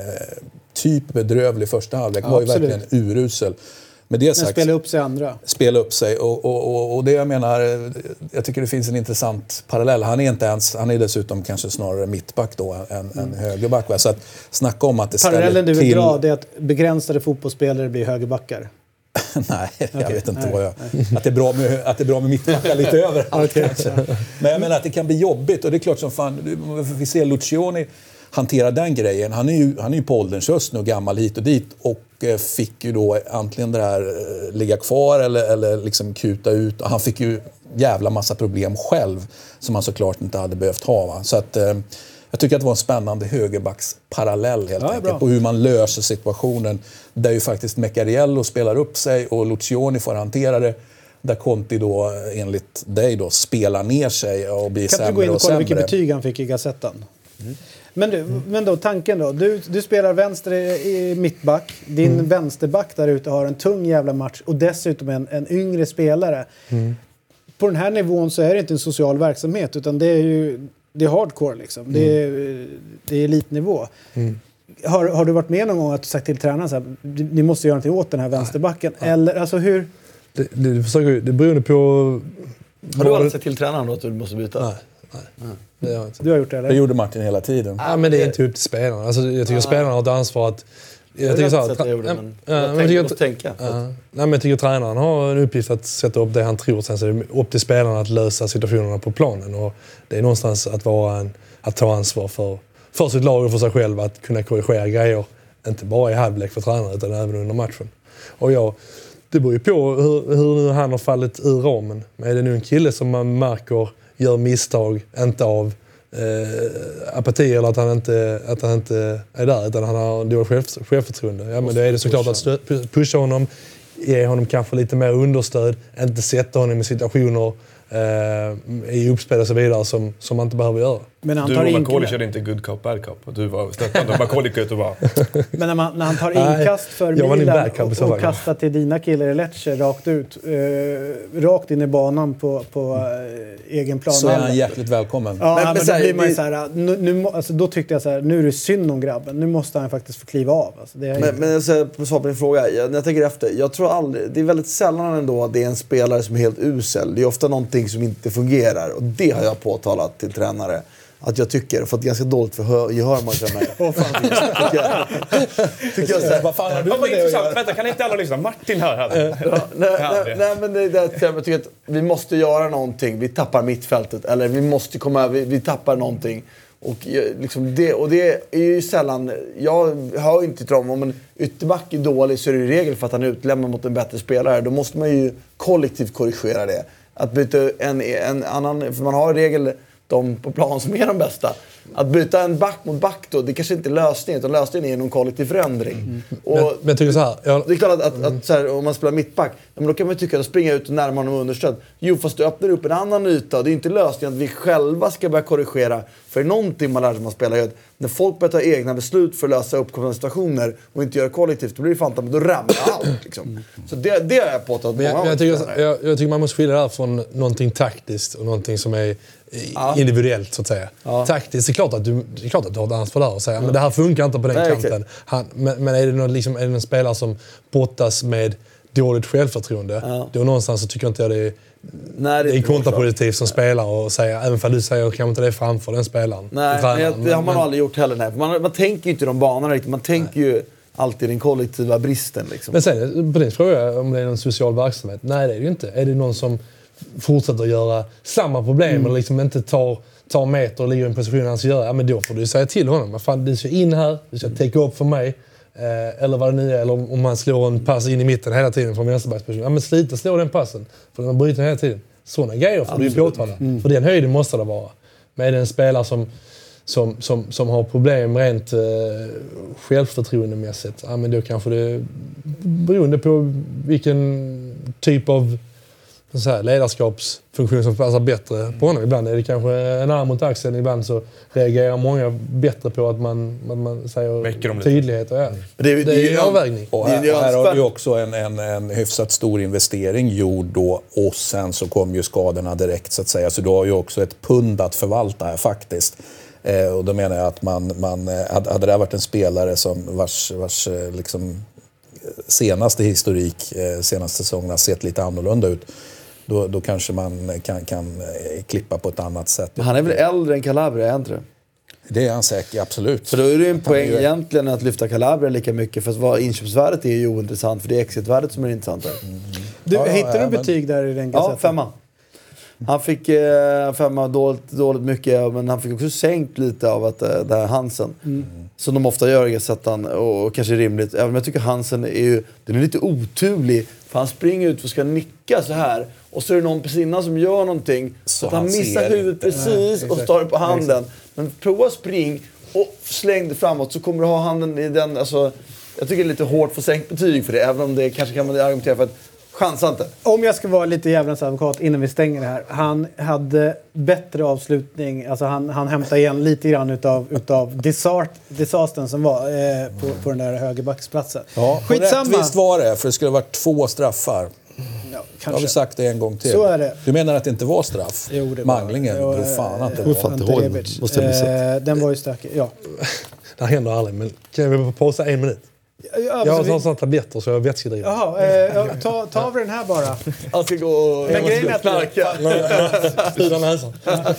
typ bedrövlig första halvlek. Ja, var ju absolut. verkligen urusel. Men det sagt, spela upp sig andra. Spela upp sig och, och, och, och det jag menar, jag tycker det finns en intressant parallell. Han är inte ens, han är dessutom kanske snarare mittback då än, mm. än högerback. Va? Så att snacka om att det ställer till... Parallellen du vill dra, det är att begränsade fotbollsspelare blir högerbackar. Nej, jag okay. vet inte Nej. vad jag... Att det är bra med, att det är bra med mittbackar lite överallt okay. kanske. Men jag menar att det kan bli jobbigt och det är klart som fan, vi ser Lucioni hantera den grejen. Han är ju, han är ju på ålderns höst nu och gammal hit och dit och fick ju då antingen det här ligga kvar eller, eller liksom kuta ut. Han fick ju jävla massa problem själv som han såklart inte hade behövt ha. Va? Så att eh, jag tycker att det var en spännande högerbacksparallell helt ja, enkelt. På hur man löser situationen där ju faktiskt Mecariello spelar upp sig och Lucioni får hantera det. Där Conti då enligt dig då spelar ner sig och blir sämre och sämre. Kan du gå in och kolla vilket betyg han fick i Gazettan? Mm. Men, du, men då, tanken då. Du, du spelar vänster i, i mittback. Din mm. vänsterback där ute har en tung jävla match. Och dessutom en, en yngre spelare. Mm. På den här nivån så är det inte en social verksamhet. Utan det är ju det är hardcore liksom. Mm. Det, är, det är elitnivå. Mm. Har, har du varit med någon gång att du sagt till tränaren så här, ni måste göra någonting åt den här vänsterbacken? Ja. Eller alltså hur... Det, det, försöker, det beror på... Har du aldrig sagt till tränaren då att du måste byta? Nej. Nej. Mm. Det har du har gjort det, eller? Det gjorde Martin hela tiden. Ja, men det är inte upp till spelarna. Alltså, jag tycker ah. spelarna har ett ansvar att... Jag, jag tycker så här... Tra- jag gjorde, men jag, jag, tänk, jag måste tänka. Ja. Nej, men jag tycker att tränaren har en uppgift att sätta upp det han tror. Sen så är det upp till spelarna att lösa situationerna på planen. Och det är någonstans att, vara en, att ta ansvar för, för sitt lag och för sig själv. Att kunna korrigera grejer. Inte bara i halvlek för tränaren utan även under matchen. Och jag... Det beror ju på hur, hur han har fallit ur ramen. Men är det nu en kille som man märker gör misstag, inte av eh, apati eller att han inte, att han inte är där, utan han har dåligt själv, självförtroende. Ja, men då är det såklart att stö, pusha honom, ge honom kanske lite mer understöd, inte sätta honom i situationer eh, i uppspel och så vidare som, som man inte behöver göra. Men han tar du och Macaulay körde inte good cop, bad cop. Du var stöttande och Macaulay ut och bara... Men när, man, när han tar inkast för Milan och, och kastar till dina killar i Lecce rakt ut, eh, rakt in i banan på, på eh, egen plan. Så är han hjärtligt välkommen. Ja, men, men, men då blir man ju så här, nu, nu, alltså, då tyckte jag så här, nu är det synd om grabben. Nu måste han faktiskt få kliva av. Alltså, det är men men alltså, på svar på din fråga, jag, när jag tänker efter, jag tror aldrig, det är väldigt sällan ändå att det är en spelare som är helt usel. Det är ofta någonting som inte fungerar och det har jag påtalat till tränare. Att jag tycker, fått ganska dålt för gehör man känner. Åh fan. Tycker jag. Tycker jag så här. Vad fan har du med det att göra? Vänta, kan inte alla lyssna? Martin här hade. Ja, nej, nej, nej, men det är det jag tycker att vi måste göra någonting. Vi tappar mittfältet. Eller vi måste komma över, vi, vi tappar någonting. Och, liksom det, och det är ju sällan, jag hör inte till dem, om en ytterback är dålig så är det i regel för att han är utlämnad mot en bättre spelare. Då måste man ju kollektivt korrigera det. Att byta en, en annan, för man har i regel de på plan som är de bästa. Att byta en back mot back då, det kanske inte är lösningen, utan lösningen är någon kollektiv förändring. Mm. Och men, men jag tycker så här, jag... det är klart att, att, att så här, om man spelar mittback, men då kan man tycka att springa ut och närma honom understöd. Jo, fast du öppnar upp en annan yta. Det är inte lösningen att vi själva ska börja korrigera. För någonting man lär sig att man spelar ju, när folk börjar ta egna beslut för att lösa uppkommande situationer och inte göra kollektivt, då blir det fan, men då ramlar allt. Liksom. Så det, det har jag påtalat. Men jag, jag, tycker, jag, jag tycker man måste skilja det här från någonting taktiskt och någonting som är ja. individuellt så att säga. Ja. Taktiskt är klart att du, det är klart att du har ett ansvar där och säga, ja. men det här funkar inte på den Nej, kanten. Han, men, men är det någon, liksom, är det någon spelare som brottas med dåligt självförtroende, ja. då någonstans så tycker jag inte jag det är Nej, det är kontraproduktivt som spelare och säga, även om du säger kanske inte det framför den spelaren. Nej, men jag, det har man men, aldrig gjort heller. Nej. Man, man tänker ju inte de banorna riktigt. Man tänker nej. ju alltid den kollektiva bristen. Liksom. Men sen, på din fråga om det är någon social verksamhet. Nej, det är det ju inte. Är det någon som fortsätter göra samma problem mm. och liksom inte tar, tar meter och ligger i en position han ska göra, ja, men då får du säga till honom. Men fan, du ska in här, du ska täcka upp för mig. Eh, eller vad det nu är, eller om, om man slår en pass in i mitten hela tiden från vänsterbacksposition. Ja, men slita slå den passen, för den bryter hela tiden. Sådana grejer får Absolut. du ju påtala. Mm. För den höjden måste det vara. Men är det en spelare som, som, som, som har problem rent eh, självförtroendemässigt, ja, men då kanske det, beroende på vilken typ av så här, ledarskapsfunktion som passar bättre på honom. Ibland är det kanske en arm mot axeln, ibland så reagerar många bättre på att man, att man säger tydlighet. Och ja. det, det, det är ju en avvägning. Och här, och här har vi också en, en, en hyfsat stor investering gjord då, och sen så kom ju skadorna direkt så att säga. Så du har ju också ett pund att förvalta här faktiskt. Eh, och då menar jag att man, man hade, hade det varit en spelare som vars, vars liksom, senaste historik, eh, senaste säsongen har sett lite annorlunda ut, då, då kanske man kan, kan klippa på ett annat sätt. Men han är väl äldre än Calabria, är han inte det? Det är han säkert, absolut. Så då är det en poäng ju... egentligen att lyfta Calabria lika mycket, för att vad inköpsvärdet är ju ointressant, för det är exit-värdet som är intressant där. Mm. Du, ja, hittar ja, du betyg men... där i den kassetten? Ja, femma. Han fick eh, femma dåligt, dåligt mycket, men han fick också sänkt lite av att eh, det här Hansen. Mm. Som de ofta gör i kassetten, och, och kanske rimligt. Även om jag tycker Hansen är ju, den är lite oturlig. För han springer ut och ska nicka så här. Och så är det någon precis innan som gör någonting. Så, så att han, han missar huvudet precis. Nej, och tar det på handen. Men prova spring och släng det framåt, så kommer du ha handen i den. Alltså, jag tycker det är lite hårt för sänkt betyg för det. Även om det kanske kan man argumentera för att chansa inte. Om jag ska vara lite jävlans advokat innan vi stänger det här. Han hade bättre avslutning. Alltså han, han hämtade igen lite grann utav, utav disart, disastern som var eh, på, på den där högerbacksplatsen. Ja, skitsamma. Rättvist var det, för det skulle ha varit två straffar. Ja, kanske. Har vi sagt det en gång till. Så är det. Du menar att det inte var straff? Jo, det Manglingen, var. Bro, fan att det var. Var. Måste jag eh, den var ju stökig, ja. Det händer aldrig, men kan vi pausa en minut? Ja, jag har vi... sådana tabletter så jag har vätskedriven. Jaha, eh, ta, ta av den här bara. Han ska gå och men grejen är att knarka. Fyra näsan.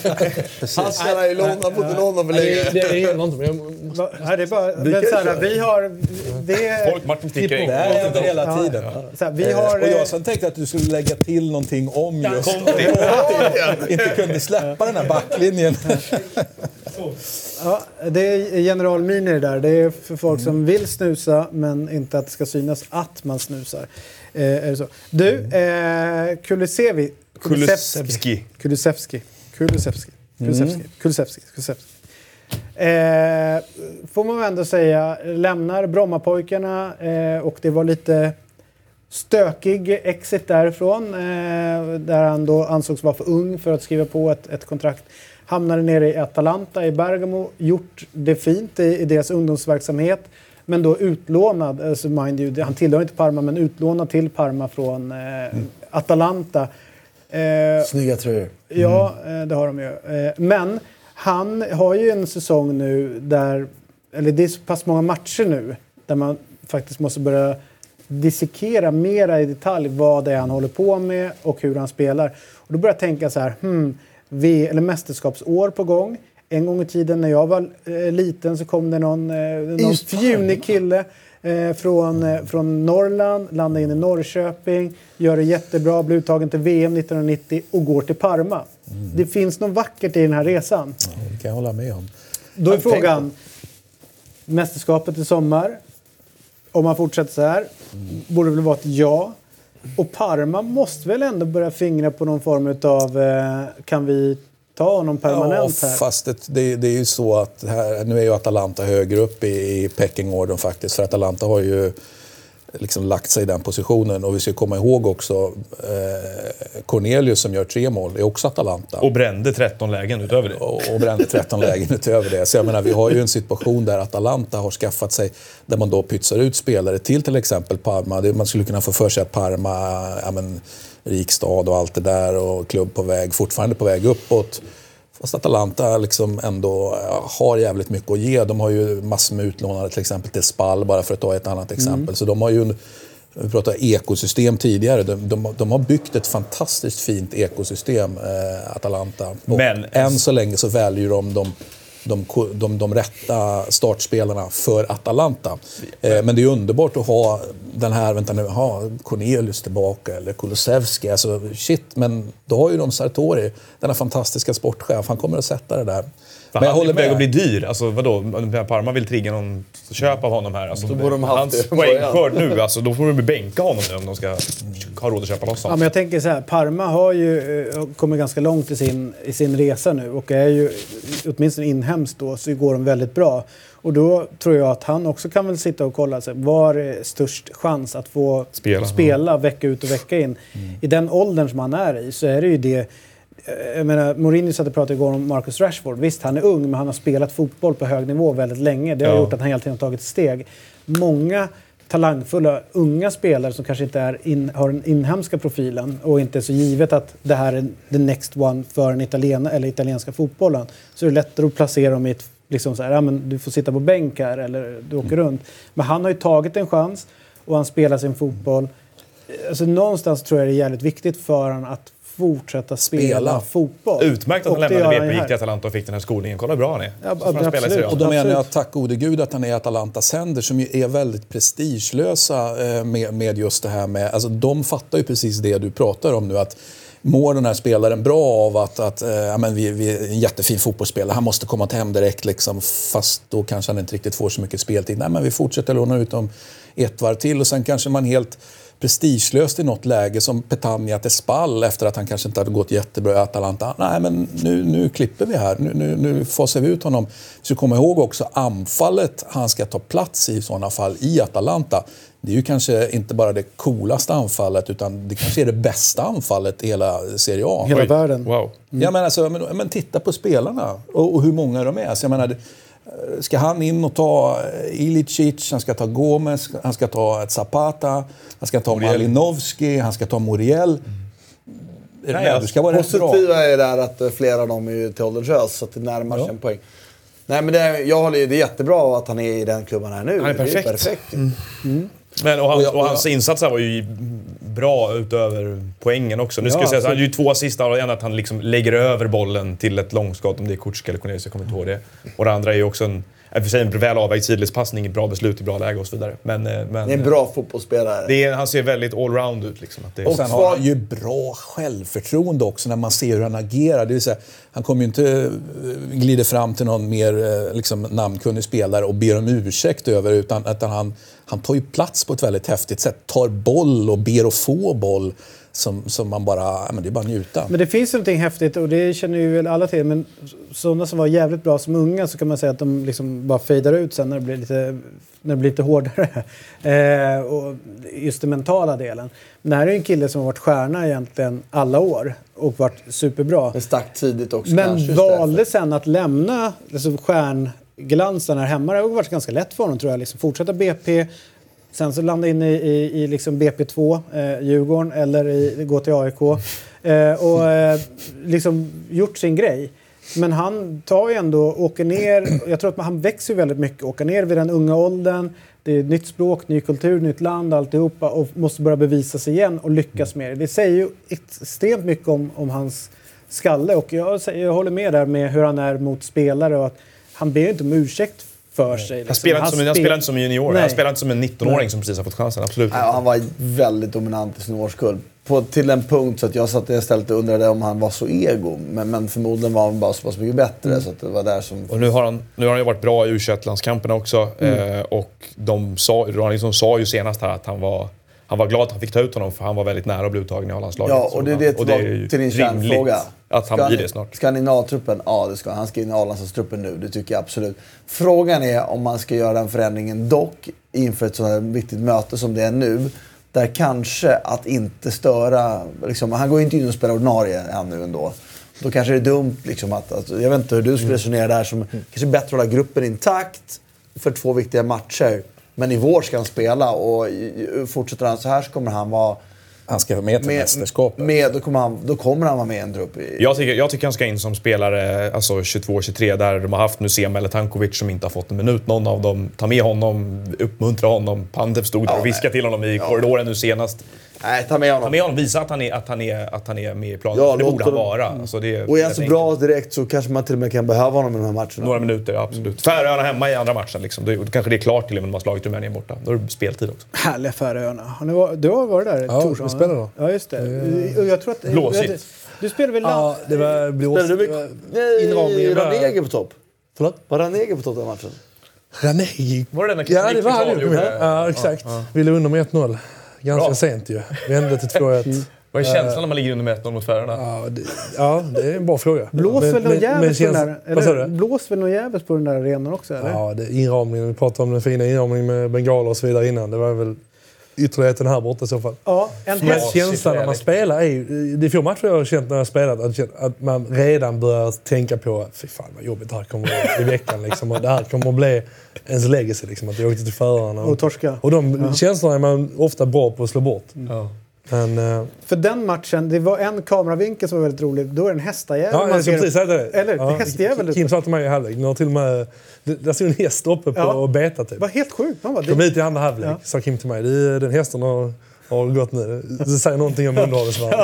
Han ska i långa på till London för länge. Det är inte. Nej, det är bara... Men så här, vi har... Det, Folk Martin sticker in. Det är över hela tiden. Ja. Så här, vi har, och jag sen tänkte att du skulle lägga till någonting om just inte kunde släppa den här backlinjen. Ja, det är generalminer där. Det är för folk mm. som vill snusa men inte att det ska synas att man snusar. Eh, är det så? Du, eh, Kulusevski. Kulusevski. Kulusevski. Kulusevski. Kulusevski. Kulusevski. Kulusevski. Eh, får man ändå säga, lämnar Brommapojkarna eh, och det var lite stökig exit därifrån. Eh, där han då ansågs vara för ung för att skriva på ett, ett kontrakt. Hamnade nere i Atalanta i Bergamo, gjort det fint i, i deras ungdomsverksamhet, men då utlånad, alltså mind you, han tillhör inte Parma, men utlånad till Parma från eh, mm. Atalanta. Eh, Snygga tröjor. Mm. Ja, eh, det har de ju. Eh, men han har ju en säsong nu där, eller det är så pass många matcher nu, där man faktiskt måste börja dissekera mera i detalj vad det är han håller på med och hur han spelar. Och då börjar jag tänka så här, hmm, V eller mästerskapsår på gång. En gång i tiden när jag var eh, liten så kom det någon, eh, någon fjunig kille eh, från, eh, från Norrland, landade in i Norrköping, gör det jättebra, blir uttagen till V M nittonhundranittio och går till Parma. Mm. Det finns något vackert i den här resan. Ja, det kan jag hålla med om. Då är frågan, mästerskapet i sommar, om man fortsätter så här, mm. borde det väl vara ett ja. Och Parma måste väl ändå börja fingra på någon form av eh, kan vi ta honom permanent ja, här? Fast det, det, det är ju så att här, nu är ju Atalanta högre upp i, i pecking-ordern faktiskt. För Atalanta har ju liksom lagt sig i den positionen. Och vi ska komma ihåg också eh, Cornelius som gör tre mål är också Atalanta. Och brände tretton lägen utöver det. Och, och brände tretton lägen utöver det. Så jag menar, vi har ju en situation där Atalanta har skaffat sig, där man då pytsar ut spelare till till exempel Parma. Det, man skulle kunna få för sig att Parma, ja men, rik stad och allt det där och klubb på väg, fortfarande på väg uppåt. Fast Atalanta liksom ändå har jävligt mycket att ge. De har ju massor med utlånare till exempel till Spal, bara för att ta ett annat exempel. Mm. Så de har ju, vi pratade ekosystem tidigare, de, de, de har byggt ett fantastiskt fint ekosystem, eh, Atalanta. Och men än så länge så väljer de de, de, de, de rätta startspelarna för Atalanta. Eh, men det är underbart att ha den här, vänta nu, ha Cornelius tillbaka eller Kulusevski. Alltså shit, men då har ju de Sartori, denna fantastiska sportchef, han kommer att sätta det där. Men jag håller med att bli dyr. Alltså vadå? Parma vill trigga någon köp av honom här. Alltså, då borde de ha hans poängskörd nu. Alltså, då får de bänka honom nu om de ska ha råd att köpa loss honom. Ja, men jag tänker så här, Parma har ju kommit ganska långt i sin, i sin resa nu och är ju åtminstone inhemskt då så går de väldigt bra. Och då tror jag att han också kan väl sitta och kolla sig. Var är störst chans att få spela, spela vecka ut och vecka in? Mm. I den åldern som han är i så är det ju det. Jag menar, Mourinho satt och pratade igår om Marcus Rashford. Visst, han är ung, men han har spelat fotboll på hög nivå väldigt länge. Det har ja. gjort att han hela tiden har tagit steg. Många talangfulla unga spelare som kanske inte är in, har den inhemska profilen och inte är så givet att det här är the next one för en italiena eller italienska fotbollen, så är det lättare att placera dem i ett liksom så här, ja, men du får sitta på bänk här eller du åker mm. runt. Men han har ju tagit en chans och han spelar sin fotboll. Alltså någonstans tror jag det är jävligt viktigt för han att fortsätta spela, spela. fotboll. Utmärkt att han lämnade B P, gick till Atalanta och fick den här skolningen. Kolla bra han är. Ja, absolut. Och då menar jag att tack gode gud att han är i Atalantas händer som ju är väldigt prestigelösa med, med just det här med, alltså de fattar ju precis det du pratar om nu, att mår den här spelaren bra av att, att ja, men vi, vi är en jättefin fotbollsspelare, han måste komma till hem direkt liksom, fast då kanske han inte riktigt får så mycket speltid. Nej, men vi fortsätter låna ut dem ett varv till och sen kanske man helt prestigelöst i något läge som Petagna till Spall efter att han kanske inte hade gått jättebra i Atalanta. Nej, men nu, nu klipper vi här. Nu, nu, nu fasar vi ut honom. Så kom ihåg också anfallet han ska ta plats i sådana fall i Atalanta. Det är ju kanske inte bara det coolaste anfallet utan det kanske är det bästa anfallet i hela Serie A. Hela världen. Wow. Mm. Ja, men, alltså, men, men titta på spelarna och, och hur många de är. Så jag menar, ska han in och ta Ilicic, han ska ta Gomes, han ska ta ett Zapata, han ska ta Malinovski, han ska ta Muriel. Mm. Nej, det ska vara positiva är där att flera av dem är ju till ålderslös så att det närmar sig ja. en poäng. Nej, men det, jag håller, det är jättebra att han är i den klubben här nu. Han är perfekt. Det är perfekt. Mm. Mm. Men, och, hans, och hans insatser var ju bra utöver poängen också. Nu ska ja, jag säga, han är ju två assist och en att han liksom lägger över bollen till ett långskott, om det är Kutschka eller Cornelius, jag kommer inte ihåg det. Och det andra är ju också en, för sig en väl avvägd sidledspassning, bra beslut i bra läge och så vidare. Men, men, det är en bra fotbollsspelare. Det är, han ser väldigt allround ut. Liksom, att det är... Och sen har han ju bra självförtroende också när man ser hur han agerar. Det vill säga, han kommer ju inte glida fram till någon mer liksom, namnkunnig spelare och ber om ursäkt över, utan att han, han tar ju plats på ett väldigt häftigt sätt. Tar boll och ber att få boll. Som, som man bara, men det är bara njuta. Men det finns någonting häftigt och det känner ju väl alla till. Men sådana som var jävligt bra som unga så kan man säga att de liksom bara fejdar ut sen när det blir lite, när det blir lite hårdare. Eh, och just den mentala delen. Men det här är ju en kille som har varit stjärna egentligen alla år och varit superbra. Det stack tidigt också. Men valde sen att lämna alltså, stjärnglansen här hemma. Det har varit ganska lätt för honom tror jag. Liksom, fortsätta B P. Sen så landade in i, i, i liksom B P två, eh, Djurgården, eller i, gå till A I K. Eh, och eh, liksom gjort sin grej. Men han tar ju ändå, åker ner, jag tror att han växer väldigt mycket, åker ner vid den unga åldern. Det är ett nytt språk, ny kultur, nytt land, alltihopa. Och måste börja bevisa sig igen och lyckas med det. Det säger ju extremt mycket om, om hans skalle. Och jag, jag håller med där med hur han är mot spelare och att han ber ju inte om ursäkt för sig. Liksom. Han spelar inte som, han spel... inte som en junior. Nej. Han spelar inte som en nittonåring Nej. som precis har fått chansen. Absolut. Nej, han var väldigt dominant i sin årskull. På, till en punkt så att jag satt istället och undrade om han var så ego. Men, men förmodligen var han bara så pass mycket bättre. Mm. Så att det var där som... Och nu har han, nu har han ju varit bra i U tjugoett-landskamperna också. Mm. Eh, och de sa, liksom sa ju senast här att han var... Han var glad att han fick ta ut honom för han var väldigt nära att bli uttagen i A-landslaget. Ja, och det är det, och det är till din kärnfråga. Att han blir det snart. Ska han in i A-truppen? Ja, det ska han. Han ska in i A-landslagstruppen nu, det tycker jag absolut. Frågan är om man ska göra den förändringen dock inför ett så här viktigt möte som det är nu. Där kanske att inte störa, liksom, han går ju inte in och spelar ordinarie ännu ändå. Då kanske det är dumt liksom att, att jag vet inte hur du skulle resonera där, som mm. kanske är bättre att hålla gruppen intakt för två viktiga matcher. Men i vår ska han spela och fortsätter han så här så kommer han vara... Han ska vara med till mästerskapet. Med, då, kommer han, då kommer han vara med i en trupp. I... Jag, tycker, jag tycker han ska in som spelare alltså tjugotvå tjugotre där de har haft Nusema eller Tankovic som inte har fått en minut. Någon av dem, ta med honom, uppmuntra honom. Pandev stod där ja, och viskade till honom i ja. korridoren nu senast. Nej, ta med honom. Ta med honom, visa att han är, att han är, att han är med i planen. Ja, det borde han vara. Mm. Alltså det, och är han så bra direkt så kanske man till och med kan behöva honom i de här matcherna. Några minuter, ja, absolut. Mm. Färöarna hemma i andra matchen. Liksom. Då, då kanske det är klart till och med när man slagit Rumänien borta. Då är det speltid också. Härliga Färöarna. Har ni var, du har varit där? Ja, Torsson, vi spelar då. Ja, just det. Mm. Jag tror att... Blåsigt. Du spelade väl... Ja, det var blåsigt. Spelade du mycket? Inramningen var... Ranegi på topp. Förlåt? Var Ranegi på topp den matchen? Ranegi? Var det den Ja, det var han ju. Ja, exakt. Ja, ja. Vi låg under med ett noll. Ganska Bra. sent ju. Vi ändrade till två ett. Mm. Vad är känslan när man ligger under med ett noll mot Färöarna? Ja det, ja, det är en bra fråga. Blås väl någon jävels på den där, eller? Du? Blås väl någon jävels på den där arenan också, eller? Ja, det är inramningen. Vi pratade om den fina inramningen med bengaler och så vidare innan. Det var väl ytterligheten här borta i så fall. Ja, en Men känslan när man spelar är ju... Det är få matcher jag har känt när jag har spelat att, att man redan börjar tänka på fy fan vad jobbigt det här kommer att bli i veckan. Liksom, och det här kommer att bli ens legacy. Liksom, att jag åkte till Färöarna. Och, och torska. Och de ja. känslorna är man ofta bra på att slå bort. Mm. Ja. Men, uh, för den matchen, det var en kameravinkel som var väldigt rolig. Då är det en hästajävel. Ja, jag ska precis säga det. Eller ja. hästjävel. Kim sa till mig i halvlek. Nu har till och med... Där stod en häst uppe på ja. beta typ. Det var helt sjukt. Man bara, kom hit i andra halvlek. Ja. Sa Kim till mig. Det, den hästen har, har gått nu. Det säger någonting om underhållsvärlden.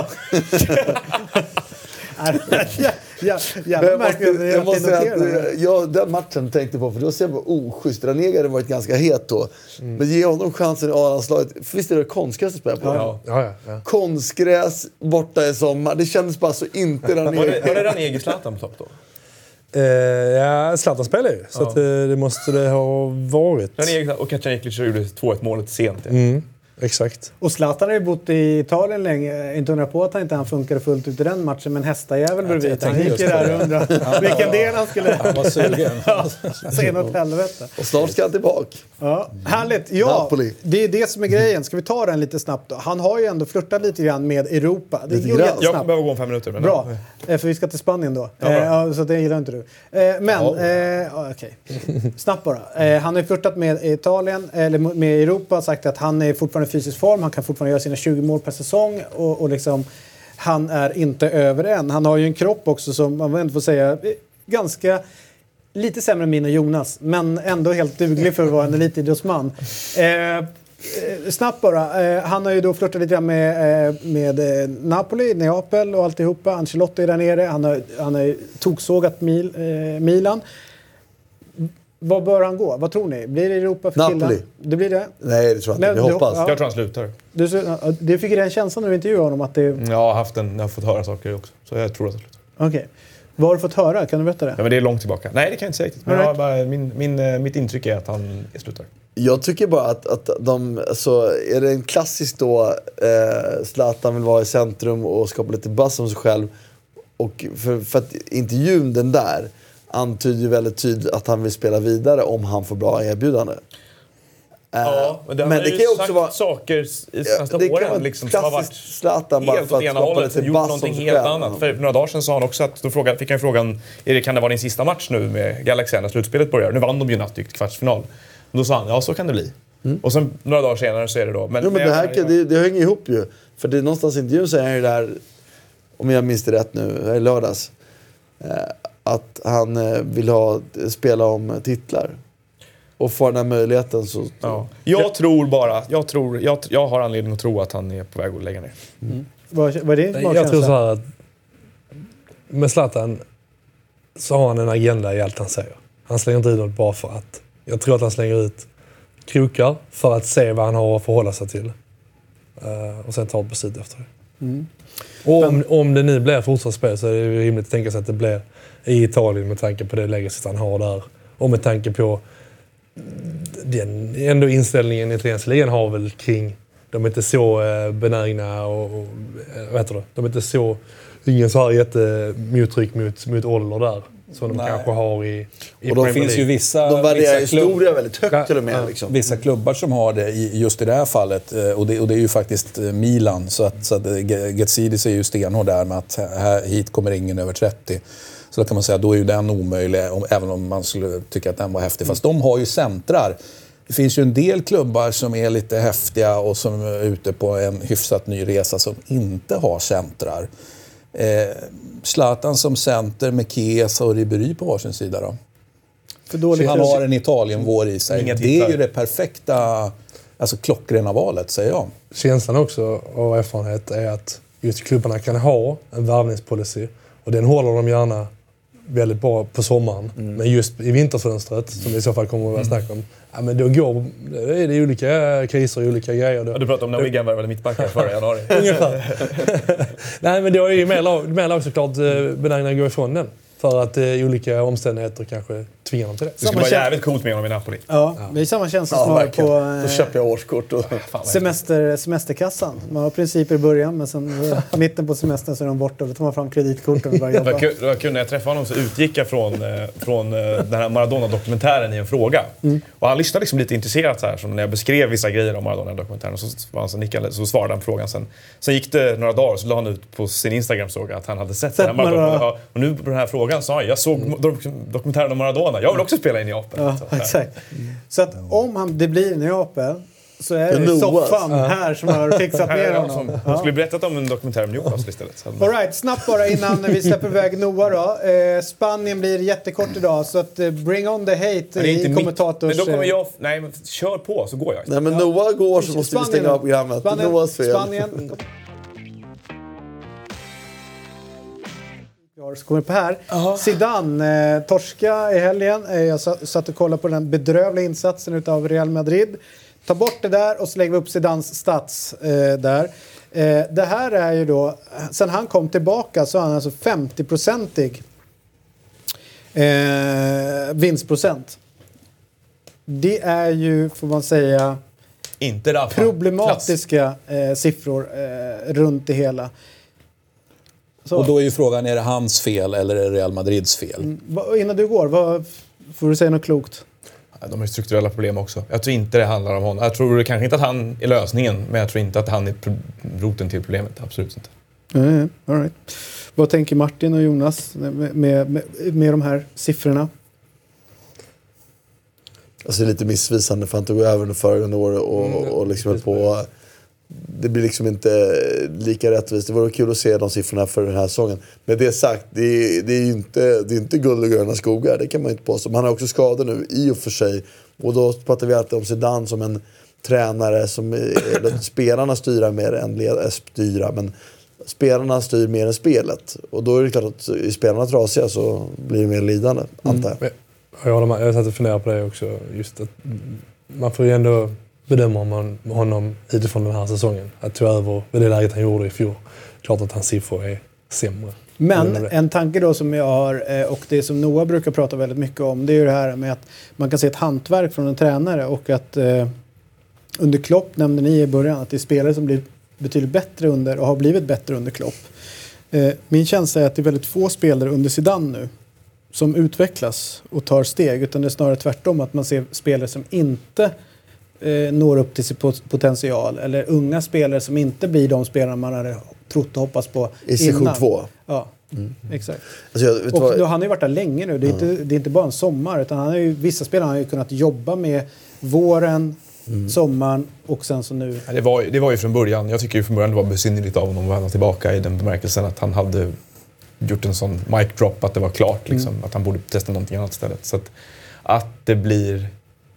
Ja. Ja, ja, jag måste, jag måste säga att jag, den matchen tänkte på, för då ser jag bara oschysst. Ranega hade varit ganska het då. Mm. Men ge honom chansen i A-landslaget. För visst är det konstgräs att spela på? Ja. Ja, ja, ja. Konstgräs borta i sommar. Det kändes bara så inte Ranega. Var det, var det Ranega Zlatan på topp då? Uh, ja, Zlatan spelar ju. Så ja. att, uh, det måste det ha varit. Ranega och Kacaniklic gjorde två ett målet sent. Ja. Mm. Exakt. Och Zlatan har ju bott i Italien länge. Inte undra på att han inte han funkade fullt ut i den matchen. Men hästajävel bredvid. Han gick ju där och undrade vilken del han skulle... Han var sugen. Säg något helvete. Och snart ska han tillbaka. Ja, härligt. Ja, Napoli. Det är det som är grejen. Ska vi ta den lite snabbt då? Han har ju ändå flörtat lite grann med Europa. Det lite går grann. jättesnabbt. Jag behöver gå om fem minuter. Men bra, ja. För vi ska till Spanien då. Ja, eh, så det gillar inte du. Eh, men, ja. eh, okej. Okay. Snabbt bara. Eh, han har ju flörtat med Italien, eller med Europa, sagt att han är fortfarande i fysisk form. Han kan fortfarande göra sina tjugo mål per säsong. Och, och liksom, han är inte över än. Han har ju en kropp också som man ändå får säga ganska... Lite sämre än min och Jonas, men ändå helt duglig för att vara en elitidrottsman. Eh, snabbt bara. Eh, han har ju då flörtat lite med, eh, med eh, Napoli, Neapel och alltihopa. Ancelotti är där nere. Han har, han har toksågat Mil, eh, Milan. Vad bör han gå? Vad tror ni? Blir det Europa för Napoli. killen? Det blir det? Nej, det tror jag inte. Vi hoppas. Ja. Jag tror han slutar. Du, du fick den känslan när du intervjuade honom att det... Jag har haft en, jag har fått höra saker också. Så jag tror att han slutar. Okej. Okay. Vad har du fått höra? Kan du berätta det? Ja, men det är långt tillbaka. Nej, det kan jag inte säga riktigt. Men right. bara, min, min, mitt intryck är att han är slutar. Jag tycker bara att, att de... Alltså, är det en klassisk då... Eh, Zlatan vill vara i centrum och skapa lite buzz om sig själv. Och för, för att intervjun den där antyder ju väldigt tydligt att han vill spela vidare om han får bra erbjudande. Ja, men det har men det det ju kan ju sagt också vara saker i senaste det åren kan liksom, som har varit Zlatan bara helt för åt att ena skapa hållet, lite gjort bass någonting som helt själv. annat. För några dagar sedan sa han också att då frågade, fick han frågan, är det, kan det vara din sista match nu med Galaxy när slutspelet börjar? Nu vann de ju nattdykt kvartsfinal. Och då sa han, ja så kan det bli. Mm. Och sen några dagar senare så är det då. Men, jo, men det, här, kan, det, det hänger ihop ju. För det är någonstans i intervjun säger han ju där, om jag minns det rätt nu, i lördags. Eh, att han eh, vill ha, spela om titlar. Och få den här möjligheten så... Ja. Jag ja. tror bara... Jag, tror, jag, jag har anledning att tro att han är på väg att lägga ner. Mm. Vad, vad är det? Jag, jag tror så här att... Med Zlatan så har han en agenda i allt han säger. Han slänger inte ut något bara för att... Jag tror att han slänger ut krokar för att se vad han har att förhålla sig till. Uh, och sen ta ett beslut efter det. Mm. Och om, om det nu blir fortsatt spel så är det rimligt att tänka sig att det blir i Italien med tanke på det läget han har där. Och med tanke på den ändå inställningen i italienska ligan har väl kring de är inte så eh, benägna och, och vad heter det? De är inte så ingen så här jättemotryck mot, mot ålder där som de Nej. kanske har i, i och då finns ju vissa de varierar historia väldigt högt ja, till och med ja, liksom. Vissa klubbar som har det i, just i det här fallet och det, och det är ju faktiskt Milan så att, så att Getsidis är ju stenhård där med att här, hit kommer ingen över trettio. Så då kan man säga att då är ju den omöjlig, om, även om man skulle tycka att den var häftig. Fast de har ju centrar. Det finns ju en del klubbar som är lite häftiga och som är ute på en hyfsat ny resa som inte har centrar. Eh, Zlatan som center med Chiesa och Ribéry på varsin sida då. För dåligt. Han har en Italien-vår i sig. Det är ju det perfekta, alltså klockrena valet, säger jag. Känslan också av erfarenhet är att just klubbarna kan ha en värvningspolicy och den håller de gärna väldigt bra på sommaren. Mm. Men just i vinterfönstret, som vi i så fall kommer att vara snack om, ja, men då går det är det olika kriser och olika grejer. Då, ja, du pratade om när Wigan värvade mittbackar förra januari. Ungefär. Nej, men då är ju mer lag, mer lag såklart benägna att gå ifrån den. För att eh, olika omständigheter kanske tvinga dem till det. Det skulle vara jävligt coolt med honom i Napoli. Ja, ja. Det är samma känsla ja, som har på eh, då köper jag årskort. Och semester, semesterkassan. Man har principer i början, men sen mitten på semestern så är de borta. Då tar man fram kreditkorten och börjar jobba. Det var kul, det var kul när jag träffade honom så utgick jag från, eh, från eh, den här Maradona-dokumentären i en fråga. Mm. Och han lyssnade liksom lite intresserat så här, så när jag beskrev vissa grejer om Maradona-dokumentären och så, var han så, nickade, så svarade han på frågan sen. Sen gick det några dagar så la han ut på sin Instagram-såg att han hade sett, sett den här Maradona. Och nu på den här frågan sa han, jag såg mm. dokumentären om Maradona. Jag vill också spela i Neapel. Ja, så, exakt. Så att om han, det blir Neapel så är det, det soffan ja. här som har fixat ner honom. Som, ja. skulle berättat om en dokumentär om Newcastle istället. All right, snabbt bara innan vi släpper iväg Noah då. Eh, Spanien blir jättekort idag så att eh, bring on the hate i kommentators... Men då kommer jag... Nej, men kör på så går jag. Nej, men ja. Noah går så måste Spanien, vi stänga av programmet. Spanien, Noahs fel. Spanien. Så kommer upp här. Aha. Zidane, eh, torska i helgen. Eh, jag satt och kollade på den bedrövliga insatsen utav Real Madrid. Ta bort det där och så lägger vi upp Zidanes stats eh, där. Eh, det här är ju då, sen han kom tillbaka så har han alltså femtio-procentig eh, vinstprocent. Det är ju, får man säga, inte Rafa. Problematiska eh, siffror eh, runt det hela. Så. Och då är ju frågan, är det hans fel eller är det Real Madrids fel? Mm, va, innan du går, vad, får du säga något klokt? De har strukturella problem också. Jag tror inte det handlar om honom. Jag tror kanske inte att han är lösningen, men jag tror inte att han är roten till problemet. Absolut inte. Mm, all right. Vad tänker Martin och Jonas med, med, med, med de här siffrorna? Alltså det är lite missvisande för han tog över under föregående år och, mm, och liksom på... Det blir liksom inte lika rättvist. Det vore kul att se de siffrorna för den här säsongen. Men det sagt, det är, det är ju inte, det är inte guld och gröna skogar. Det kan man inte påstå. Han har också skador nu i och för sig. Och då pratar vi alltid om Zidane som en tränare som är, spelarna styr mer än led, styra. Men spelarna styr mer än spelet. Och då är det klart att i spelarna trasiga så blir det mer lidande, mm. antar jag. Jag håller med. Jag satt och funderar på det också. Just att man får ju ändå bedöma man honom utifrån den här säsongen. Att tyvärr vid det läget han gjorde i fjol. Klart att hans siffror är sämre. Men en tanke då som jag har, och det som Noah brukar prata väldigt mycket om, det är ju det här med att man kan se ett hantverk från en tränare och att eh, under Klopp nämnde ni i början att det är spelare som blir betydligt bättre under och har blivit bättre under Klopp. Eh, min känsla är att det är väldigt få spelare under Zidane nu som utvecklas och tar steg, utan det är snarare tvärtom att man ser spelare som inte eh, når upp till sin potential eller unga spelare som inte blir de spelare man hade trott och hoppats på i session två. Ja, mm. exakt. Alltså jag, vet och vad... då, han har ju varit där länge nu. Det är, mm. inte, det är inte bara en sommar, utan han har ju, vissa spelare har ju kunnat jobba med våren, mm. sommaren och sen så nu. Ja, det, var, det var ju från början. Jag tycker ju från början det var besynnerligt av honom att vända tillbaka i den bemärkelsen att han hade gjort en sån mic drop att det var klart liksom, mm. att han borde testa någonting annat istället. Så att, att det blir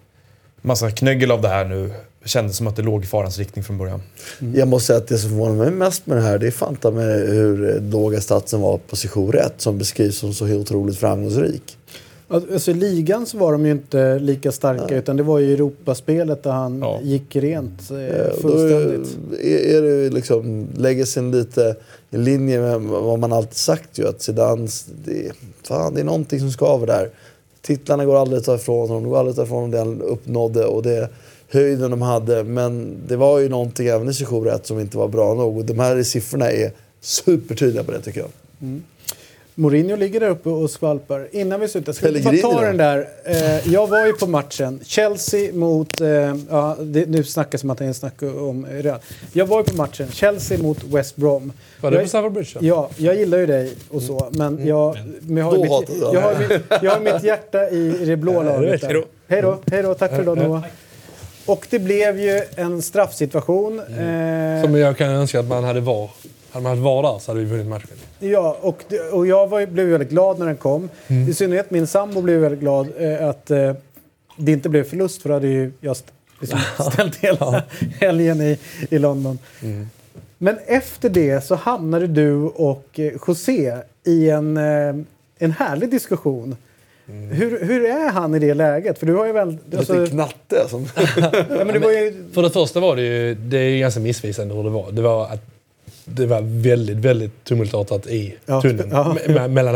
massa knöggel av det här nu kändes som att det låg i farans riktning från början. Mm. Jag måste säga att det som förvånar mig mest med det här, det är fanta med hur låga statsen var på session rätt som beskrivs som så otroligt framgångsrik. Alltså i ligan så var de ju inte lika starka, ja. Utan det var ju Europaspelet där han ja. gick rent eh, fullständigt. Är, är det liksom, lägger sig lite i linje med vad man alltid sagt ju, att Zidane, det, fan, det är någonting som skaver där. Titlarna går aldrig att ta ifrån honom, det går aldrig att ta ifrån det han uppnådde och det höjden de hade, men det var ju någonting även i session rätt som inte var bra nog och de här siffrorna är supertydliga på det tycker jag. Mm. Mourinho ligger där uppe och skvalpar. Innan vi slutar, ska vi få ta den där. Eh, jag var ju på matchen. Chelsea mot... Eh, ja, det, nu snackas som att det är en snack om Real. Jag var ju på matchen. Chelsea mot West Brom. Var det på Stamford Bridge? Ja, jag gillar ju dig och så. Men jag, men jag, har, mitt, jag, har, mitt, jag har mitt hjärta i det blå laget. Hej då. Hej då. Hej då. Tack för idag, Noah. Och det blev ju en straffsituation. Mm. Eh, som jag kan önska att man hade var. Hade man var där så hade vi vunnit matchen. Ja, och, och jag var, blev väldigt glad när den kom. Mm. I synnerhet min sambo blev väldigt glad eh, att eh, det inte blev förlust, för då hade ju jag liksom ställt hela helgen i, i London. Mm. Men efter det så hamnade du och eh, José i en, eh, en härlig diskussion. Mm. Hur, hur är han i det läget? För du har ju väl... Alltså, lite knatte. Som... ja, men det var ju... För det första var det ju... Det är ju ganska missvisande hur det var. Det var att det var väldigt, väldigt tumultartat i ja, tunneln. Ja. Me- mellan alla.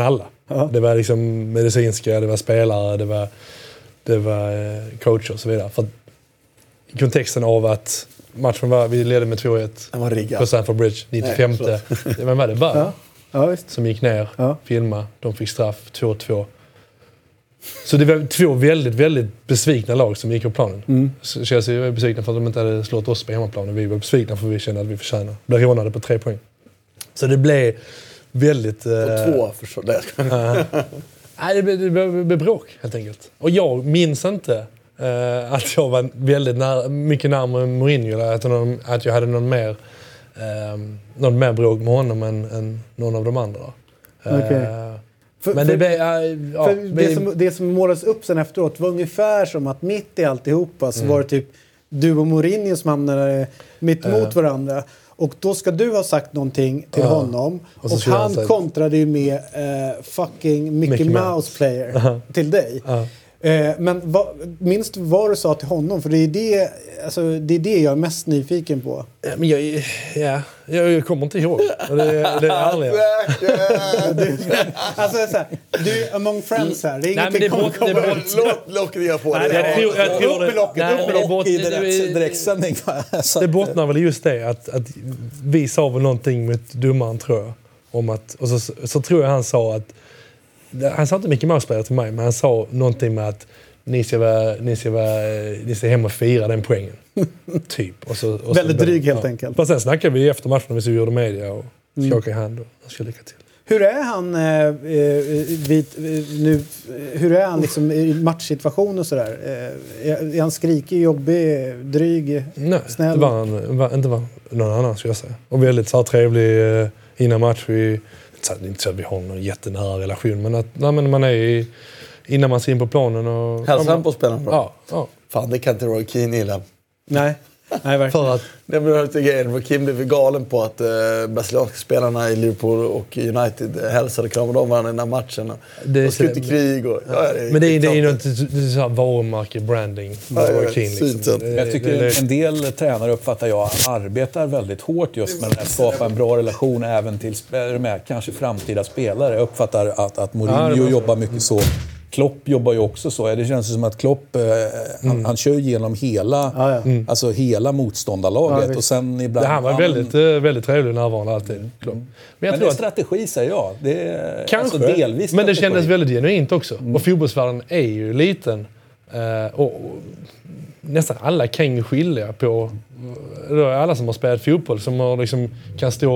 Ja. Det var liksom medicinska, det var spelare, det var, det var eh, coacher och så vidare. För i kontexten av att matchen var, vi ledde med två ett på Stamford Bridge, nittiofem. Nej, det var det bara. Ja. Ja, visst. Som gick ner, ja. filma, de fick straff, två två. Så det var två väldigt, väldigt besvikna lag som gick på planen. Mm. Chelsea var besvikna för att de inte hade slått oss på hemmaplanen. Vi var besvikna för att vi kände att vi förtjänade. Blev rånade på tre poäng. Så det blev väldigt... Och eh, två förstår det. Nej, det blev, det blev bråk helt enkelt. Och jag minns inte eh, att jag var väldigt nära, mycket närmare Mourinho. Att, någon, att jag hade någon mer, eh, någon mer bråk med honom än, än någon av de andra. Okay. Eh, För, men det, för, be, ja, ja, för det, som, det som målades upp sen efteråt var ungefär som att mitt i alltihopa så mm. var det typ du och Mourinho som hamnade mitt mot uh. varandra. Och då ska du ha sagt någonting till uh. honom. Och, och han säga... kontrade ju med uh, fucking Mickey, Mickey Mouse, Mouse player uh-huh. till dig. Uh. Uh, men va, minns du vad du sa till honom? För det är det, alltså, det är det jag är mest nyfiken på. Ja, men jag, ja, jag kommer inte ihåg. Det, det är ärligt. Alltså så här, du är among friends här. Det är ingenting det kommer komma ut. Lock ner på det. Jag tror, jag tror det. Upp i locket, upp i direktsändning. Det bottnar väl just det att, att vi sa väl någonting med domaren tror jag. Om att, och så, så tror jag han sa att han sa inte mycket mer spelare till mig, men han sa någonting med att ni ska, vara, ni ska, vara, ni ska hem och fira den poängen. Typ. Och så, och väldigt så, dryg helt ja. enkelt. Men sen snackade vi efter matchen, vi så gjorde media och skakade mm. hand och ska lycka till. Hur är han eh, vid, nu, hur är han liksom i matchsituation och sådär? Eh, är han skrikig, jobbig, dryg, Nej, snäll? Nej, var han var, inte var någon annan skulle jag säga. Och väldigt så här, trevlig eh, innan match. Vi, inte så att vi har någon jättenära relation, men att nej, men man är i, innan man ser in på planen och... Hälsar han på spelarna då? Ja, ja. Fan, det kan inte Roy Keane gilla. Nej. Nej, verkligen. För att det blev lite grejer. Kim blev galen på att eh, brasilianska spelarna i Liverpool och United hälsade och kramade om varandra i den här matchen. De skulle till krig och... Ja, det men det är, det är ju något så här varumärke, branding. Ja, ja, liksom. det, jag tycker det, en del tränare uppfattar jag arbetar väldigt hårt just med att skapa en bra relation även till med kanske framtida spelare. Jag uppfattar att, att Mourinho ja, jobbar mycket så. Klopp jobbar ju också så. Det känns som att Klopp, eh, han, mm. han kör genom hela, ah, ja. mm. alltså hela motståndarlaget. Ja, och sen ibland, det här var han, väldigt, men, väldigt trevlig närvarande alltid. Klopp. Men, jag men tror det är att, strategi säger jag. Det är, kanske, alltså delvis men det kändes väldigt genuint också. Mm. Och fotbollsvärlden är ju liten. Eh, och, och nästan alla kan ju skilja på... Alla som har spelat fotboll som har liksom, kan stå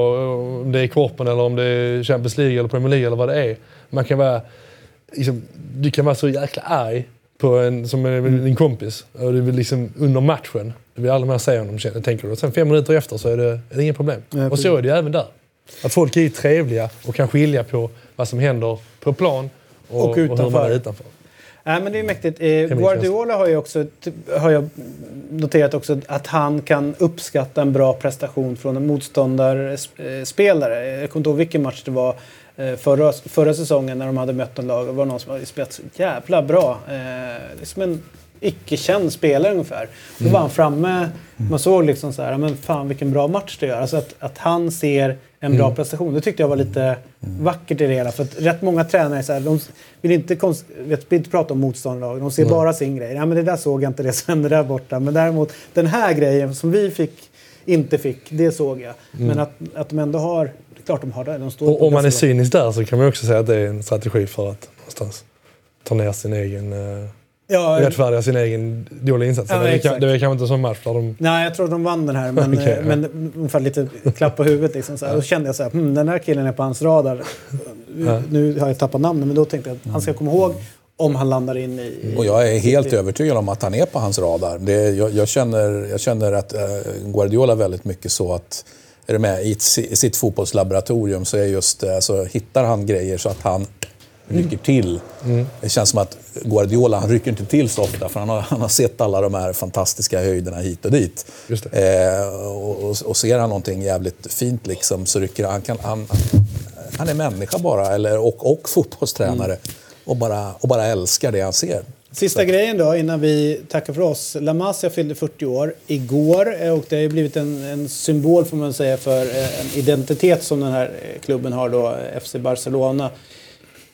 om det är Korpen eller om det är Champions League eller Premier League eller vad det är. Man kan vara... Liksom, du kan vara så jäkla arg på en, som en, din kompis och det vill liksom under matchen du vill aldrig mer säga honom, tänker du. Och sen fem minuter efter så är det, är det inget problem. Ja, och så är det ju även där. Att folk är trevliga och kan skilja på vad som händer på plan och, och, och hur man är utanför. Nej, men det är mäktigt. Eh, Guardiola har ju också, har jag noterat också att han kan uppskatta en bra prestation från en motståndarspelare. Jag kommer inte ihåg vilken match det var förra, förra säsongen när de hade mött en lag. Det var någon som hade spelat så jävla bra. Eh, det är som en icke-känd spelare ungefär. Då var han framme. Man såg liksom så här, men fan vilken bra match det gör. Alltså att, att han ser en bra prestation. Det tyckte jag var lite vackert i det hela. För att rätt många tränare så här, de vill inte, konst, vet, vill inte prata om motståndarlag. De ser mm. bara sin grej. Ja, men det där såg jag inte, det som hände där borta. Men däremot den här grejen som vi fick, inte fick, det såg jag. Mm. Men att, att de ändå har, det är klart de har det. De står och om man är cynisk där så kan man också säga att det är en strategi för att någonstans ta ner sin egen... Uh... Ja, rättfärdiga sin egen dåliga insats. Ja, det, är, det är kanske inte så match där de... Nej, jag tror att de vann den här. Men, okay, men ja. ungefär lite klapp på huvudet. Liksom, så här. Ja. Då kände jag så här, hm, den här killen är på hans radar. Ja. Nu har jag tappat namnet, men då tänkte jag att han ska komma ihåg om han landar in i... Och jag är helt i, övertygad om att han är på hans radar. Det, jag, jag, känner, jag känner att äh, Guardiola väldigt mycket så att är det med, i, ett, i sitt fotbollslaboratorium så är just, alltså, hittar han grejer så att han rycker till. Mm. Det känns som att Guardiola, han rycker inte till så ofta för han har, han har sett alla de här fantastiska höjderna hit och dit. Just det. Eh, och, och, och ser han någonting jävligt fint liksom, så rycker han, kan, han, han är människa bara eller, och, och fotbollstränare mm. och, bara, och bara älskar det han ser. Sista så. grejen då innan vi tackar för oss. La Masia fyllde fyrtio år igår och det har blivit en, en symbol får man säga för en identitet som den här klubben har då, F C Barcelona.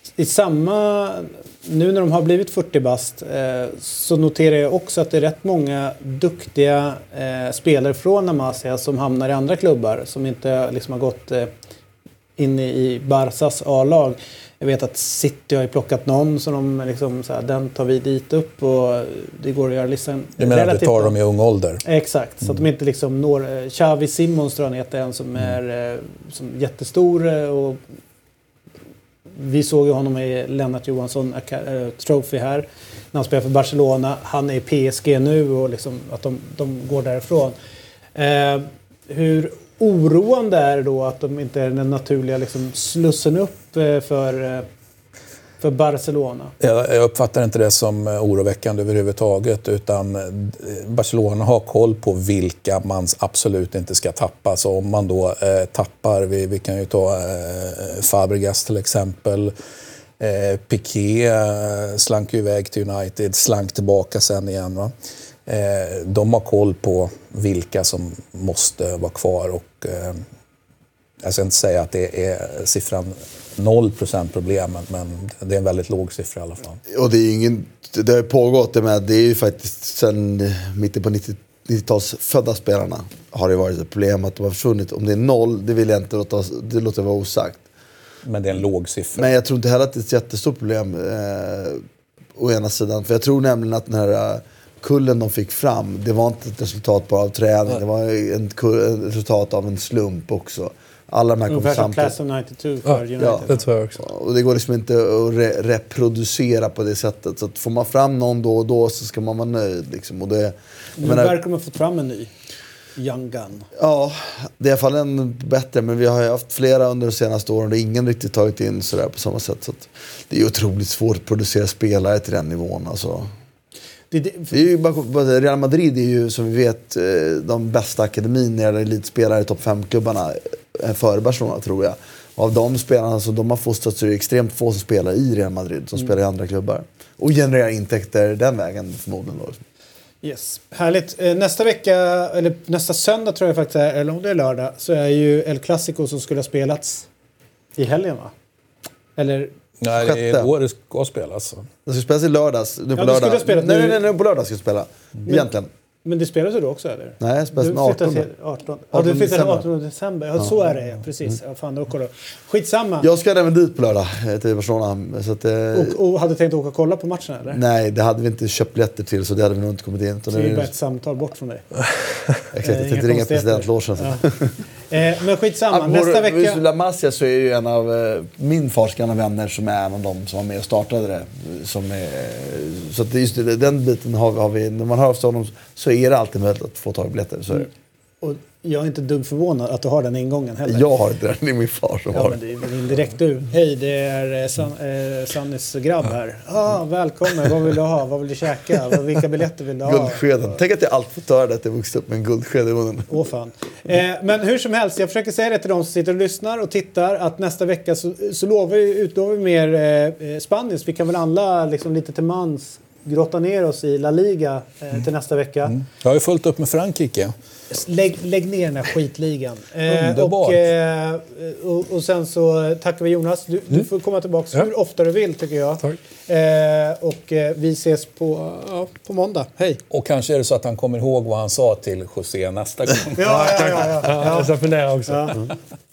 i samma... Nu när de har blivit fyrtio bast eh, så noterar jag också att det är rätt många duktiga eh, spelare från Amasya som hamnar i andra klubbar som inte liksom har gått eh, in i Barsas A-lag. Jag vet att City har ju plockat någon som de liksom så här, den tar vi dit upp och det går att göra listan. Du menar att du tar dem i ung ålder? Exakt, så mm. att de inte liksom når... Xavi Simons tror jag heter en som är mm. som jättestor och vi såg ju honom i Lennart Johansson äh, Trophy här när han spelar för Barcelona. Han är i P S G nu och liksom att de, de går därifrån. Eh, hur oroande är det då att de inte är den naturliga liksom, slussen upp eh, för, eh, för Barcelona? Jag, jag uppfattar inte det som oroväckande överhuvudtaget, utan Barcelona har koll på vilka man absolut inte ska tappa. Så om man då eh, tappar, vi, vi kan ju ta eh, Fabregas till exempel, eh, Piqué eh, slank ju iväg till United, slank tillbaka sen igen, va? Eh, de har koll på vilka som måste vara kvar och eh, jag ska inte säga att det är siffran noll procent problemet, men det är en väldigt låg siffra i alla fall. Och det är ingen, det har pågått det med, det är ju faktiskt sen mitten på nittio-tals födda spelarna har det varit ett problem att de har försvunnit. Om det är noll, det vill jag inte låta, det låter vara osagt. Men det är en låg siffra. Men jag tror inte heller att det är ett jättestort problem eh, å ena sidan. För jag tror nämligen att den här kullen de fick fram, det var inte ett resultat bara av träning. Det var en kull, ett resultat av en slump också. Alla de här kom samtidigt. Class of nittiotvå för United. Ja, det tror jag också. Och det går liksom inte att re- reproducera på det sättet. Så att får man fram någon då och då så ska man vara nöjd. Liksom. Och det, nu menar, verkar man ha fått fram en ny young gun. Ja, det är i alla fall en bättre. Men vi har ju haft flera under de senaste åren och ingen riktigt tagit in sådär på samma sätt. Så att det är otroligt svårt att producera spelare till den nivån. Alltså. Det, det, för... det är ju bara, Real Madrid är ju som vi vet de bästa akademin när det är elitspelare i topp fem-klubbarna före Barcelona tror jag. Och av de spelarna så de har fostrat så är det extremt få som spelar i Real Madrid som mm. spelar i andra klubbar. Och genererar intäkter den vägen förmodligen då. Yes, härligt. Nästa vecka, eller nästa söndag tror jag faktiskt är, eller om det är lördag, så är ju El Clasico som skulle ha spelats i helgen, va? Eller... Nej, det är år det ska spelas. Det ska spelas i lördags. Nu på ja, lördag. Nej, nej, nej, nej, på lördag ska jag spela. Men, egentligen. Men det spelas ju då också, eller? Nej, det spelas den artonde. artonde. Ja, du flyttar den artonde december. Ja, ja, så är det, ja, precis. Ja, fan, då kollar. Skitsamma. Jag ska även dit på lördag till Barcelona. Så att, eh... och, och hade tänkt åka och kolla på matchen, eller? Nej, det hade vi inte köpt biljetter till, så det hade vi nog inte kommit in. Så det är bara ett samtal bort från dig. Exakt, jag tänkte ringa presidentlogen. Ja. eh, men skitsamma, nästa vecka... Just La Masia så är ju en av eh, min fars gamla vänner som är en av dem som var med och startade det. Som är, så att just det, den biten har, har vi, när man hör av honom så är det alltid möjligt att få tag i biljetter. Så är det. Mm. Och jag är inte dugg förvånad att du har den ingången heller. Jag har inte den, det är min far som ja, har men det är direkt du. Hej, det är San, eh, Sannis grabb här. Ah, välkommen, vad vill du ha? Vad vill du käka? Vilka biljetter vill du ha? Guldskeden. Tänk att jag alltid fått höra att jag vuxit upp med en guldsked i munnen. Åh fan. Eh, men hur som helst, jag försöker säga det till de som sitter och lyssnar och tittar att nästa vecka så, så lovar vi, utlovar vi mer eh, spaniskt. Vi kan väl alla liksom, lite till mans grotta ner oss i La Liga eh, till nästa vecka. Mm. Jag har ju fullt upp med Frankrike. Lägg, lägg ner den här skitligan. Eh, och, eh, och, och sen så tackar vi Jonas. Du, mm. du får komma tillbaka ja. hur ofta du vill tycker jag. Eh, och eh, vi ses på, ja, på måndag. Hej. Och kanske är det så att han kommer ihåg vad han sa till José nästa gång. ja, ja, ja, ja, ja. ja, jag ska fundera också. Ja.